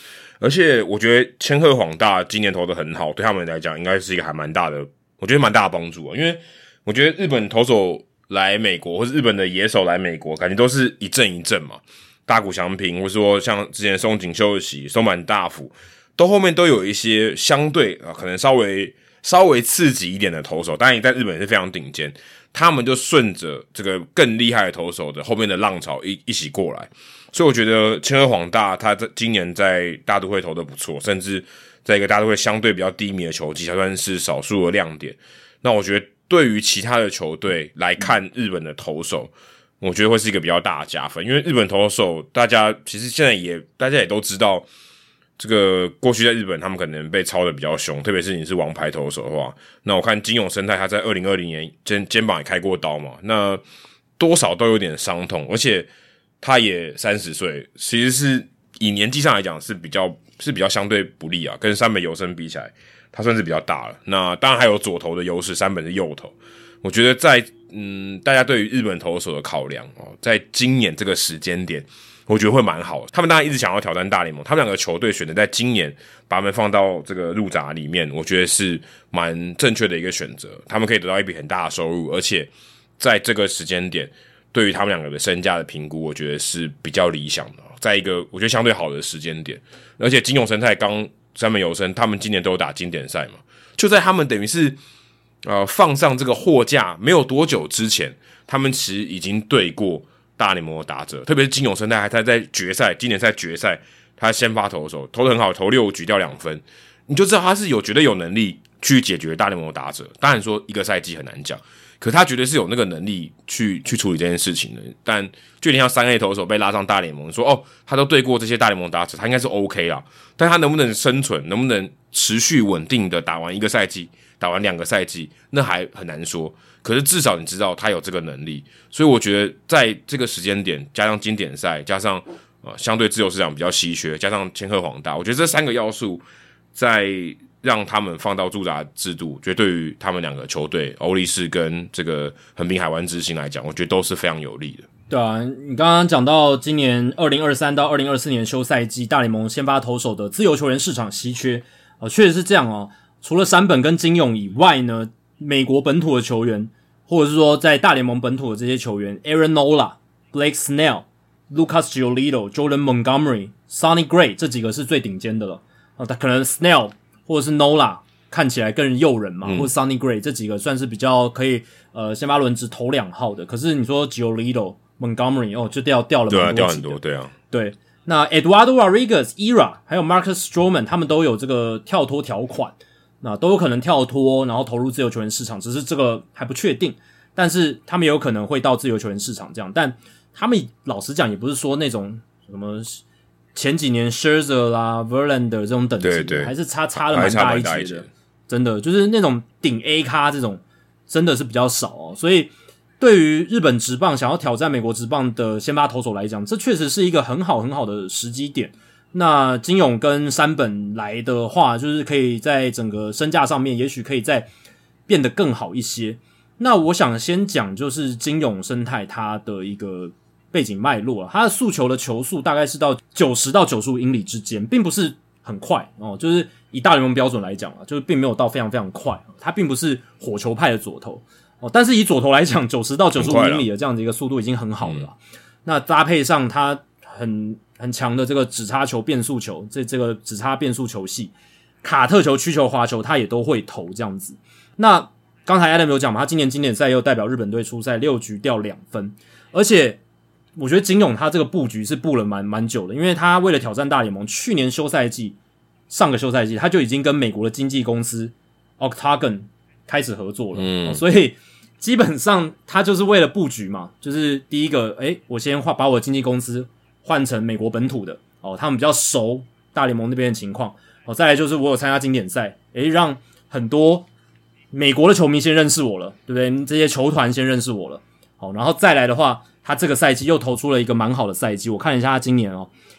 B: 而且我觉得千鹤晃大今年投的很好，对他们来讲应该是一个还蛮大的，我觉得蛮大的帮助啊。因为我觉得日本投手来美国，或是日本的野手来美国，感觉都是一阵一阵嘛。大谷翔平，或者说像之前松井秀喜、松坂大辅，都后面都有一些相对可能稍微刺激一点的投手，当然在日本也是非常顶尖，他们就顺着这个更厉害的投手的后面的浪潮一起过来，所以我觉得千鹤晃大他今年在大都会投的不错，甚至在一个大都会相对比较低迷的球季，还算是少数的亮点。那我觉得对于其他的球队来看日本的投手，我觉得会是一个比较大的加分，因为日本投手大家其实现在大家也都知道，这个过去在日本他们可能被操的比较凶，特别是你是王牌投手的话，那我看金永生态他在2020年肩膀也开过刀嘛，那多少都有点伤痛，而且他也30岁，其实是以年纪上来讲是比较相对不利啊，跟山本由伸比起来他算是比较大了。那当然还有左投的优势，山本是右投，我觉得在大家对于日本投手的考量在今年这个时间点我觉得会蛮好的。他们当然一直想要挑战大联盟，他们两个球队选择在今年把他们放到这个入闸里面，我觉得是蛮正确的一个选择。他们可以得到一笔很大的收入，而且在这个时间点对于他们两个的身价的评估，我觉得是比较理想的，在一个我觉得相对好的时间点。而且金永生态刚山本由伸他们今年都有打经典赛嘛，就在他们等于是放上这个货架没有多久之前，他们其实已经对过大联盟的打者，特别是金永生态，他在经典赛决赛，他先发投手投得很好，投6局掉2分，你就知道他是绝对有能力去解决大联盟的打者。当然说一个赛季很难讲，可他绝对是有那个能力去处理这件事情的。但就有点像3A 投手被拉上大联盟，说他都对过这些大联盟打者，他应该是 OK 啦。但他能不能生存，能不能持续稳定的打完1个赛季，打完2个赛季，那还很难说。可是至少你知道他有这个能力，所以我觉得在这个时间点，加上经典赛，加上相对自由市场比较稀缺，加上千鹤晃大，我觉得这3个要素在让他们放到驻闸制度，觉得对于他们两个球队欧力士跟这个横滨海湾之星来讲，我觉得都是非常有利的。
A: 对啊，你刚刚讲到今年2023到2024年休赛季大联盟先发投手的自由球员市场稀缺，确实是这样哦。除了山本跟金永以外呢，美国本土的球员，或者是说在大联盟本土的这些球员 ，Aaron Nola、Blake Snell、Lucas Giolito、Jordan Montgomery、Sonny Gray 这几个是最顶尖的了。可能 Snell 或者是 Nola 看起来更诱人嘛，或者 Sonny Gray 这几个算是比较可以先发轮值投2号的。可是你说 Giolito、Montgomery 就掉了蛮多级的，
B: 对啊，掉很多，对啊，
A: 对。那 Eduardo Rodriguez、Ira 还有 Marcus Stroman 他们都有这个跳脱条款。那都有可能跳脱，然后投入自由球员市场，只是这个还不确定。但是他们有可能会到自由球员市场这样，但他们老实讲也不是说那种什么前几年 Scherzer 啦、Verlander 这种等级的，
B: 对，
A: 还是差了蛮大一截的。真的就是那种顶 A 咖这种，真的是比较少哦。所以对于日本职棒想要挑战美国职棒的先发投手来讲，这确实是一个很好的时机点。那金永跟山本来的话，就是可以在整个身价上面，也许可以再变得更好一些。那我想先讲就是金永生态他的一个背景脉络，他的速球的球速大概是到90到95英里之间，并不是很快哦，就是以大联盟标准来讲就是并没有到非常非常快，他并不是火球派的左投哦，但是以左投来讲，90到95英里的这样的一个速度已经很好了。那搭配上他很强的这个指叉球、变速球，这个指叉变速球系，卡特球、曲球、滑球，他也都会投这样子。那刚才 Adam 有讲嘛，他今年经典赛又代表日本队出赛6局掉2分，而且我觉得金永他这个布局是布了蛮久的，因为他为了挑战大联盟，去年上个休赛季他就已经跟美国的经纪公司 Octagon 开始合作了，所以基本上他就是为了布局嘛，就是第一个，我先把我的经纪公司换成美国本土的他们比较熟大联盟那边的情况再来就是我有参加经典赛，让很多美国的球迷先认识我了，对不对？这些球团先认识我了，然后再来的话，他这个赛季又投出了一个蛮好的赛季，我看了一下他今年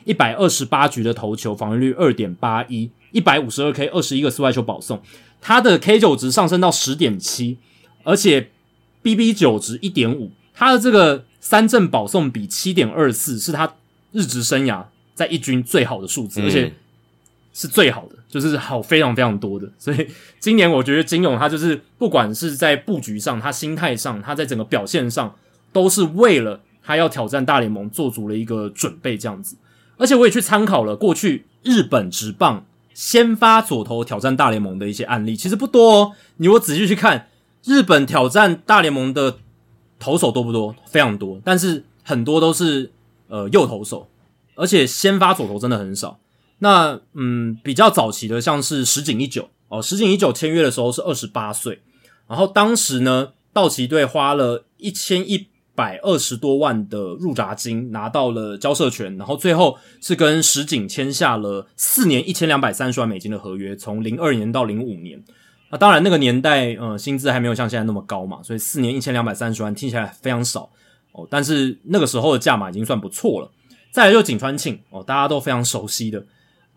A: 128局的投球，防御率 2.81， 152K 21个四外球保送，他的 K9 值上升到 10.7， 而且 BB9 值 1.5， 他的这个三振保送比 7.24 是他日职生涯在一军最好的数字，而且是最好的，就是好非常非常多的。所以今年我觉得金勇他就是不管是在布局上，他心态上，他在整个表现上，都是为了他要挑战大联盟做足了一个准备这样子。而且我也去参考了过去日本职棒先发左投挑战大联盟的一些案例，其实不多哦。你如果仔细去看日本挑战大联盟的投手多不多？非常多，但是很多都是右投手，而且先发左投真的很少。那比较早期的像是石井一久石井一久签约的时候是28岁，然后当时呢道奇队花了1120多万的入闸金拿到了交涉权，然后最后是跟石井签下了4年1230万美金的合约，从02年到05年。那当然那个年代薪资还没有像现在那么高嘛，所以4年1230万听起来非常少但是那个时候的价码已经算不错了。再来就井川庆大家都非常熟悉的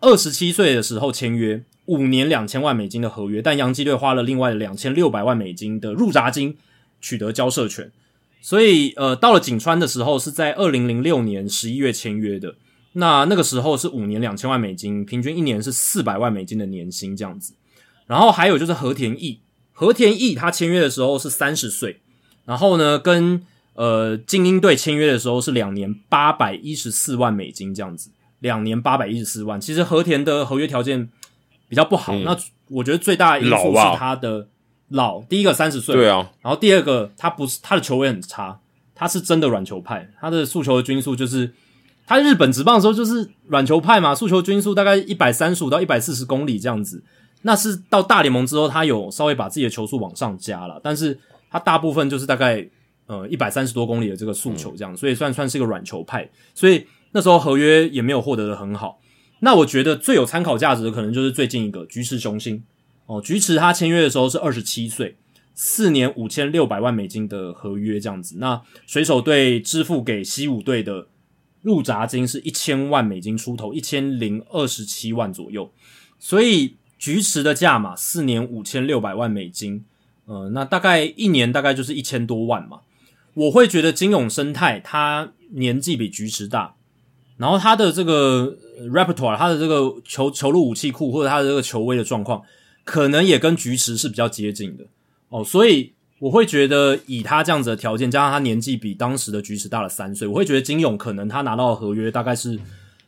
A: 27岁的时候签约5年2000万美金的合约，但洋基队花了另外的2600万美金的入闸金取得交涉权。所以到了井川的时候是在2006年11月签约的，那个时候是5年2000万美金，平均一年是400万美金的年薪这样子。然后还有就是和田义他签约的时候是30岁，然后呢跟精英队签约的时候是2年814万美金这样子，2年814万。其实和田的合约条件比较不好，那我觉得最大的因素是他的老，第一个30岁，
B: 对啊，
A: 然后第二个他的球位很差，他是真的软球派，他的速球的均速就是他日本职棒的时候就是软球派嘛，速球均速大概135到140公里这样子。那是到大联盟之后他有稍微把自己的球速往上加了，但是他大部分就是大概130多公里的这个速球这样，所以算是一个软球派，所以那时候合约也没有获得的很好。那我觉得最有参考价值的可能就是最近一个菊池雄星菊池他签约的时候是27岁，4年5600万美金的合约这样子。那水手队支付给西武队的入闸金是1000万美金出头，1027万左右，所以菊池的价码4年5600万美金那大概一年大概就是1000多万嘛。我会觉得金永生态他年纪比菊池大，然后他的这个 repertoire 他的这个球路武器库或者他的这个球威的状况可能也跟菊池是比较接近的所以我会觉得以他这样子的条件加上他年纪比当时的菊池大了3岁，我会觉得金永可能他拿到的合约大概是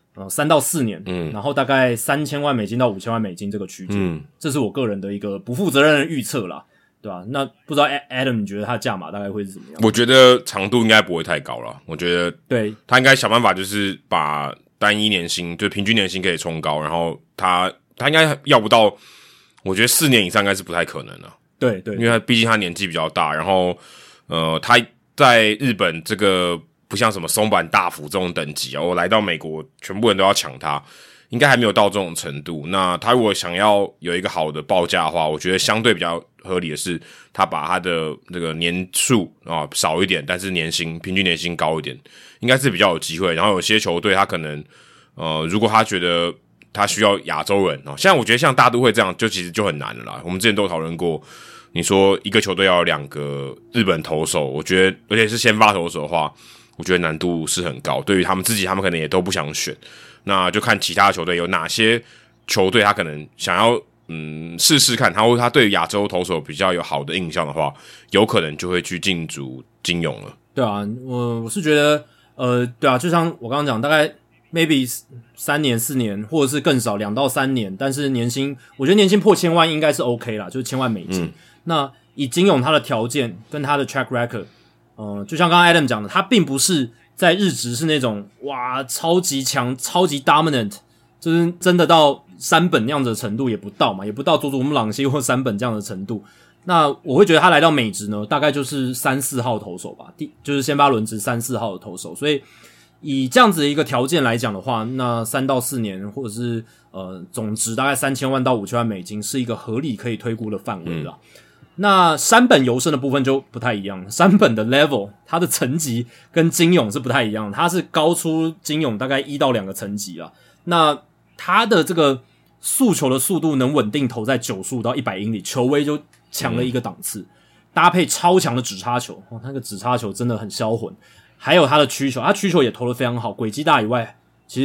A: 3到4年然后大概3000万美金到5000万美金这个区间这是我个人的一个不负责任的预测啦，对吧？那不知道 Adam 你觉得他的价码大概会是怎么样？
B: 我觉得长度应该不会太高了，我觉得
A: 对
B: 他应该想办法就是把单一年薪就平均年薪可以冲高，然后他应该要不到，我觉得4年以上应该是不太可能了。
A: 对，
B: 因为他毕竟他年纪比较大，然后他在日本这个不像什么松坂大辅这种等级我来到美国全部人都要抢他，应该还没有到这种程度。那他如果想要有一个好的报价的话，我觉得相对比较合理的是他把他的这个年数少一点，但是平均年薪高一点，应该是比较有机会。然后有些球队他可能如果他觉得他需要亚洲人像我觉得像大都会这样就其实就很难了啦。我们之前都讨论过，你说一个球队要有2个日本投手，我觉得而且是先发投手的话，我觉得难度是很高，对于他们自己他们可能也都不想选。那就看其他球队有哪些球队他可能想要试试看，或者他对于亚洲投手比较有好的印象的话，有可能就会去竞逐金勇了。
A: 对啊，我是觉得对啊，就像我刚刚讲，大概 maybe 3年4年或者是更少2到3年，但是年薪我觉得年薪破1000万应该是 OK 啦，就是1000万美金那以金勇他的条件跟他的 track record就像刚刚 Adam 讲的，他并不是在日职是那种哇超级强超级 dominant， 就是真的到山本那样子的程度也不到嘛，也不到佐佐木朗希或山本这样的程度。那我会觉得他来到美职呢，大概就是3、4号投手吧，就是先发轮值3、4号的投手。所以以这样子的一个条件来讲的话，那3到4年或者是总值大概3000万到5000万美金是一个合理可以推估的范围啦。那山本由伸的部分就不太一样，山本的 level 他的层级跟金勇是不太一样，他是高出金勇大概1到2个层级啦。那他的这个速球的速度能稳定投在95到100英里，球威就强了一个档次，搭配超强的指叉球那个指叉球真的很销魂，还有他的曲球，他曲球也投得非常好，轨迹大以外其实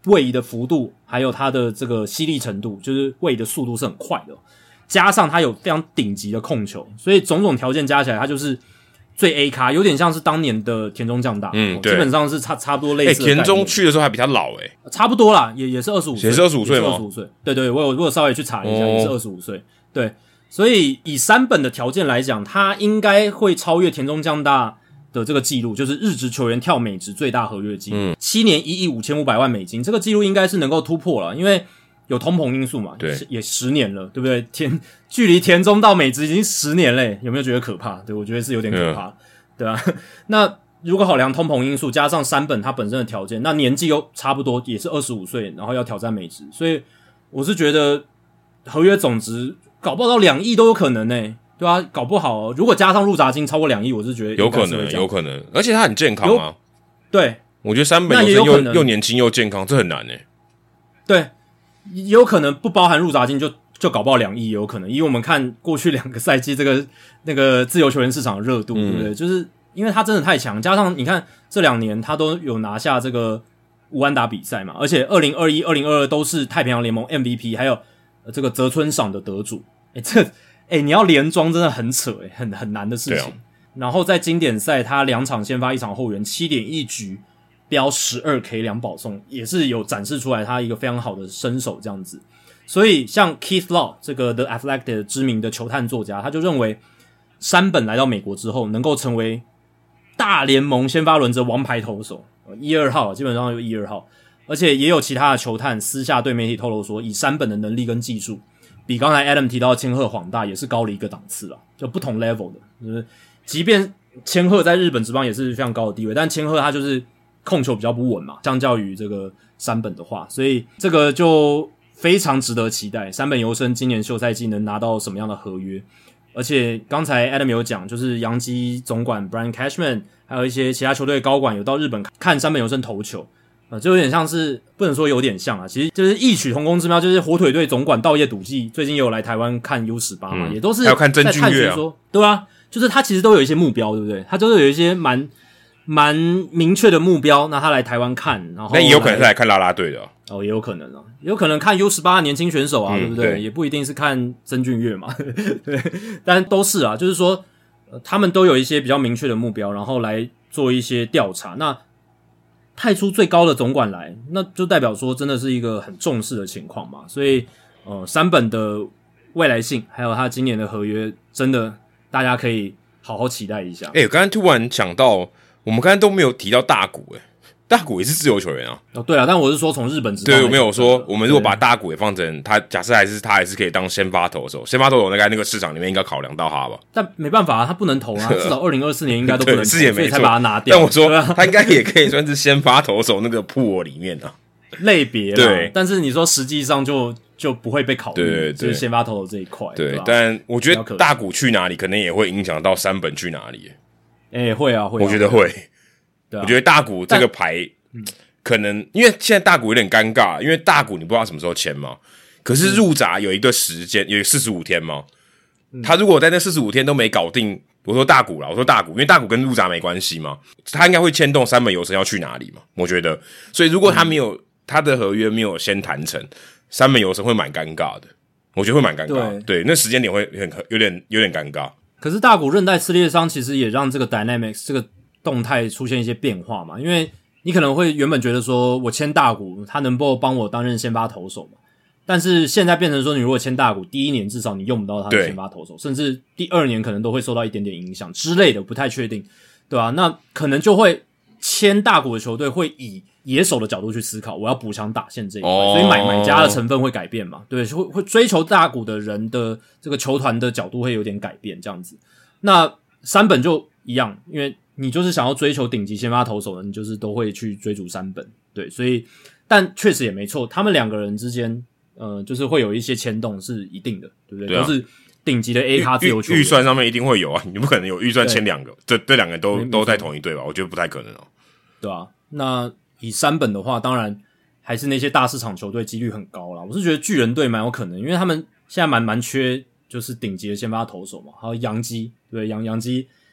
A: 位移的幅度，还有他的这个犀利程度，就是位移的速度是很快的，加上他有非常顶级的控球，所以种种条件加起来，他就是最 A 咖，有点像是当年的田中将大，对，基本上是差不多类似的概念。
B: 田中去的时候还比他老
A: 差不多啦，也是25岁，
B: 也是25岁吗
A: ？25岁，对，我有稍微去查一下，也是25岁，对，所以以山本的条件来讲，他应该会超越田中将大的这个记录，就是日职球员跳美职最大合约记录，7年1亿5500万美金，这个记录应该是能够突破了，因为有通膨因素嘛，
B: 对，
A: 也10年了，对不对？距离田中到美职已经10年嘞，有没有觉得可怕？对，我觉得是有点可怕，对啊。那如果考量通膨因素，加上山本他本身的条件，那年纪又差不多，也是25岁，然后要挑战美职，所以我是觉得合约总值搞不好到2亿都有可能对啊，搞不好如果加上入闸金超过2亿，我是觉得
B: 有可能，而且他很健康啊。
A: 对，
B: 我觉得山本又又年轻又健康，这很难
A: 对，也有可能不包含入闸金就搞不好2亿，也有可能，因为我们看过去2个赛季那个自由球员市场的热度，对不对？就是因为他真的太强，加上你看这2年他都有拿下这个无安打比赛嘛，而且2021、2022都是太平洋联盟 MVP， 还有这个泽村赏的得主，你要连庄真的很扯很难的事情。然后在经典赛他2场先发1场后援 7.1 局飙 12K 2保送，也是有展示出来他一个非常好的身手这样子。所以像 Keith Law 这个 The Athletic 知名的球探作家，他就认为山本来到美国之后能够成为大联盟先发轮值王牌投手1、2号，基本上有1、2号，而且也有其他的球探私下对媒体透露说，以山本的能力跟技术比刚才 Adam 提到的千鹤晃大也是高了一个档次啦，就不同 level 的，就是即便千鹤在日本职棒也是非常高的地位，但千鹤他就是控球比较不稳嘛，相较于这个山本的话，所以这个就非常值得期待山本由伸今年休赛季能拿到什么样的合约。而且刚才 Adam 有讲，就是洋基总管 Brian Cashman 还有一些其他球队的高管有到日本看山本由伸投球，就有点像是，不能说有点像啊，其实就是异曲同工之妙，就是火腿队总管稻叶笃纪最近也有来台湾看 U18 嘛，也都是
B: 还有看曾俊岳啊，
A: 对啊，就是他其实都有一些目标，对不对？他都有一些蛮明确的目标，那他来台湾看，然后
B: 那也有可能是来看啦啦队的
A: 也有可能啊，有可能看 U18 的年轻选手啊，对不对？也不一定是看曾俊岳嘛，对，但都是啊，就是说他们都有一些比较明确的目标，然后来做一些调查。那派出最高的总管来，那就代表说真的是一个很重视的情况嘛。所以山本的未来性，还有他今年的合约，真的大家可以好好期待一下。
B: 刚刚突然想到，我们刚才都没有提到大谷大谷也是自由球员啊。
A: 对啊，但我是说从日本职棒，
B: 对，我没有说我们如果把大谷也放成他，假设他还是可以当先发投手，那个市场里面应该考量到他吧？
A: 但没办法啊，他不能投啊，至少2024年应该都不能投，
B: 是也没错，
A: 所以才把他拿掉。
B: 但我说他应该也可以算是先发投手那个pool里面啊，
A: 类别啦。
B: 对，
A: 但是你说实际上就不会被考虑，对，就是先发投手这一块。
B: 对，但我觉得大谷去哪里，可能也会影响到山本去哪里。
A: 会啊，
B: 我觉得会。
A: 对啊，
B: 我觉得大谷这个牌，可能因为现在大谷有点尴尬，因为大谷你不知道什么时候签嘛，可是入闸有一个时间，有45天嘛，他如果在那45天都没搞定，我说大谷，因为大谷跟入闸没关系嘛，他应该会牵动山本由伸要去哪里嘛，我觉得，所以如果他的合约没有先谈成，山本由伸会蛮尴尬的，我觉得会蛮尴尬，对，那时间点会有点尴尬。
A: 可是大谷韧带撕裂伤其实也让这个 dynamics 这个动态出现一些变化嘛，因为你可能会原本觉得说我签大谷他能够帮我担任先发投手嘛，但是现在变成说你如果签大谷第1年至少你用不到他的先发投手，甚至第2年可能都会受到一点点影响之类的，不太确定，对吧？那可能就会签大谷的球队会以野手的角度去思考，我要补强打线这一块，所以买家的成分会改变嘛，对，会追求大谷的人的这个球团的角度会有点改变这样子。那山本就一样，因为你就是想要追求顶级先发投手的，你就是都会去追逐山本，对，所以但确实也没错，他们2个人之间就是会有一些牵动是一定的，对不对？
B: 对啊，
A: 都是顶级的 A 咖自由球员，
B: 预算上面一定会有啊，你不可能有预算签2个，这2个都在同一队吧？我觉得不太可能
A: 对啊，那以山本的话，当然还是那些大市场球队几率很高啦。我是觉得巨人队蛮有可能，因为他们现在蛮缺就是顶级的先发投手嘛，还有洋基，对，洋基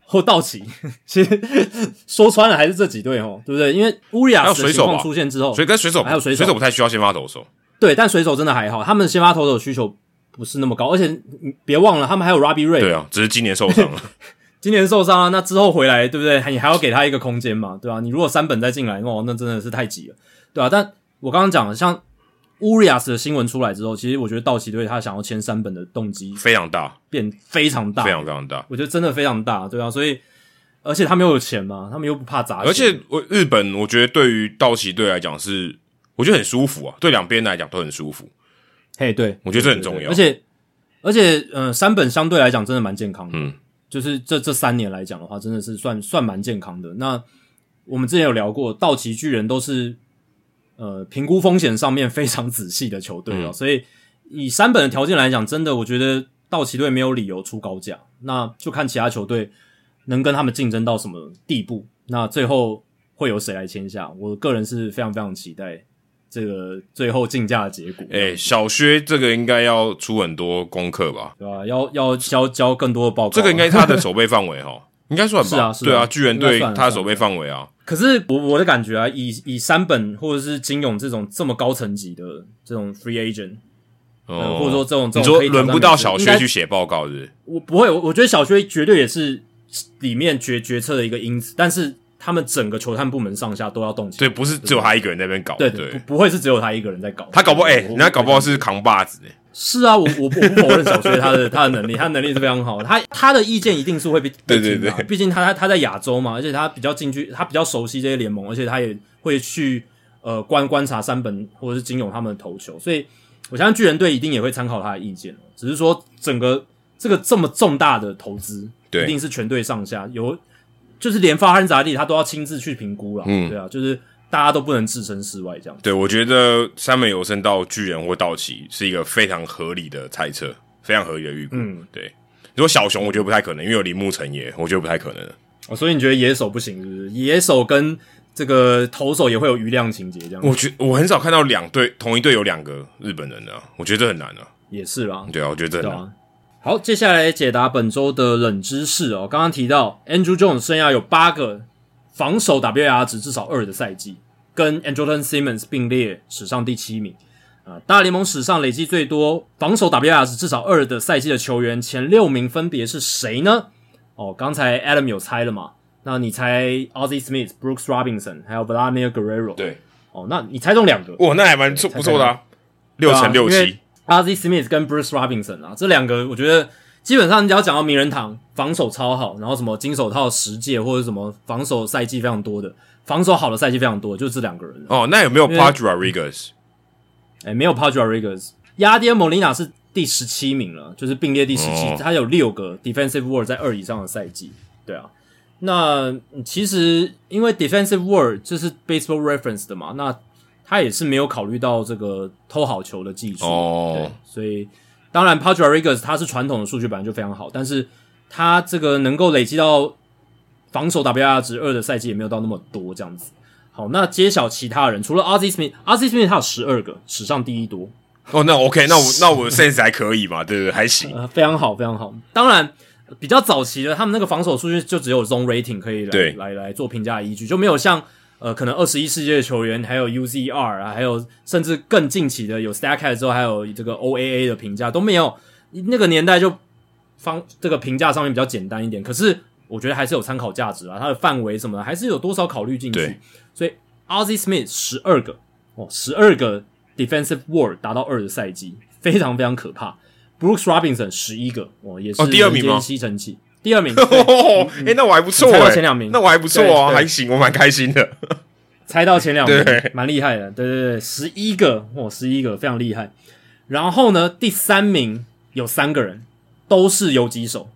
A: 或道奇，其实说穿了还是这几队齁，对不对？因为乌里亚斯的情况出现之后，
B: 所以跟水手
A: 还有水手
B: 不太需要先发投手。
A: 对，但水手真的还好，他们先发投手需求不是那么高，而且你别忘了他们还有 Robbie Ray。
B: 对啊，只是今年受伤了。
A: 今年受伤啊，那之后回来对不对？你还要给他一个空间嘛，对吧？你如果三本再进来哦，那真的是太急了，对吧？但我刚刚讲了，像乌里亚斯的新闻出来之后，其实我觉得道奇队他想要签三本的动机
B: 非常大，
A: 变非常大，
B: 非常非常大。
A: 我觉得真的非常大，对啊，所以而且他们又有钱嘛，他们又不怕砸钱，
B: 而且日本我觉得对于道奇队来讲是，我觉得很舒服啊，对两边来讲都很舒服。
A: 嘿，对，
B: 我觉得这很重要。
A: 而且三本相对来讲真的蛮健康的，就是这3年来讲的话，真的是算蛮健康的。那我们之前有聊过，道奇巨人都是评估风险上面非常仔细的球队所以以三本的条件来讲，真的我觉得道奇队没有理由出高价，那就看其他球队能跟他们竞争到什么地步，那最后会有谁来签下，我个人是非常非常期待这个最后竞价的结果。
B: 小薛这个应该要出很多功课吧，
A: 对吧？要交更多的报告，
B: 这个应该是他的守备范围齁，应该算吧？
A: 是啊，
B: 对啊，巨人队他的守备范围啊。
A: 可是我的感觉啊，以三本或者是金勇这么高层级的这种 free agent，或者说这种
B: 你说轮不到小薛去写报告是不是？
A: 我不会，我觉得小薛绝对也是里面决策的一个因子，但是他们整个球探部门上下都要动起来。
B: 对，不是只有他一个人在那边搞。
A: 对，不会是只有他一个人在搞。
B: 他搞不好，人家搞不好是扛把子
A: 是啊，我不否认小薛他的能力，他的能力是非常好的。他的意见一定是会被听的，毕竟他在亚洲嘛，而且他比较进去，他比较熟悉这些联盟，而且他也会去观察三本或者是金勇他们的投球，所以我相信巨人队一定也会参考他的意见。只是说整个这个这么重大的投资，一定是全队上下就是连发汉扎利他都要亲自去评估啦，对啊，就是大家都不能置身事外这样。
B: 对，我觉得三本有生到巨人或道奇是一个非常合理的猜测，非常合理的预估。对。如果小熊，我觉得不太可能，因为有铃木诚也，我觉得不太可能
A: 所以你觉得野手不行是不是？野手跟这个投手也会有余量情节这样？
B: 我很少看到同一队有2个日本人的我觉得这很难啊。
A: 也是啦，
B: 对啊，我觉得这很难。
A: 好，接下来解答本周的冷知识刚刚提到 Andrew Jones 生涯有8个防守 WAR 值至少2的赛季，跟 Andrelton Simmons 并列史上第7名。大联盟史上累积最多防守 WAR 值至少2的赛季的球员，前6名分别是谁呢？刚才 Adam 有猜了嘛？那你猜 Ozzie Smith、Brooks Robinson 还有 Vladimir Guerrero。对。那你猜中2个。
B: 哇，那还蛮不错的啊，6×6=7。
A: Ozzie Smith 跟 Bruce Robinson 这2个我觉得基本上你只要讲到名人堂防守超好，然后什么金手套10届或者什么防守赛季非常多的，防守好的赛季非常多的，就是这2个人。
B: 那有没有 Pudge Rodriguez？
A: 没有 Pudge Rodriguez。Yadier Molina 是第17名了，就是并列第17，他有6个 Defensive WAR 在2以上的赛季。对啊，那其实因为 Defensive WAR 这是 Baseball Reference 的嘛，那他也是没有考虑到这个偷好球的技术对，所以当然 Pudge Rodriguez 他是传统的数据本来就非常好，但是他这个能够累积到防守 WAR 值2的赛季也没有到那么多这样子。好，那揭晓其他人，除了 Ozzie Smith 他有12个，史上第一多。
B: 那 OK， 那我的 sense 还可以嘛，对不对？还行，
A: 非常好，非常好。当然，比较早期的他们那个防守数据就只有 Zone Rating 可以来做评价的依据，就没有像可能21世纪的球员，还有 UZR 还有甚至更近期的有 Statcast 之后，还有这个 OAA 的评价都没有。那个年代就这个评价上面比较简单一点，可是我觉得还是有参考价值啦，它的范围什么的还是有多少考虑进去。所以 Ozzie Smith 12个，12个 Defensive WAR 达到2的赛季，非常非常可怕。Brooks Robinson 11个，也是
B: 第2名吗？
A: 吸尘器，第2名。
B: 那我还不错
A: 猜到前2名，
B: 那我还不错还行，我蛮开心的。
A: 猜到前2名，蛮厉害的。对，11个，11个非常厉害。然后呢，第3名有3个人都是游击手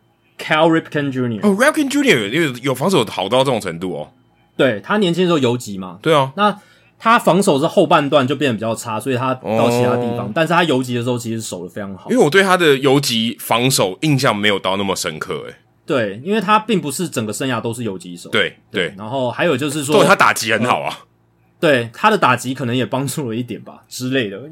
A: ，Cal Ripken Jr.
B: Ripken Jr. 有防守好到这种程度
A: 对，他年轻的时候游击嘛。
B: 对啊，
A: 那他防守是后半段就变得比较差，所以他到其他地方，但是他游击的时候其实守得非常好。
B: 因为我对他的游击防守印象没有到那么深刻
A: 对，因为他并不是整个生涯都是游击手。对，然后还有就是说，
B: 他打击很好啊。
A: 对，他的打击可能也帮助了一点吧之类的，因为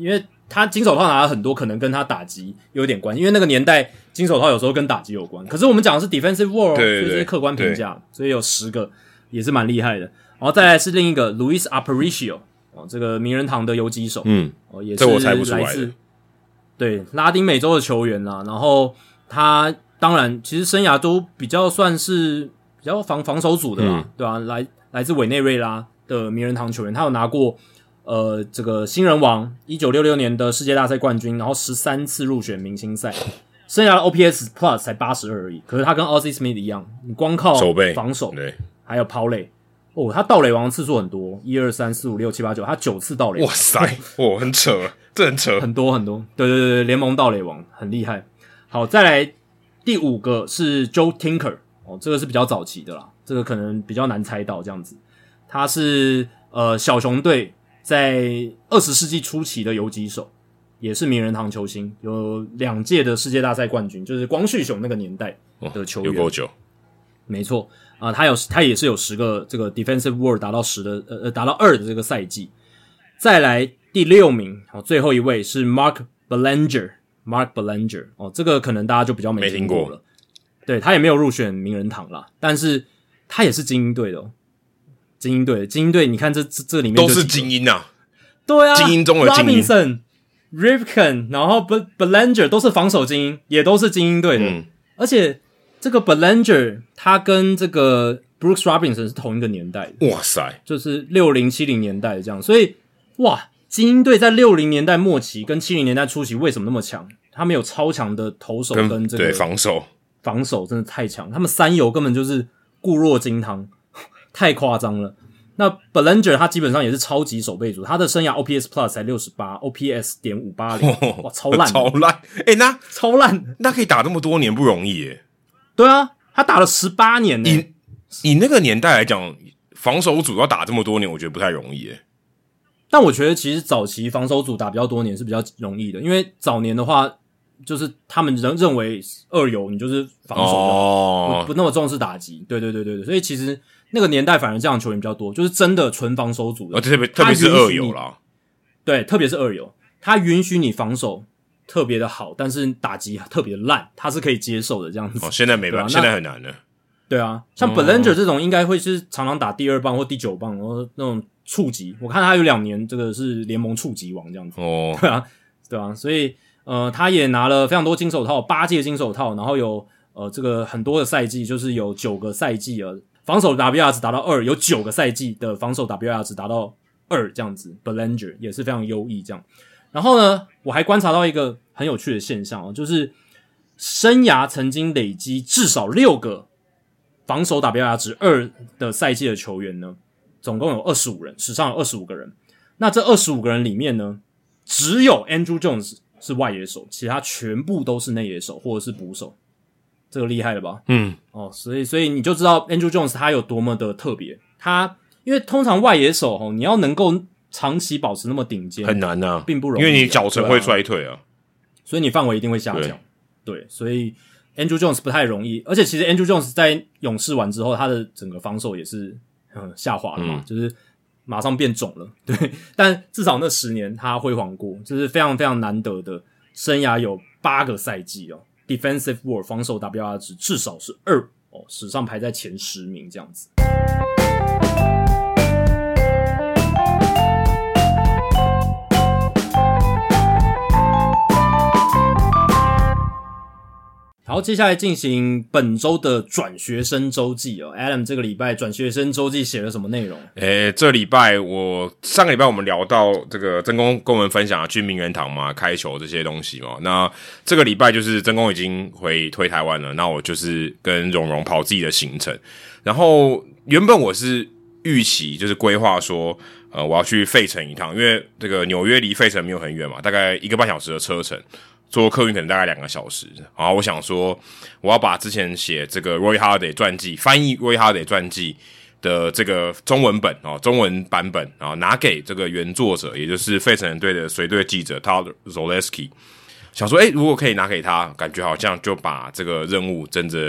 A: 他金手套拿了很多，可能跟他打击有点关系，因为那个年代金手套有时候跟打击有关。可是我们讲的是 defensive war， 所以这些客观评价，所以有10个也是蛮厉害的。然后再来是另一个 Luis Aparicio， 这个名人堂的游击手，也是
B: 这我猜不出来的。
A: 对，拉丁美洲的球员啦，然后他当然其实生涯都比较算是比较防守组的啦，对吧？来自委内瑞拉的名人堂球员，他有拿过这个新人王1966年的世界大赛冠军，然后13次入选明星赛，生涯的 OPS Plus 才82而已。可是他跟 Ozzie Smith 一样，你光靠防守，
B: 对，
A: 还有抛垒。他盗垒王的次数很多，1、2、3、4、5、6、7、8、9，他9次盗垒。
B: 哇塞，很扯，这很扯，
A: 很多。对，联盟盗垒王很厉害。好，再来第5个是 Joe Tinker，这个是比较早期的啦，这个可能比较难猜到这样子。他是小熊队在20世纪初期的游击手，也是名人堂球星，有2届的世界大赛冠军，就是光绪熊那个年代的球员，
B: 有够久。
A: 没错他也是有10个这个 defensive war 达到10的达到2的这个赛季。再来第6名，最后一位是 Mark Belanger， 这个可能大家就比较没听过了。对，他也没有入选名人堂啦，但是他也是精英队的精英队，你看这里面
B: 都是精英啊。
A: 对啊，
B: 精英中的精英。
A: Robinson、Ripken， 然后 Belanger 都是防守精英，也都是精英队的。而且这个 Belanger 他跟这个 Brooks Robinson 是同一个年代的。
B: 哇塞，
A: 就是60、70年代的这样。所以哇，精英队在60年代末期跟70年代初期为什么那么强？他们有超强的投手跟这个
B: 对防
A: 守真的太强，他们3游根本就是固若金汤，太夸张了。那 Belanger 他基本上也是超级守备组，他的生涯 OPS Plus 才68 ，OPS.580，哇，超烂，
B: 超烂，
A: 超烂，
B: 那可以打这么多年不容易耶。
A: 对啊，他打了18年呢。
B: 以那个年代来讲，防守组要打这么多年，我觉得不太容易耶。
A: 但我觉得其实早期防守组打比较多年是比较容易的，因为早年的话，就是他们认为2游你就是防守不那么重视打击。对，所以其实那个年代反而这样的球员比较多，就是真的纯防守组的，
B: 特别是2游啦。
A: 对，特别是2游，他允许你防守特别的好，但是打击特别烂，他是可以接受的这样子。
B: 现在没办法，现在很难了。
A: 对啊，像 Belanger 这种应该会是常常打第2棒或第9棒，然后那种触及，我看他有2年这个是联盟触及王这样子。对啊，所以他也拿了非常多金手套，8届金手套，然后有这个很多的赛季，就是有9个赛季防守 WR 值达到2，有9个赛季的防守 WR 值达到2这样子。Belanger 也是非常优异这样。然后呢，我还观察到一个很有趣的现象就是生涯曾经累积至少6个防守 WR 值2的赛季的球员呢，总共有25人，史上有25个人。那这25个人里面呢，只有 Andrew Jones 是外野手，其他全部都是内野手或者是捕手。这个厉害了吧？所以你就知道 Andrew Jones 他有多么的特别。他因为通常外野手你要能够长期保持那么顶尖
B: 很难啊，
A: 并不容易，
B: 因为你脚程会衰退啊，
A: 所以你范围一定会下降。对，所以 Andrew Jones 不太容易，而且其实 Andrew Jones 在勇士完之后，他的整个防守也是下滑了嘛，就是马上变肿了。对，但至少那10年他辉煌过，就是非常非常难得的，生涯有8个赛季Defensive WAR 防守 WR 值至少是2史上排在前10名这样子。好，接下来进行本周的转学生周记Adam 这个礼拜转学生周记写了什么内容？
B: 这礼拜上个礼拜我们聊到这个真公跟我们分享去名人堂嘛，开球这些东西嘛。那这个礼拜就是真公已经回台湾了，那我就是跟蓉蓉跑自己的行程。然后原本我是预期就是规划说我要去费城一趟，因为这个纽约离费城没有很远嘛，大概1个半小时的车程。坐客运可能大概2个小时，然后我想说，我要把之前写这个 Roy Halladay 传记、翻译 Roy Halladay 传记的这个中文本中文版本拿给这个原作者，也就是费城人队的随队记者 Todd Zaleski， 想说，如果可以拿给他，感觉好像就把这个任务真的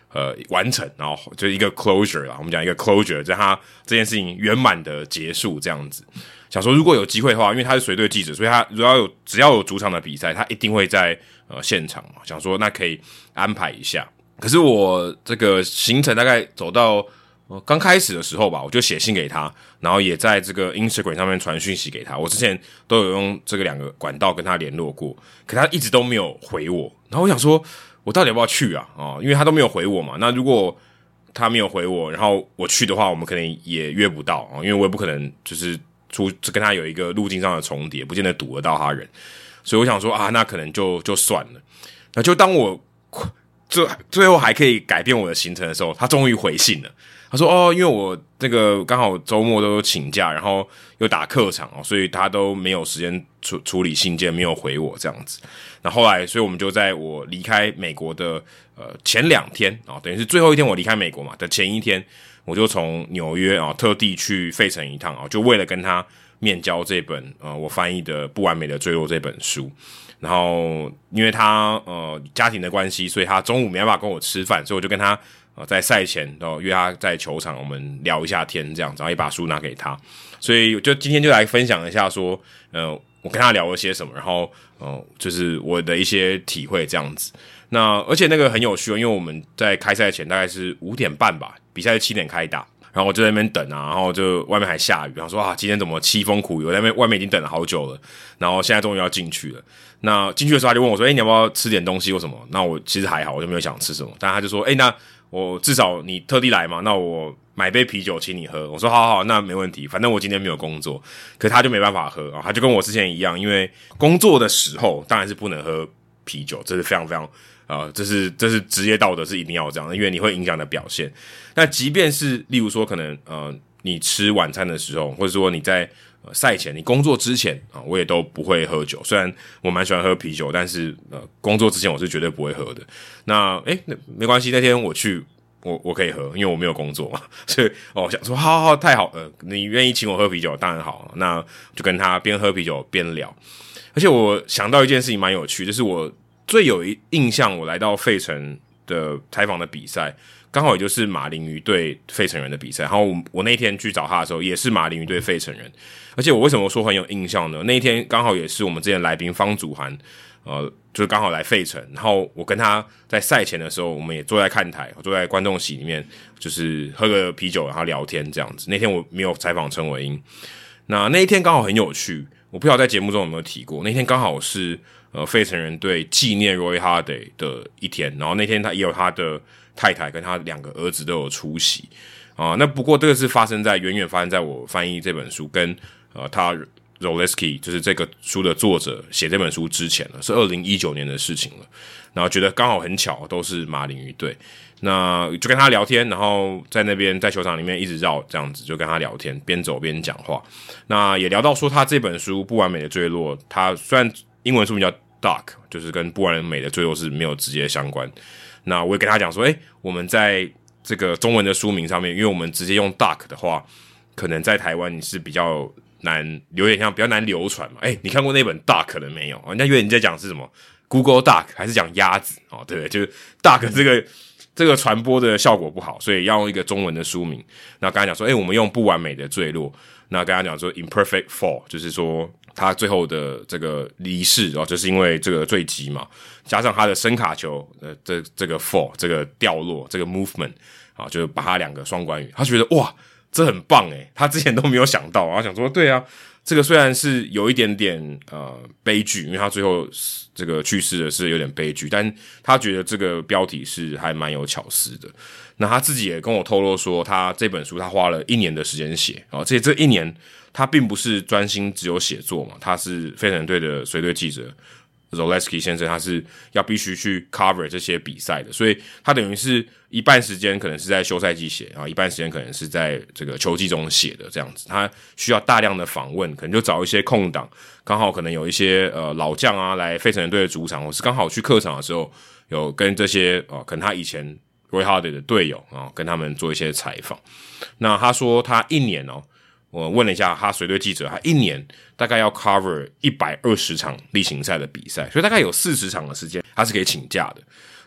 B: 完成，然后就是一个 closure 啦，我们讲一个 closure， 在他这件事情圆满的结束这样子。想说如果有机会的话，因为他是随队记者，所以他只要有主场的比赛，他一定会在现场嘛。想说那可以安排一下。可是我这个行程大概走到刚开始的时候吧，我就写信给他，然后也在这个 Instagram 上面传讯息给他。我之前都有用这个2个管道跟他联络过，可他一直都没有回我。然后我想说，我到底要不要去啊？因为他都没有回我嘛。那如果他没有回我，然后我去的话，我们可能也约不到因为我也不可能就是跟他有一个路径上的重叠，不见得堵得到他人。所以我想说那可能就算了。那就当我最后还可以改变我的行程的时候，他终于回信了。他说因为我这个刚好周末都有请假，然后又打客场所以他都没有时间处理信件，没有回我这样子。那后来，所以我们就在我离开美国的前2天等于是最后一天我离开美国嘛的前一天，我就从纽约特地去费城一趟就为了跟他面交这本我翻译的《不完美的坠落》这本书。然后因为他家庭的关系，所以他中午没办法跟我吃饭，所以我就跟他在赛前约他在球场，我们聊一下天这样子，然后也把书拿给他。所以就今天就来分享一下说我跟他聊了些什么，然后就是我的一些体会这样子。那而且那个很有趣因为我们在开赛前大概是5点半吧，比赛是7点开打。然后我就在那边等然后就外面还下雨，然后说今天怎么凄风苦雨，我在那边外面已经等了好久了，然后现在终于要进去了。那进去的时候他就问我说你要不要吃点东西或什么？那我其实还好，我就没有想吃什么，但他就说那我至少你特地来嘛，那我买杯啤酒请你喝。我说好，那没问题，反正我今天没有工作。可是他就没办法喝他就跟我之前一样，因为工作的时候当然是不能喝啤酒，这是非常非常这是职业道德，是一定要这样的，因为你会影响你的表现。那即便是例如说可能你吃晚餐的时候，或者说你在赛前你工作之前我也都不会喝酒。虽然我蛮喜欢喝啤酒，但是工作之前我是绝对不会喝的。那没关系，那天我去我可以喝，因为我没有工作嘛，所以我想说好太好你愿意请我喝啤酒当然好，那就跟他边喝啤酒边聊。而且我想到一件事情蛮有趣，就是我最有印象，我来到费城的采访的比赛，刚好也就是马林鱼对费城人的比赛。然后我那天去找他的时候，也是马林鱼对费城人。而且我为什么说很有印象呢？那一天刚好也是我们之前来宾方祖涵，就是刚好来费城。然后我跟他在赛前的时候，我们也坐在看台，坐在观众席里面，就是喝个啤酒，然后聊天这样子。那天我没有采访陈伟英。那一天刚好很有趣，我不知道在节目中有没有提过。那天刚好是费城人队纪念 Roy Halladay 的一天，然后那天他也有他的太太跟他2个儿子都有出席那不过这个是远远发生在我翻译这本书跟他 Zolewski 就是这个书的作者写这本书之前了，是2019年的事情了。然后觉得刚好很巧，都是马林鱼队，那就跟他聊天，然后在那边在球场里面一直绕这样子，就跟他聊天，边走边讲话。那也聊到说他这本书《不完美的坠落》，他虽然英文书名叫 Dark， 就是跟不完美的坠落是没有直接相关。那我也跟他讲说，我们在这个中文的书名上面，因为我们直接用 Dark 的话，可能在台湾你是比较难，有点像比较难流传嘛。你看过那本 Dark 了没有？人家以为你在讲是什么 Google Dark 还是讲鸭子对不对？就是 Dark 这个传播的效果不好，所以要用一个中文的书名。那刚才讲说，我们用不完美的坠落。那刚才讲说 Imperfect Fall， 就是说他最后的这个离世就是因为这个坠机嘛，加上他的声卡球这个 fall 这个掉落这个 movement 就是把他2个双关语，他觉得哇这很棒他之前都没有想到，然后想说对啊，这个虽然是有一点点悲剧，因为他最后这个去世的是有点悲剧，但他觉得这个标题是还蛮有巧思的。那他自己也跟我透露说，他这本书他花了1年的时间写这1年他并不是专心只有写作嘛，他是费城队的随队记者 Zolewski 先生，他是要必须去 cover 这些比赛的，所以他等于是一半时间可能是在休赛季写，一半时间可能是在这个球季中写的这样子。他需要大量的访问，可能就找一些空档，刚好可能有一些老将来费城队的主场，或是刚好去客场的时候，有跟这些可能他以前 Roy Halladay 的队友跟他们做一些采访。那他说他1年我问了一下他随队记者，他1年大概要 cover 120场例行赛的比赛，所以大概有40场的时间他是可以请假的。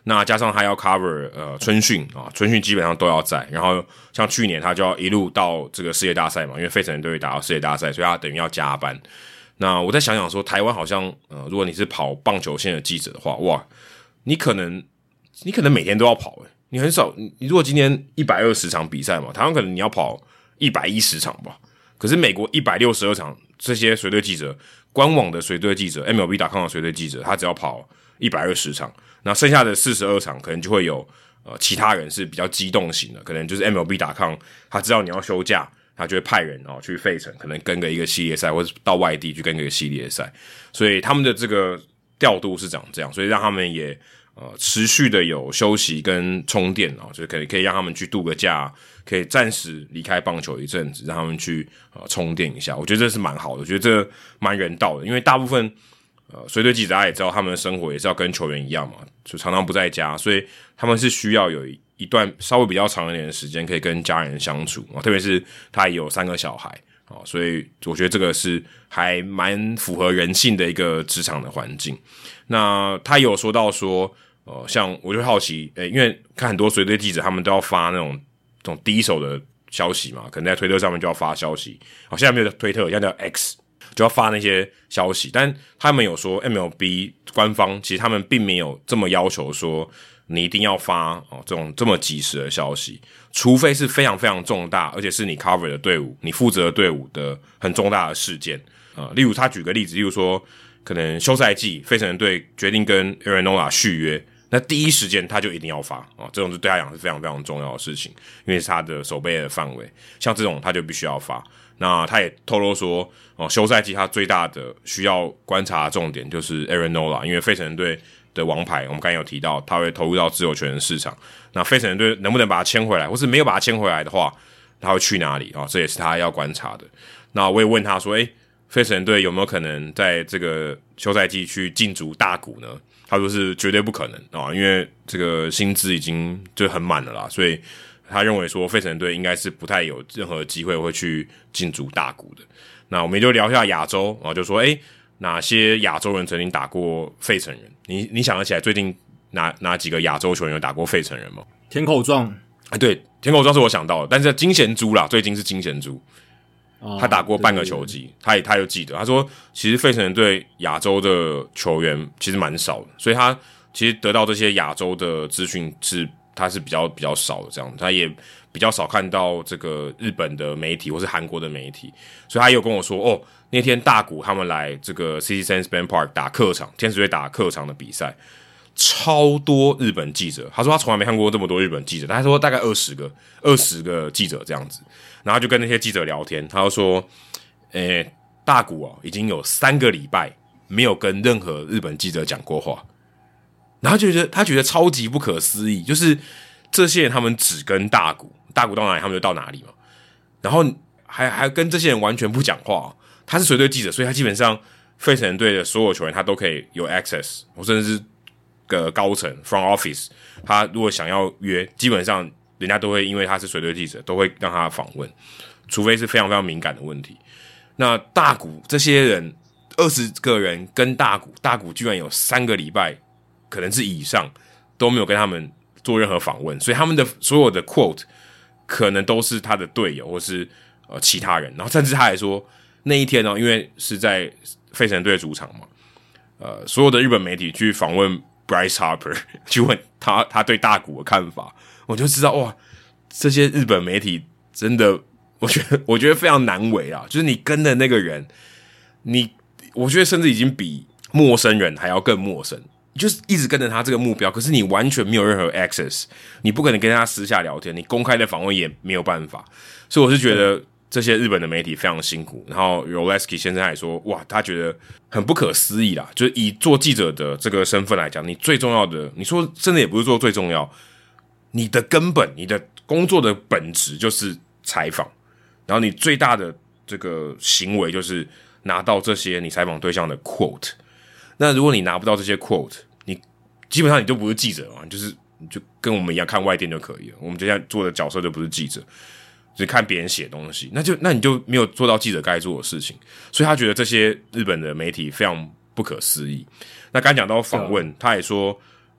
B: 那加上他要 cover春训啊，春训基本上都要在，然后像去年他就要一路到这个世界大赛嘛，因为费城人队打到世界大赛，所以他等于要加班。那我再想想说，台湾好像如果你是跑棒球线的记者的话，哇，你可能每天都要跑你很少，你如果今天120场比赛嘛，台湾可能你要跑110场吧，可是美国162场，这些随队记者，官网的随队记者 MLB.com 的随队记者，他只要跑120场，那剩下的42场可能就会有其他人是比较机动型的，可能就是 MLB.com 他知道你要休假，他就会派人去费城，可能跟个一个系列赛，或者到外地去跟个系列赛，所以他们的这个调度是长这样，所以让他们也持续的有休息跟充电就是可以让他们去度个假，可以暂时离开棒球一阵子，让他们去充电一下。我觉得这是蛮好的，我觉得这蛮人道的，因为大部分随队记者大家也知道，他们的生活也是要跟球员一样嘛，就常常不在家，所以他们是需要有一段稍微比较长一点的时间可以跟家人相处特别是他也有3个小孩所以我觉得这个是还蛮符合人性的一个职场的环境。那他也有说到说像我就好奇因为看很多随队记者他们都要发那种第一手的消息嘛，可能在推特上面就要发消息现在没有推特，现在叫 X， 就要发那些消息，但他们有说 MLB 官方其实他们并没有这么要求说你一定要发这种这么及时的消息，除非是非常非常重大，而且是你 cover 的队伍，你负责的队伍的很重大的事件例如他举个例子，例如说可能休赛季费城人队决定跟 Aaron Nola 续约，那第一时间他就一定要发这种就对他讲是非常非常重要的事情，因为是他的守备的范围，像这种他就必须要发。那他也透露说休赛季他最大的需要观察的重点就是 Aaron Nola， 因为费城人队的王牌我们刚才有提到他会投入到自由球员市场，那费城人队能不能把他签回来，或是没有把他签回来的话他会去哪里这也是他要观察的。那我也问他说费城人队有没有可能在这个休赛季去竞逐大谷呢？他说是绝对不可能因为这个薪资已经就很满了啦，所以他认为说费城人队应该是不太有任何机会会去竞逐大谷的。那我们也就聊一下亚洲就说哪些亚洲人曾经打过费城人？你想得起来最近哪几个亚洲球员有打过费城人吗？
A: 田口壮
B: 对，田口壮是我想到的，但是金贤珠啦，最近是金贤珠他打过半个球季，他就记得，他说其实费城人队亚洲的球员其实蛮少的，所以他其实得到这些亚洲的资讯他是比较少的这样，他也比较少看到这个日本的媒体或是韩国的媒体，所以他也有跟我说那天大谷他们来这个 Citizens Bank Park 打客场，天使队打客场的比赛，超多日本记者，他说他从来没看过这么多日本记者，他说大概20个记者这样子，然后就跟那些记者聊天，他就说大谷已经有3个礼拜没有跟任何日本记者讲过话，然后他觉得超级不可思议，就是这些人他们只跟大谷到哪里他们就到哪里嘛，然后还跟这些人完全不讲话他是随队记者，所以他基本上费城人队的所有球员他都可以有 access， 或甚至是个高层 front office， 他如果想要约，基本上人家都会因为他是随队记者都会让他访问，除非是非常非常敏感的问题。那大谷这些人20个人跟大谷居然有3个礼拜可能是以上都没有跟他们做任何访问，所以他们的所有的 quote 可能都是他的队友或是其他人，然后甚至他还说那一天因为是在费城队的主场嘛，所有的日本媒体去访问 Bryce Harper， 去问他对大谷的看法，我就知道哇，这些日本媒体真的，我觉得非常难为啊，就是你跟的那个人，我觉得甚至已经比陌生人还要更陌生，就是一直跟着他这个目标，可是你完全没有任何 access， 你不可能跟他私下聊天，你公开的访问也没有办法，所以我是觉得这些日本的媒体非常辛苦。然后 Roleski 先生还说，哇，他觉得很不可思议啦，就是以做记者的这个身份来讲，你最重要的，你说真的也不是说最重要，你的根本，你的工作的本质就是采访，然后你最大的这个行为就是拿到这些你采访对象的 quote。那如果你拿不到这些 quote， 你基本上你就不是记者嘛，你就跟我们一样看外电就可以了。我们接下来做的角色就不是记者，只看别人写东西，那你就没有做到记者该做的事情。所以他觉得这些日本的媒体非常不可思议。那刚讲到访问，他也说，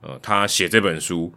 B: 他写这本书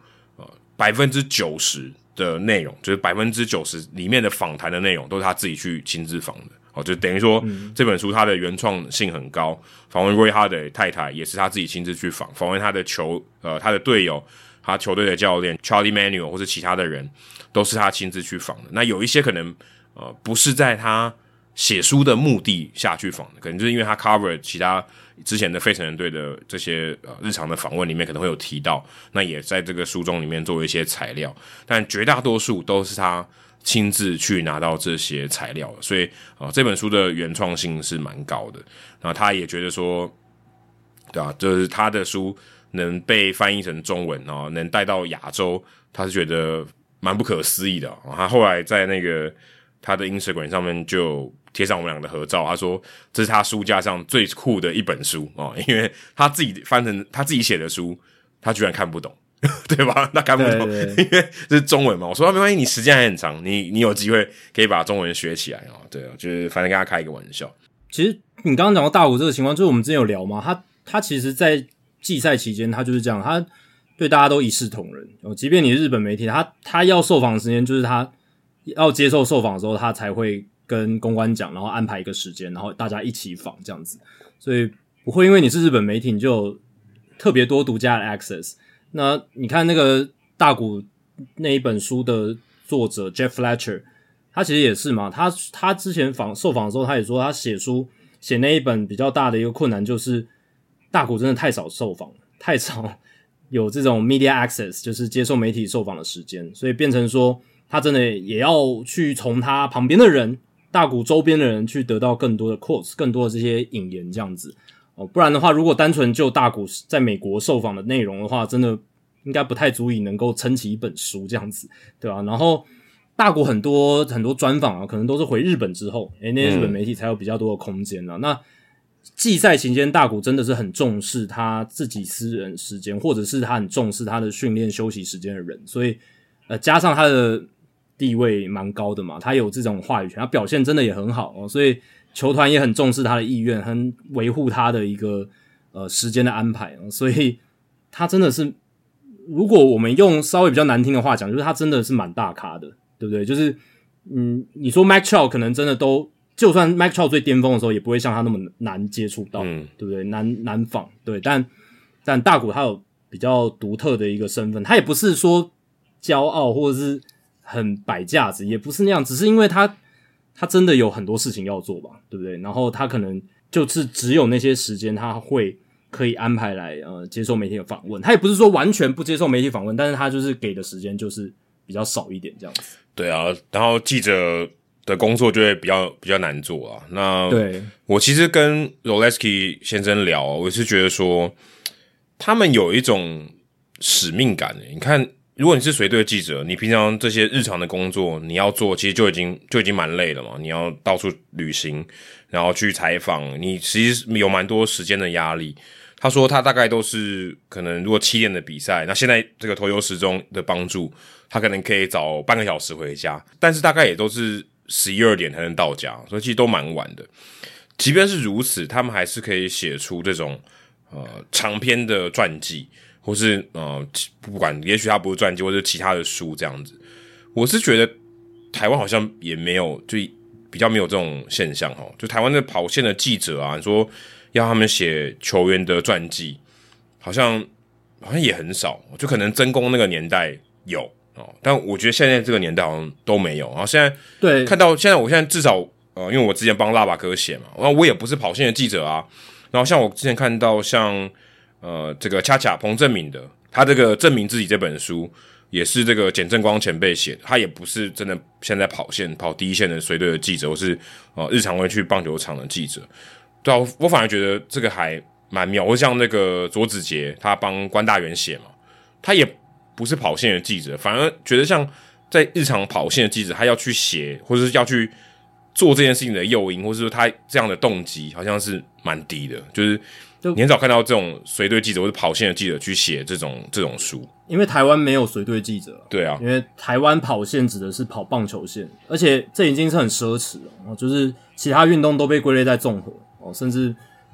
B: 90%的内容，就是90%里面的访谈的内容都是他自己去亲自访的。就等于说这本书它的原创性很高，访问 Roy Halladay 太太也是他自己亲自去访问他的他的队友，他球队的教练 Charlie Manuel 或是其他的人，都是他亲自去访的。那有一些可能不是在他写书的目的下去访的，可能就是因为他 cover 其他之前的费城人队的这些日常的访问里面可能会有提到，那也在这个书中里面作为一些材料，但绝大多数都是他亲自去拿到这些材料的，所以这本书的原创性是蛮高的。然后他也觉得说，对啊，就是他的书能被翻译成中文，然后能带到亚洲，他是觉得蛮不可思议的。他后来在那个他的 Instagram 上面就贴上我们两个的合照，他说这是他书架上最酷的一本书因为他自己翻成他自己写的书，他居然看不懂。对吧？他看不懂，因为这是中文嘛。我说没关系，你时间还很长，你有机会可以把中文学起来对啊，就是反正跟他开一个玩笑。
A: 其实你刚刚讲到大谷这个情况，就是我们之前有聊嘛，他其实在季赛期间他就是这样，他对大家都一视同仁。即便你是日本媒体，他要受访的时间就是他要接受受访的时候，他才会跟公关讲，然后安排一个时间，然后大家一起访这样子。所以不会因为你是日本媒体，你就有特别多独家的 access。那你看那个大谷那一本书的作者 Jeff Fletcher， 他其实也是嘛，他之前受访的时候，他也说他写那一本比较大的一个困难就是大谷真的太少受访，太少有这种 media access， 就是接受媒体受访的时间，所以变成说他真的也要去从他旁边的人，大谷周边的人去得到更多的 quotes， 更多的这些引言这样子。不然的话，如果单纯就大谷在美国受访的内容的话，真的应该不太足以能够撑起一本书这样子，对吧？然后大谷很多专访可能都是回日本之后，那些日本媒体才有比较多的空间啦。那季赛期间，大谷真的是很重视他自己私人时间，或者是他很重视他的训练休息时间的人，所以加上他的地位蛮高的嘛，他有这种话语权，他表现真的也很好所以球团也很重视他的意愿，很维护他的一个时间的安排所以他真的是，如果我们用稍微比较难听的话讲，就是他真的是蛮大咖的，对不对？就是你说 Mike Trout 可能真的都，就算 Mike Trout 最巅峰的时候，也不会像他那么难接触到，对不对？难访，对，但大谷他有比较独特的一个身份，他也不是说骄傲或者是很摆架子，也不是那样，只是因为他真的有很多事情要做吧，对不对？然后他可能就是只有那些时间他会可以安排来接受媒体的访问，他也不是说完全不接受媒体访问，但是他就是给的时间就是比较少一点这样子。对
B: 啊，然后记者的工作就会比较难做啊。那对我其实跟 Roleski 先生聊，我是觉得说他们有一种使命感你看，如果你是随队记者，你平常这些日常的工作你要做，其实就已经蛮累了嘛。你要到处旅行，然后去采访，你其实有蛮多时间的压力。他说他大概都是可能如果7点的比赛，那现在这个投球时钟的帮助，他可能可以早半个小时回家，但是大概也都是11、2点才能到家，所以其实都蛮晚的。即便是如此，他们还是可以写出这种长篇的传记。或是不管，也许他不是传记，或是其他的书这样子。我是觉得台湾好像也没有，就比较没有这种现象就台湾的跑线的记者啊，你说要他们写球员的传记，好像也很少。就可能曾公那个年代有但我觉得现在这个年代好像都没有。然后现在对看到现在，我现在至少因为我之前帮辣爸哥写嘛，然后我也不是跑线的记者啊。然后像我之前看到像。这个恰恰彭正明的，他这个证明自己这本书也是这个简正光前辈写的，他也不是真的现在跑第一线的随队的记者，或是日常会去棒球场的记者。对啊，我反而觉得这个还蛮妙。或像那个左子杰，他帮关大元写嘛，他也不是跑线的记者，反而觉得像在日常跑线的记者，他要去写或者是要去做这件事情的诱因，或是说他这样的动机，好像是蛮低的，就是你很少看到这种随队记者或者跑线的记者去写这种书，
A: 因为台湾没有随队记者。
B: 对啊，
A: 因为台湾跑线指的是跑棒球线，而且这已经是很奢侈了就是其他运动都被归类在综合甚至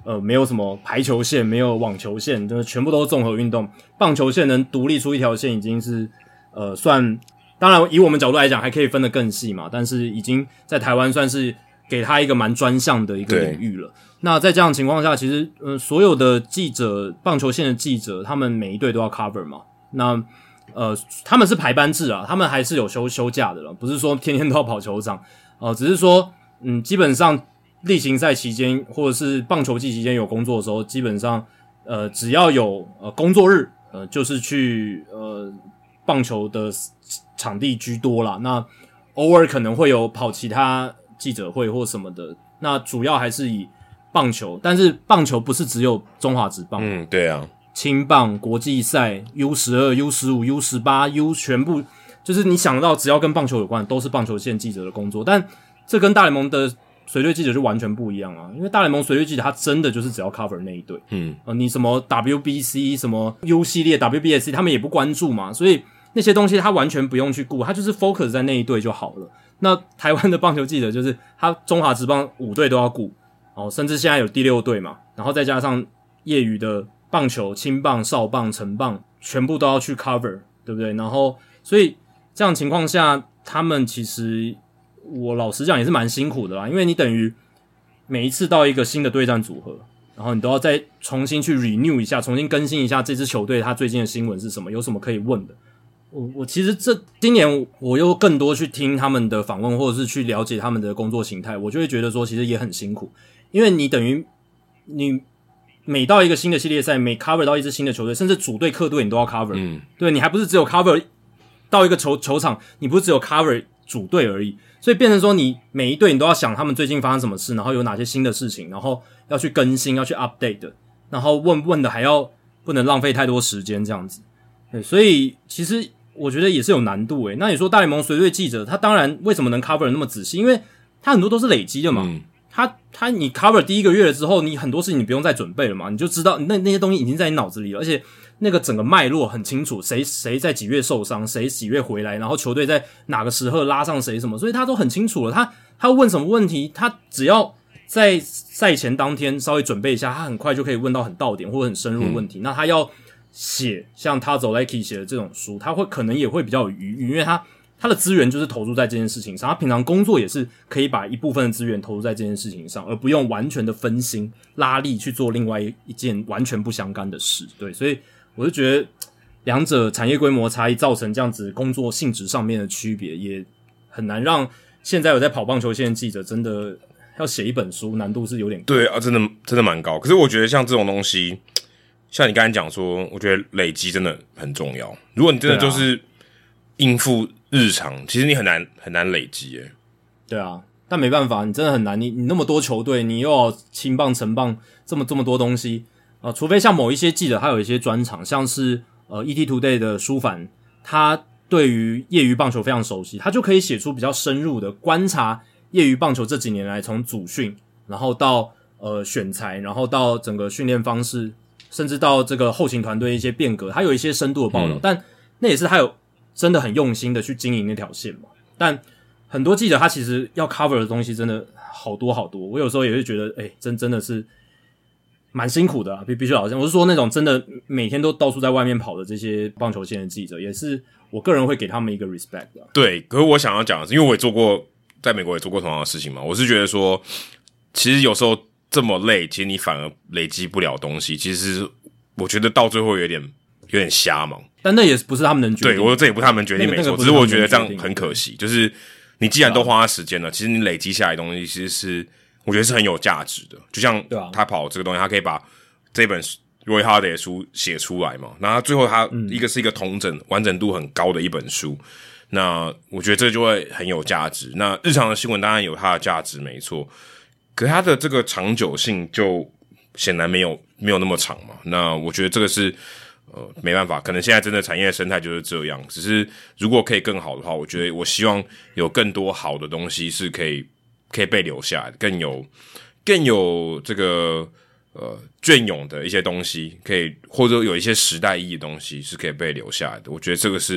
A: 没有什么排球线，没有网球线，就是全部都是综合运动。棒球线能独立出一条线，已经是算，当然以我们角度来讲，还可以分得更细嘛，但是已经在台湾算是给他一个蛮专项的一个领域了。那在这样的情况下，其实所有的记者，棒球线的记者，他们每一队都要 cover 嘛。那他们是排班制啊，他们还是有休假的了，不是说天天都要跑球场只是说基本上例行赛期间或者是棒球季期间有工作的时候，基本上只要有工作日就是去棒球的场地居多啦。那偶尔可能会有跑其他记者会或什么的，那主要还是以棒球，但是棒球不是只有中华职棒，
B: 对啊，
A: 青棒、国际赛、U12、U15、U18、U 全部，就是你想到只要跟棒球有关，都是棒球线记者的工作。但这跟大联盟的随队记者就完全不一样啊，因为大联盟随队记者他真的就是只要 cover 那一队，你什么 WBC 什么 U 系列 WBSC 他们也不关注嘛，所以那些东西他完全不用去顾，他就是 focus 在那一队就好了。那台湾的棒球记者就是他中华职棒5队都要顾甚至现在有第6队嘛，然后再加上业余的棒球、青棒、少棒、成棒全部都要去 cover， 对不对？然后所以这样情况下，他们其实我老实讲也是蛮辛苦的啦，因为你等于每一次到一个新的对战组合，然后你都要再重新去 renew 一下，重新更新一下这支球队他最近的新闻是什么，有什么可以问的。我其实今年我又更多去听他们的访问，或者是去了解他们的工作形态，我就会觉得说其实也很辛苦，因为你等于你每到一个新的系列赛，每 cover 到一支新的球队，甚至主队客队你都要 cover，对，你还不是只有 cover 到一个球场，你不是只有 cover 主队而已，所以变成说你每一队你都要想他们最近发生什么事，然后有哪些新的事情，然后要去更新，要去 update 的，然后问的还要不能浪费太多时间这样子，对，所以其实我觉得也是有难度那你说大联盟随队记者他当然为什么能 cover 那么仔细，因为他很多都是累积的嘛，你 cover 第一个月了之后，你很多事情你不用再准备了嘛，你就知道那些东西已经在你脑子里了，而且那个整个脉络很清楚，谁在几月受伤，谁几月回来，然后球队在哪个时候拉上谁什么，所以他都很清楚了。他问什么问题，他只要在赛前当天稍微准备一下，他很快就可以问到很到点或者很深入的问题。那他要写像Tazolecki写的这种书，他可能也会比较有余裕，因为他的资源就是投入在这件事情上，他平常工作也是可以把一部分的资源投入在这件事情上，而不用完全的分心拉力去做另外一件完全不相干的事。对，所以我就觉得两者产业规模差异造成这样子工作性质上面的区别，也很难让现在有在跑棒球线的记者真的要写一本书，难度是有点高。
B: 对啊，真的蛮高。可是我觉得像这种东西，像你刚才讲说，我觉得累积真的很重要。如果你真的就是应付日常，其实你很难累积耶。
A: 对啊，但没办法，你真的很难。你那么多球队，你又有青棒、成棒这么多东西除非像某一些记者他有一些专长，像是ET Today 的舒凡，他对于业余棒球非常熟悉，他就可以写出比较深入的观察业余棒球这几年来从组训，然后到选材，然后到整个训练方式，甚至到这个后勤团队一些变革，他有一些深度的报道，但那也是他有真的很用心的去经营那条线嘛。但很多记者他其实要 cover 的东西真的好多好多，我有时候也会觉得真的是蛮辛苦的必须老实讲，我是说那种真的每天都到处在外面跑的这些棒球线的记者，也是我个人会给他们一个 respect 的。
B: 对，可是我想要讲的是，因为我也做过，在美国也做过同样的事情嘛，我是觉得说其实有时候这么累，其实你反而累积不了东西，其实我觉得到最后有点瞎忙。
A: 但那也不是他们能决定，
B: 对，这也不是他们决定，没错，只是我觉得这样很可惜，就是你既然都花时间了，其实你累积下来的东西其实是我觉得是很有价值的。就像他跑这个东西，他可以把这本 Roy Halladay 的书写出来嘛，然后最后他一个是一个统整完整度很高的一本书，那我觉得这就会很有价值。那日常的新闻当然有它的价值没错，可是它的这个长久性就显然没有那么长嘛。那我觉得这个是没办法，可能现在真的产业生态就是这样，只是如果可以更好的话，我觉得我希望有更多好的东西是可以被留下来的，更有这个隽永的一些东西，可以或者有一些时代意义的东西是可以被留下来的。我觉得这个是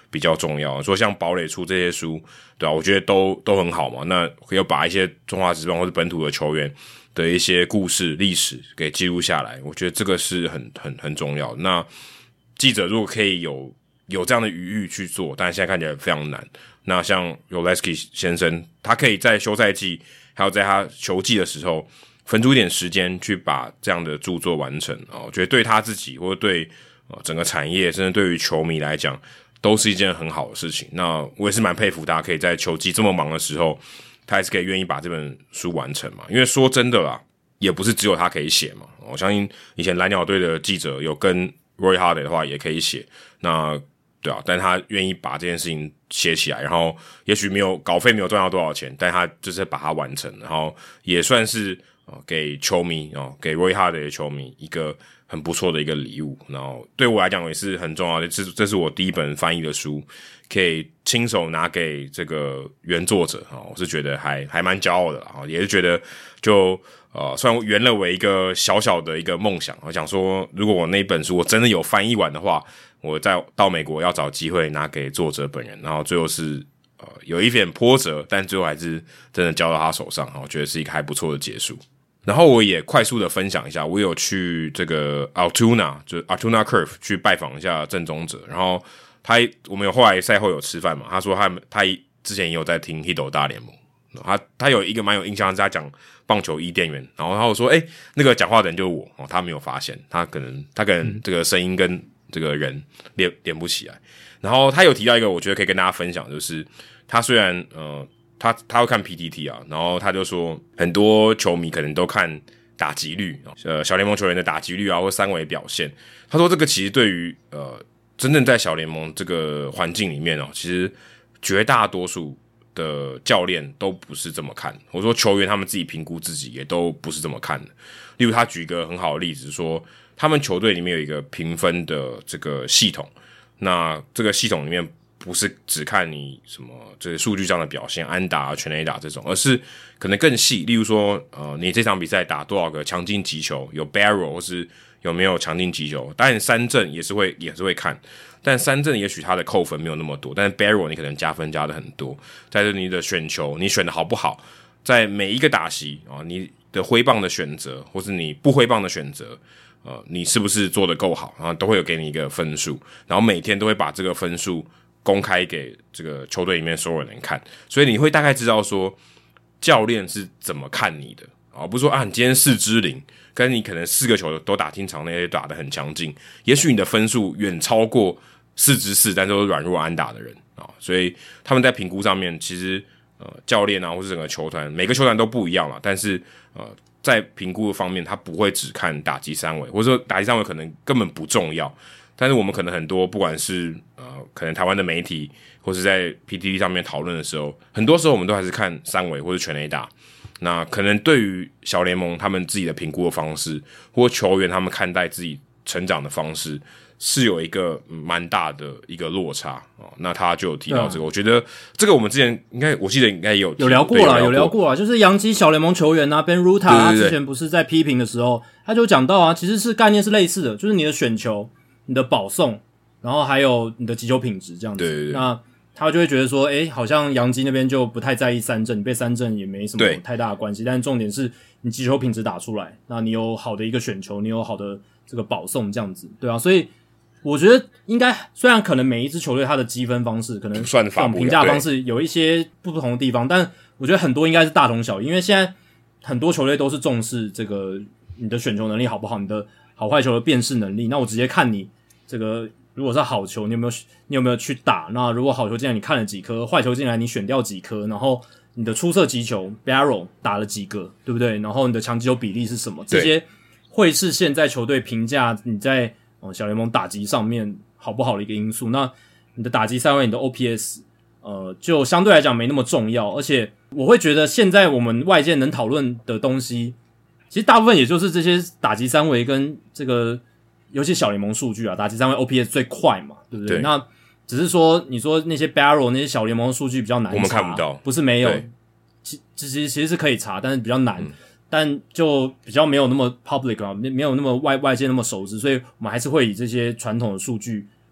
B: 比较重要。说像堡垒出这些书，对吧？我觉得都很好嘛。那要把一些中华职棒或者本土的球员的一些故事、历史给记录下来，我觉得这个是很重要的。那记者如果可以有这样的余裕去做，但现在看起来非常难。那像 Yolesky 先生，他可以在休赛季还有在他球季的时候分出一点时间去把这样的著作完成我觉得对他自己或者对整个产业甚至对于球迷来讲都是一件很好的事情。那我也是蛮佩服他可以在球季这么忙的时候，他还是可以愿意把这本书完成嘛。因为说真的啦，也不是只有他可以写嘛。我相信以前蓝鸟队的记者有跟 Roy Halladay 的话也可以写，那对啊，但他愿意把这件事情写起来，然后也许没有稿费没有赚到多少钱，但他就是把它完成，然后也算是给球迷给 Roy Halladay 的球迷一个很不错的一个礼物。然后对我来讲也是很重要的，这是我第一本翻译的书，可以亲手拿给这个原作者我是觉得还蛮骄傲的啦，也是觉得就虽然圆了我一个小小的一个梦想，我想说如果我那本书我真的有翻译完的话，我到美国要找机会拿给作者本人，然后最后是有一点波折，但最后还是真的交到他手上，我觉得是一个还不错的结束。然后我也快速的分享一下，我有去这个 Altoona 就是 Altoona Curve 去拜访一下郑宗哲，然后我们后来赛后有吃饭嘛，他说他之前也有在听 Hito 大联盟，他有一个蛮有印象，是他讲棒球伊甸园，然后他有说那个讲话的人就是我他没有发现，他可能这个声音跟这个人连不起来。然后他有提到一个我觉得可以跟大家分享，就是他虽然他会看 PTT 然后他就说很多球迷可能都看打击率小联盟球员的打击率或三围表现，他说这个其实对于真正在小联盟这个环境里面其实绝大多数的教练都不是这么看，或者说球员他们自己评估自己也都不是这么看的。例如他举一个很好的例子，说他们球队里面有一个评分的这个系统，那这个系统里面不是只看你什么这个数据上的表现，安打全垒打这种，而是可能更细，例如说你这场比赛打多少个强劲击球，有 barrel 或是有没有强劲击球，当然三振也是会看，但三振也许它的扣分没有那么多，但是 barrel 你可能加分加的很多。再是你的选球你选的好不好，在每一个打席你的挥棒的选择或是你不挥棒的选择你是不是做得够好，然后都会有给你一个分数，然后每天都会把这个分数公开给这个球队里面所有人看，所以你会大概知道说教练是怎么看你的不是说你今天4支0，跟你可能4个球都打进场内打得很强劲，也许你的分数远超过4支4但都是软弱安打的人所以他们在评估上面其实教练或是整个球团每个球团都不一样啦，但是在评估的方面他不会只看打击三围，或者说打击三围可能根本不重要，但是我们可能很多不管是可能台湾的媒体或是在 PTT 上面讨论的时候，很多时候我们都还是看三围或是全垒打，那可能对于小联盟他们自己的评估的方式或球员他们看待自己成长的方式是有一个蛮大的一个落差那他就有提到这个我觉得这个我们之前我记得应该有
A: 聊过啦，有聊过啦，就是洋基小联盟球员Ben Ruta 他之前不是在批评的时候他就讲到其实是概念是类似的，就是你的选球你的保送然后还有你的击球品质这样子，
B: 对，
A: 那他就会觉得说好像洋基那边就不太在意三振，你被三振也没什么太大的关系，但重点是你击球品质打出来，那你有好的一个选球，你有好的这个保送这样子，对啊，所以我觉得应该虽然可能每一支球队它的积分方式可能
B: 算法
A: 评价方式有一些不同的地方，但我觉得很多应该是大同小异，因为现在很多球队都是重视这个你的选球能力好不好，你的好坏球的辨识能力，那我直接看你这个如果是好球你有没有去打，那如果好球进来你看了几颗，坏球进来你选掉几颗，然后你的出色击球 barrel 打了几个，对不对，然后你的强击球比例是什么，这些会是现在球队评价你在小联盟打击上面好不好的一个因素。那你的打击三围你的 OPS就相对来讲没那么重要，而且我会觉得现在我们外界能讨论的东西其实大部分也就是这些打击三围跟这个尤其小联盟数据打击三围 OPS 最快嘛，对不对？那只是说你说那些 barrel 那些小联盟的数据比较难查，
B: 我们看不到，
A: 不是没有，其实是可以查，但是比较难，但就比较没有那么 public 没有那么外界那么熟知，所以我们还是会以这些传统的数据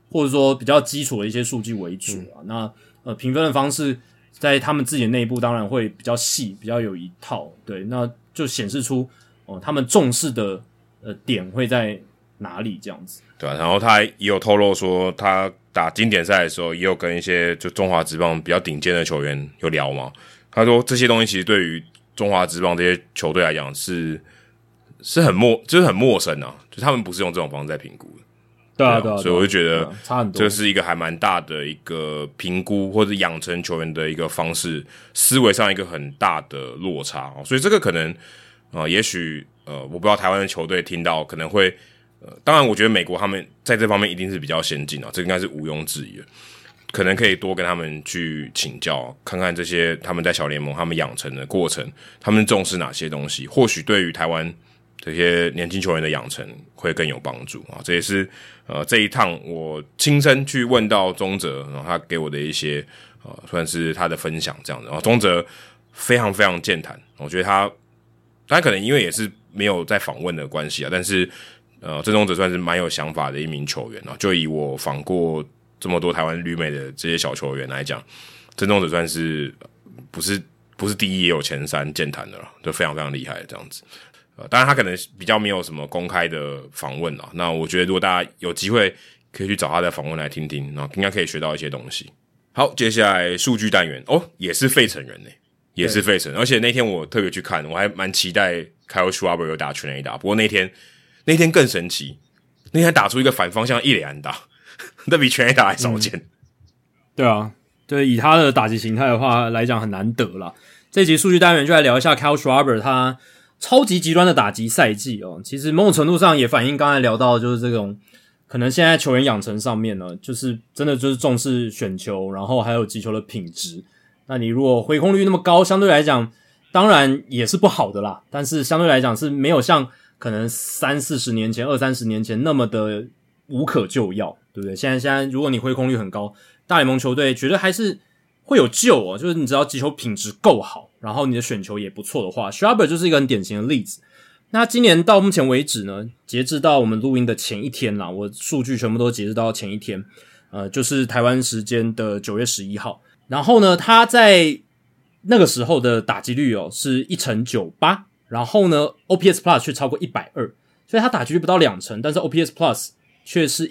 A: 或者说比较基础的一些数据为主啊。那评分的方式在他们自己的内部当然会比较细，比较有一套，对，那就显示出他们重视的点会在哪里这样子。
B: 对啊，然后他也有透露说，他打经典赛的时候也有跟一些就中华职棒比较顶尖的球员有聊嘛。他说这些东西其实对于中华职棒这些球队来讲是很陌生啊，就是他们不是用这种方式在评估的。
A: 对啊，
B: 所以我就觉得
A: 差很多，
B: 这是一个还蛮大的一个评估或者养成球员的一个方式，思维上一个很大的落差。所以这个可能也许我不知道台湾的球队听到可能会当然我觉得美国他们在这方面一定是比较先进啊，这应该是毋庸置疑的。可能可以多跟他们去请教，看看这些他们在小联盟他们养成的过程，他们重视哪些东西，或许对于台湾这些年轻球员的养成会更有帮助啊！这也是这一趟我亲身去问到宗哲，然后他给我的一些算是他的分享这样子。然后宗哲非常非常健谈，我觉得他可能因为也是没有在访问的关系啊，但是郑宗哲算是蛮有想法的一名球员啊。就以我访过这么多台湾旅美的这些小球员来讲，郑宗哲算是不是第一也有前3健谈的了，就非常非常厉害的这样子。当然他可能比较没有什么公开的访问啦，那我觉得如果大家有机会可以去找他的访问来听听，然后应该可以学到一些东西。好，接下来数据单元也是费城人也是费城人，而且那天我特别去看，我还蛮期待 Kyle Schwarber 有打全垒打，不过那天更神奇，那天打出一个反方向一垒安打，那比全垒打还少见。
A: 对啊，对，以他的打击形态的话来讲很难得啦。这一集数据单元就来聊一下 Kyle Schwarber 他超级极端的打击赛季其实某种程度上也反映刚才聊到就是这种可能现在球员养成上面呢，就是真的就是重视选球，然后还有击球的品质。那你如果挥空率那么高，相对来讲当然也是不好的啦，但是相对来讲是没有像可能30-40年前20-30年前那么的无可救药，对不对？现在如果你挥空率很高，大联盟球队绝对还是会有救就是你只要击球品质够好，然后你的选球也不错的话， Schwarber 就是一个很典型的例子。那今年到目前为止呢，截至到我们录音的前一天啦，我数据全部都截至到前一天，就是台湾时间的9月11号。然后呢，他在那个时候的打击率是1.98%，然后呢 OPS Plus 却超过120，所以他打击率不到2成，但是 OPS Plus 却是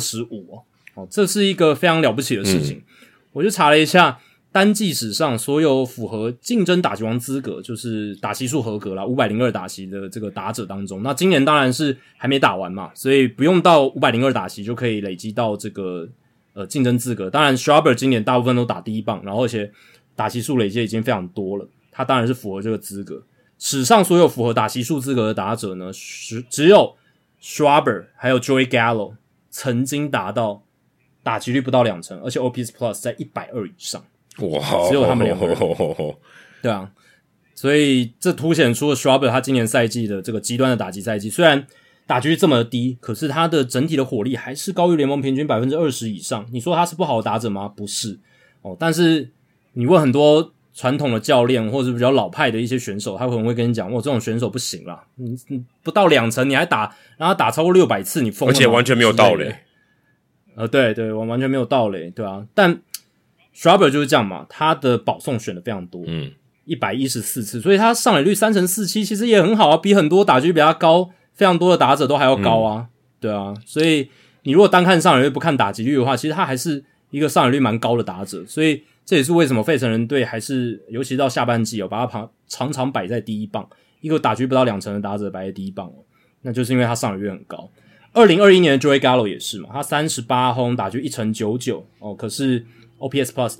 A: 125这是一个非常了不起的事情。我就查了一下单季史上所有符合竞争打击王资格，就是打席数合格啦502打席的这个打者当中，那今年当然是还没打完嘛，所以不用到502打席就可以累积到这个竞争资格。当然 Schwarber 今年大部分都打第一棒，然后而且打席数累积已经非常多了，他当然是符合这个资格。史上所有符合打席数资格的打者呢，只有 Schwarber 还有 Joey Gallo 曾经达到打击率不到2成，而且 OPS Plus 在120以上。
B: 哇，
A: 只有他们2个人。对啊，所以这凸显出了 Schwarber 他今年赛季的这个极端的打击赛季，虽然打击率这么低，可是他的整体的火力还是高于联盟平均 20% 以上。你说他是不好的打者吗？不是但是你问很多传统的教练或者是比较老派的一些选手，他可能会跟你讲，这种选手不行啦，你不到2成你还让他打超过600次，你疯了吗？
B: 而且完全没有道理。
A: 对，完全没有道理，对啊。但 Schwarber 就是这样嘛，他的保送选的非常多，114次，所以他上垒率3.47%，其实也很好啊，比很多打击率比他高非常多的打者都还要高啊，对啊。所以你如果单看上垒率不看打击率的话，其实他还是一个上垒率蛮高的打者，所以这也是为什么费城人队还是尤其到下半季把他常常摆在第一棒，一个打击不到2成的打者摆在第一棒那就是因为他上垒率很高。2021年的 Joey Gallo 也是嘛，他38轰打击1.99可是OPS Plus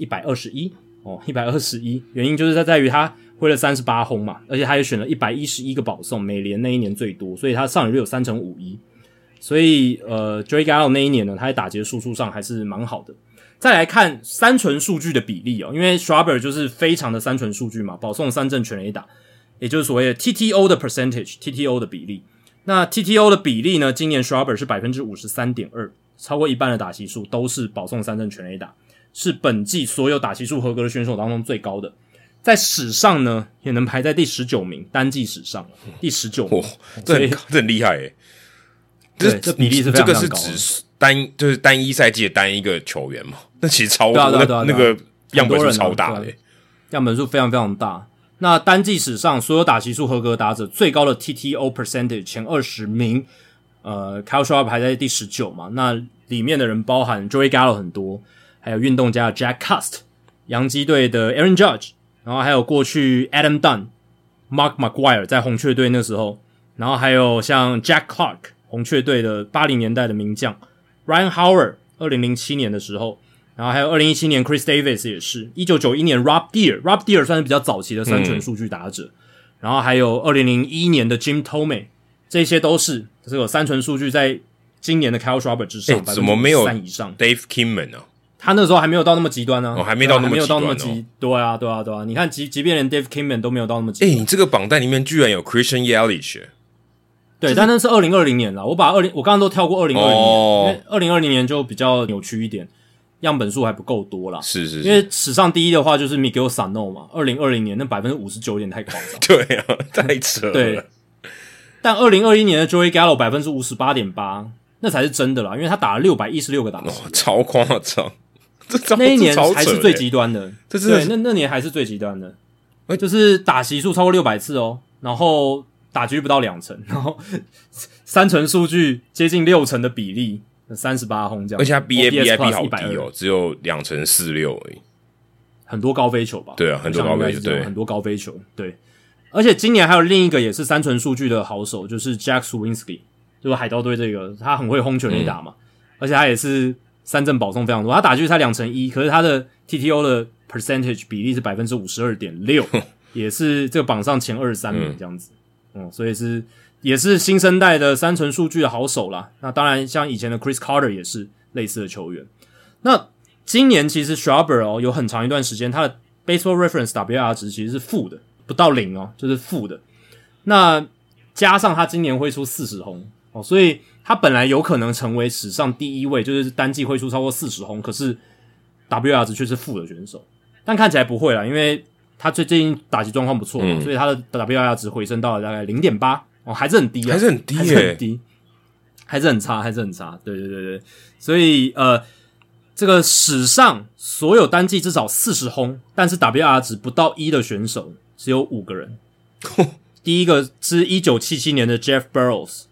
A: 121，原因就是在于他挥了38轰嘛，而且他也选了111个保送，美联那一年最多，所以他上垒率有3.51%，所以Joey Gallo 那一年呢，他在打击的输出上还是蛮好的。再来看三纯数据的比例因为 Schwarber 就是非常的三纯数据嘛，保送3振全垒打，也就是所谓的 TTO 的 percentage，TTO 的比例。那 TTO 的比例呢，今年 Schwarber 是 53.2%， 超过一半的打席数都是保送3振全垒打，是本季所有打席数合格的选手当中最高的，在史上呢也能排在第19名，单季史上第19名，
B: 这很厉害耶。
A: 对，这比例是非常非常高的。
B: 这个是指就是单一赛季的单一个球员嘛，那其实超
A: 多，
B: 那个样本数超大的，
A: 样本数非常非常大。那单季史上所有打席数合格打者最高的 TTO percentage 前20名，Kyle Schwarber 排在第19嘛。那里面的人包含 Joey Gallo 很多，还有运动家的 Jack Cust， 洋基队的 Aaron Judge， 然后还有过去 Adam Dunn、Mark McGwire 在红雀队那时候，然后还有像 Jack Clark 红雀队的80年代的名将 Ryan Howard 2007年的时候。然后还有2017年 Chris Davis 也是，1991年 Rob Deere 算是比较早期的三纯数据打者，然后还有2001年的 Jim Thome， 这些都是这个三纯数据在今年的 Kyle Schwarber 之上，
B: 怎么没有
A: 3%以上
B: Dave Kingman 啊？
A: 他那时候还没有到那么极端呢，
B: 还没到那么极端
A: 对啊，你看即便连 Dave Kingman 都没有到那么极端。
B: 你这个榜单里面居然有 Christian Yelich。
A: 对，但那是2020年啦，我刚刚都跳过2020年，因为2020年就比较扭曲一点。样本数还不够多啦，
B: 是，
A: 因为史上第一的话就是 Miguel Sano 嘛，2020年那 59% 有点太夸张，
B: 对啊，太扯了。
A: 对，但2021年的 Joey Gallo 58.8%，那才是真的啦，因为他打了616个打席，
B: 超夸张，
A: 那一年还是最极端的，对，那年还是最极端的，就是打席数超过600次哦，然后打击率不到2成，然后三成数据接近6成的比例。38轰这样，
B: 而且他 BABIP 好低哦，只有2.46%而已，
A: 很多高飞球吧？
B: 对啊，很多高飞球，对，
A: 很多高飞球，对。而且今年还有另一个也是三纯数据的好手，就是 Jack Suwinski， 就是海盗队这个，他很会轰全垒打嘛，而且他也是三振保送非常多，他打击率才2.1%，可是他的 TTO 的 percentage 比例是 52.6%， 也是这个榜上前23名这样子，所以也是新生代的三纯数据的好手啦。那当然像以前的 Chris Carter 也是类似的球员。那今年其实 Schwarber 有很长一段时间他的 Baseball Reference WR 值其实是负的，不到0就是负的。那加上他今年挥出40轰所以他本来有可能成为史上第一位就是单季挥出超过40轰，可是 WR 值却是负的选手。但看起来不会啦，因为他最近打击状况不错嘛，所以他的 WR 值回升到了大概 0.8。还是很低啊，
B: 还是很低
A: 还是很差，对，所以这个史上所有单季至少40轰，但是 WR 值不到1的选手只有5个人。第一个是1977年的 Jeff Burroughs，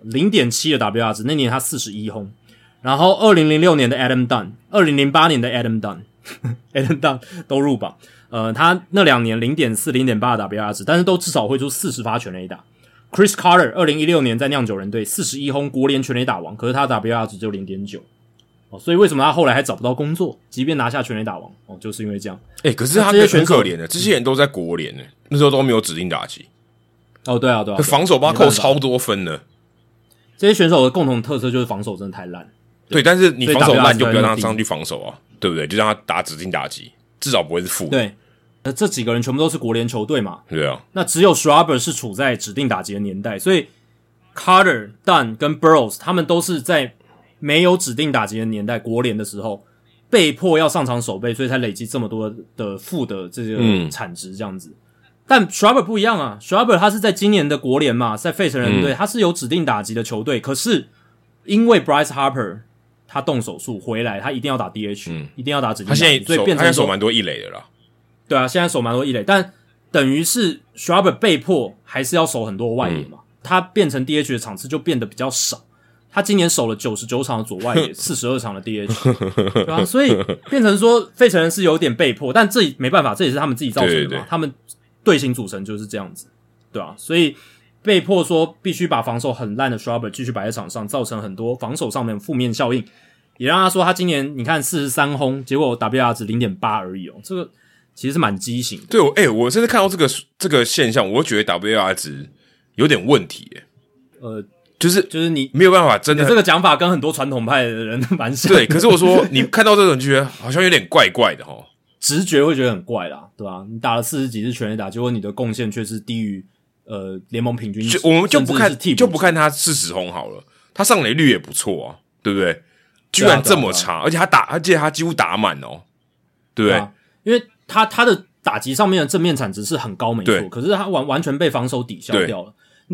A: 0.7 的 WR 值，那年他41轰。然后2006年的 Adam Dunn， 2008年的 Adam Dunn 都入榜。他那2年 0.4 0.8 的 WR 值，但是都至少挥出40发全垒打。Chris Carter 2016年在酿酒人队41轰国联全垒打王，可是他的 WR 值只有 0.9， 所以为什么他后来还找不到工作，即便拿下全垒打王就是因为这样。
B: 可是他很可怜的，这些人都在国联的，那时候都没有指定打击。
A: 对啊，
B: 防守帮他扣超多分的。
A: 这些选手的共同特色就是防守真的太烂。
B: 对，但是你防守烂就不要让他上去防守啊，对不对？就让他打指定打击，至少不会是负的。
A: 对。这几个人全部都是国联球队嘛，
B: 对啊。
A: 那只有 Schwarber 是处在指定打击的年代，所以 Carter、Dunn 跟 Burroughs 他们都是在没有指定打击的年代，国联的时候被迫要上场守备，所以才累积这么多的负的这个产值这样子。但 Schwarber 不一样啊 ，Schwarber 他是在今年的国联嘛，在费城人队，他是有指定打击的球队，可是因为 Bryce Harper 他动手术回来，他一定要打 DH，一定要打指定打击，所以变成
B: 他现在守蛮多一垒的啦。
A: 对啊，现在守蛮多一垒，但等于是 Schwarber 被迫还是要守很多外野嘛，他变成 DH 的场次就变得比较少。他今年守了99场的左外野，42场的 DH， 对啊，所以变成说费城人是有点被迫，但这没办法，这也是他们自己造成的嘛，对，他们队形组成就是这样子，对啊，所以被迫说必须把防守很烂的 Schwarber 继续摆在场上，造成很多防守上面负面效应，也让他说他今年你看43轰，结果 WR 值 0.8 而已这个其实是蛮畸形的。
B: 对，我甚至看到这个现象，我觉得 WR 值有点问题就是你没有办法真的
A: 这个讲法跟很多传统派的人蛮像的。
B: 对，可是我说你看到这种就觉得好像有点怪怪的
A: 直觉会觉得很怪啦，对吧？你打了40几次全垒打，结果你的贡献却是低于联盟平均值，
B: 我们就不看他40轰好了，他上垒率也不错啊，对不对？居然这么差，而且他几乎打满对不对？
A: 因为他的打击上面的正面产值是很高没错，可是他完全被防守抵消掉了。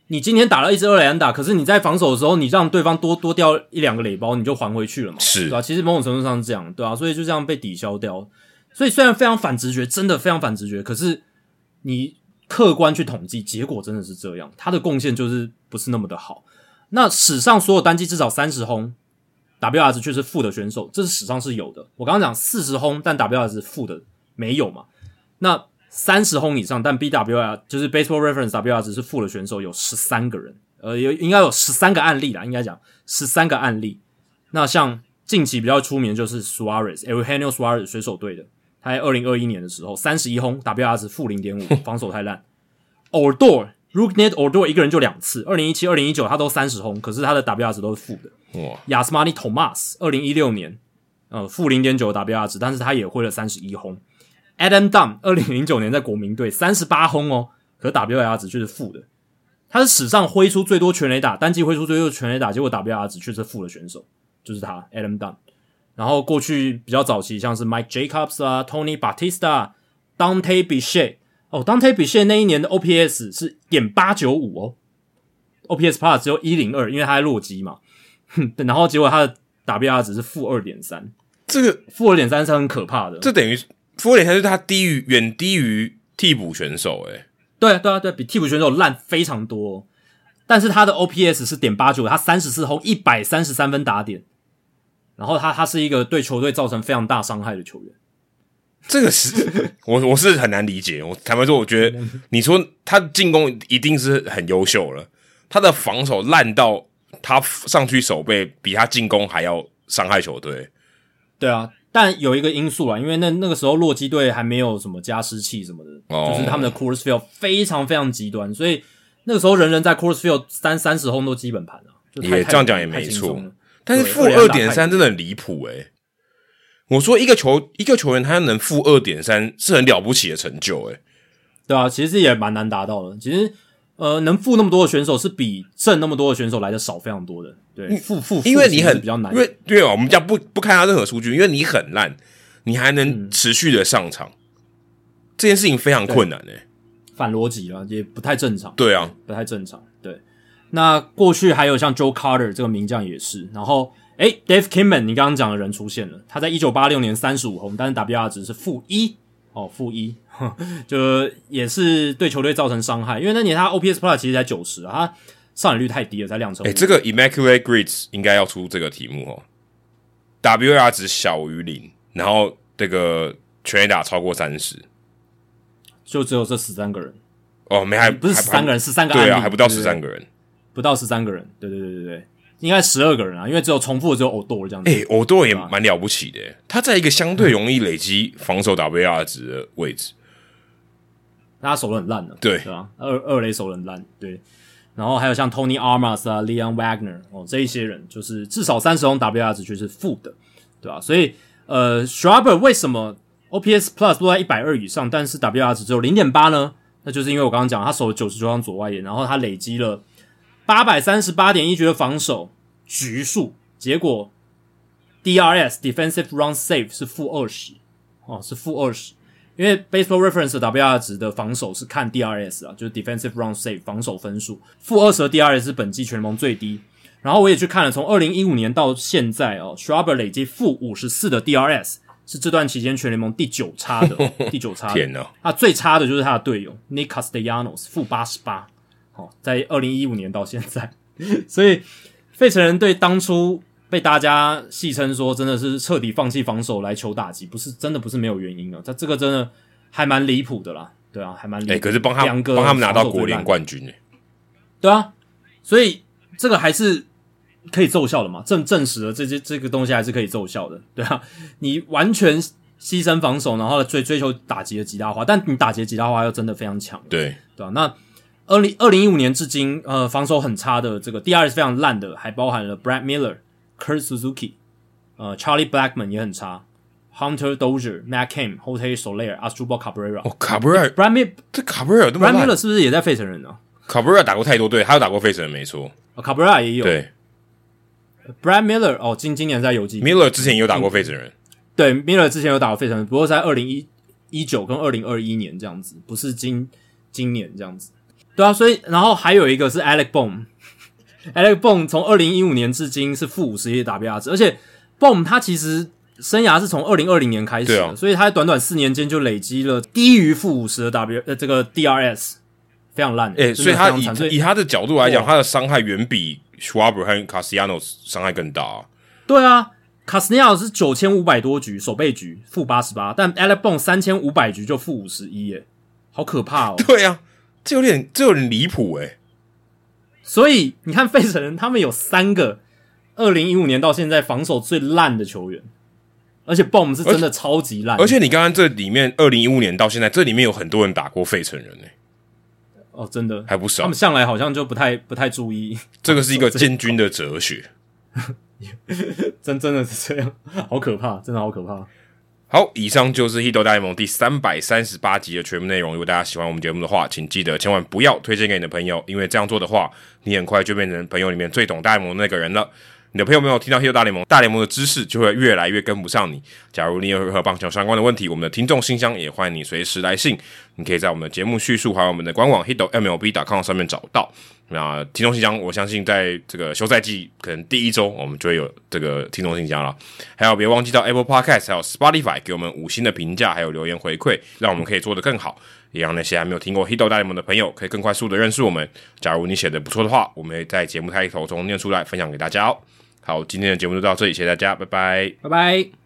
A: 你今天打了一支2垒安打，可是你在防守的时候，你让对方多掉1-2个垒包，你就还回去了嘛，
B: 是，
A: 对吧？其实某种程度上是这样，对吧？所以就这样被抵消掉。所以虽然非常反直觉，真的非常反直觉，可是你客观去统计，结果真的是这样，他的贡献就是不是那么的好。那史上所有单季至少30轰 WR 值却是负的选手，这是史上是有的。我刚刚讲40轰但 WR 值负的没有嘛？那30轰以上但 BWR 就是 Baseball Reference WR 值是负的选手有13个人，应该有13个案例啦，应该讲13个案例。那像近期比较出名的就是 Eugenio Suarez 水手队的，他在2021年的时候31轰 WR 值负 0.5 防守太烂。Rougned Odor 一个人就2次 ,2017 2019他都30轰，可是他的 WR 值都是负的。Yasmani Tomas 2016年负 0.9 的 WR 值，但是他也挥了31轰。Adam Dunn 2009年在国民队38轰哦，可是 WR 值却是负的。他是史上挥出最多全垒打，单季挥出最多全垒打，结果 WR 值却是负的选手，就是他 Adam Dunn。然后过去比较早期像是 Mike Jacobs 啊 Tony Batista、Dante Bichette。Dante Bichette 那一年的 OPS 是.895哦 ，OPS Plus 只有102，因为他在洛基嘛，然后结果他的 WR 值是负 2.3， 这个负 2.3 是很可怕的，
B: 这等于负 2.3 就是他远低于替补选手
A: 对，比替补选手烂非常多但是他的 OPS 是.89，他34轰133分打点，然后他是一个对球队造成非常大伤害的球员。
B: 这个是我是很难理解。我坦白说，我觉得你说他的进攻一定是很优秀了，他的防守烂到他上去守备比他进攻还要伤害球队。
A: 对啊，但有一个因素啦，因为那个时候洛基队还没有什么加湿器什么的，就是他们的 Coors Field 非常非常极端，所以那个时候人人在 Coors Field 30轰都基本盘啊，
B: 也这样讲也没错。但是负 2.3 真的很离谱我说一个球员他能负 2.3 是很了不起的成就
A: 对啊，其实也蛮难达到的。其实能负那么多的选手是比正那么多的选手来的少非常多的。对，负
B: 因为你很
A: 比较难，
B: 因为我们家不看他任何数据，因为你很烂，你还能持续的上场，这件事情非常困难
A: 反逻辑啦，也不太正常。
B: 对啊，
A: 不太正常。对，那过去还有像 Joe Carter 这个名将也是，然后Dave Kingman 你刚刚讲的人出现了，他在1986年35轰，但是 WR 值是负1，就也是对球队造成伤害，因为那年他 OPS Plus 其实才90他上垒率太低了，才2成5。
B: 这个 Immaculate Grids 应该要出这个题目WR 值小于0，然后这个全垒打超过30，
A: 就只有这13个人不是13个人，13个案例，
B: 对啊，还不到13个人，
A: 不到13个人，对。应该12个人啊，因为只有重复的只有 Odor 这样子。
B: Odor 也蛮了不起的他在一个相对容易累积防守 WR 值的位置，
A: 他守得很烂
B: 对
A: 吧？二垒守得很烂，对。然后还有像 Tony Armas 啊 Leon Wagner 这一些人，就是至少30轰 WR 值却是负的，对吧？所以Schwarber 为什么 OPS Plus 都在120以上，但是 WR 值只有 0.8 呢？那就是因为我刚刚讲他守了99场左外野，然后他累积了838.1局的防守局数，结果 DRS Defensive Run Save 是负20是负20，因为 Baseball Reference 的 WR 值的防守是看 DRS 就是 Defensive Run Save 防守分数，负20的 DRS 是本季全联盟最低。然后我也去看了，从2015年到现在Schwarber 累积负54的 DRS， 是这段期间全联盟第9差的第9差的。
B: 天哪！
A: 他最差的就是他的队友 Nick Castellanos 负88。在2015年到现在，所以费城人队当初被大家戏称说真的是彻底放弃防守来求打击，真的不是没有原因他这个真的还蛮离谱的啦，对啊，还蛮离谱。
B: 可是帮他们拿到国联冠军
A: 对啊，所以这个还是可以奏效的嘛，证实了这个东西还是可以奏效的，对啊，你完全牺牲防守，然后追求打击的极大化，但你打击的极大化又真的非常强，
B: 对
A: 啊，那2015年至今防守很差的这个 DRS 非常烂的还包含了 Brad Miller、Kurt Suzuki、Charlie Blackmon 也很差， Hunter Dozier、Matt Cain、Jorge Soler、Asdrubal
B: Cabrera。
A: Brad Miller
B: 这 Cabrera 这么烂，
A: Brad Miller 是不是也在费城人啊？
B: Cabrera 打过太多队，他有打过费城人没错
A: Cabrera 也有，
B: 对。
A: Brad Miller 今年在游击
B: Miller 之前也有打过费城人，
A: 对 Miller 之前有打过费城人，不过在2019跟2021年这样子，不是今年这样子。 对啊，所以然后还有一个是 Alec Bohm。Alec Bohm 从2015年至今是负51的 WR 值，而且 Bohm 他其实生涯是从2020年开始的，所以他在短短4年间就累积了低于负50的这个 DRS， 非常烂。
B: 所以他以他的角度来讲，他的伤害远比 Schwarber 和 Castellanos 伤害更大啊。
A: 对啊 ，Castellanos 是9500多局守备局负88，但 Alec Bohm 3500局就负51耶，好可怕哦。
B: 对啊，这有点离谱诶。
A: 所以你看费城人他们有3个2015年到现在防守最烂的球员，而且 Bohm 是真的超级烂。
B: 而且你刚刚这里面2015年到现在，这里面有很多人打过费城人诶。
A: 哦，真的
B: 还不少。
A: 他们向来好像就不太注意。
B: 这个是一个建军的哲学。
A: 真的是这样，好可怕，真的好可怕。
B: 好，以上就是《Hito 大联盟》第338集的全部内容。如果大家喜欢我们节目的话，请记得千万不要推荐给你的朋友，因为这样做的话，你很快就变成朋友里面最懂大联盟的那个人了。你的朋友没有听到 Hito 大联盟的知识，就会越来越跟不上你。假如你有任何棒球相关的问题，我们的听众信箱也欢迎你随时来信。你可以在我们的节目叙述还有我们的官网 hitomlb.com 上面找到。那听众信箱，我相信在这个休赛季可能第1周，我们就会有这个听众信箱了。还有别忘记到 Apple Podcast 还有 Spotify 给我们5星的评价，还有留言回馈，让我们可以做得更好，也让那些还没有听过 Hito 大联盟的朋友可以更快速的认识我们。假如你写的不错的话，我们会在节目开头中念出来分享给大家哦。好，今天的节目就到这里，谢谢大家，拜拜，
A: 拜拜。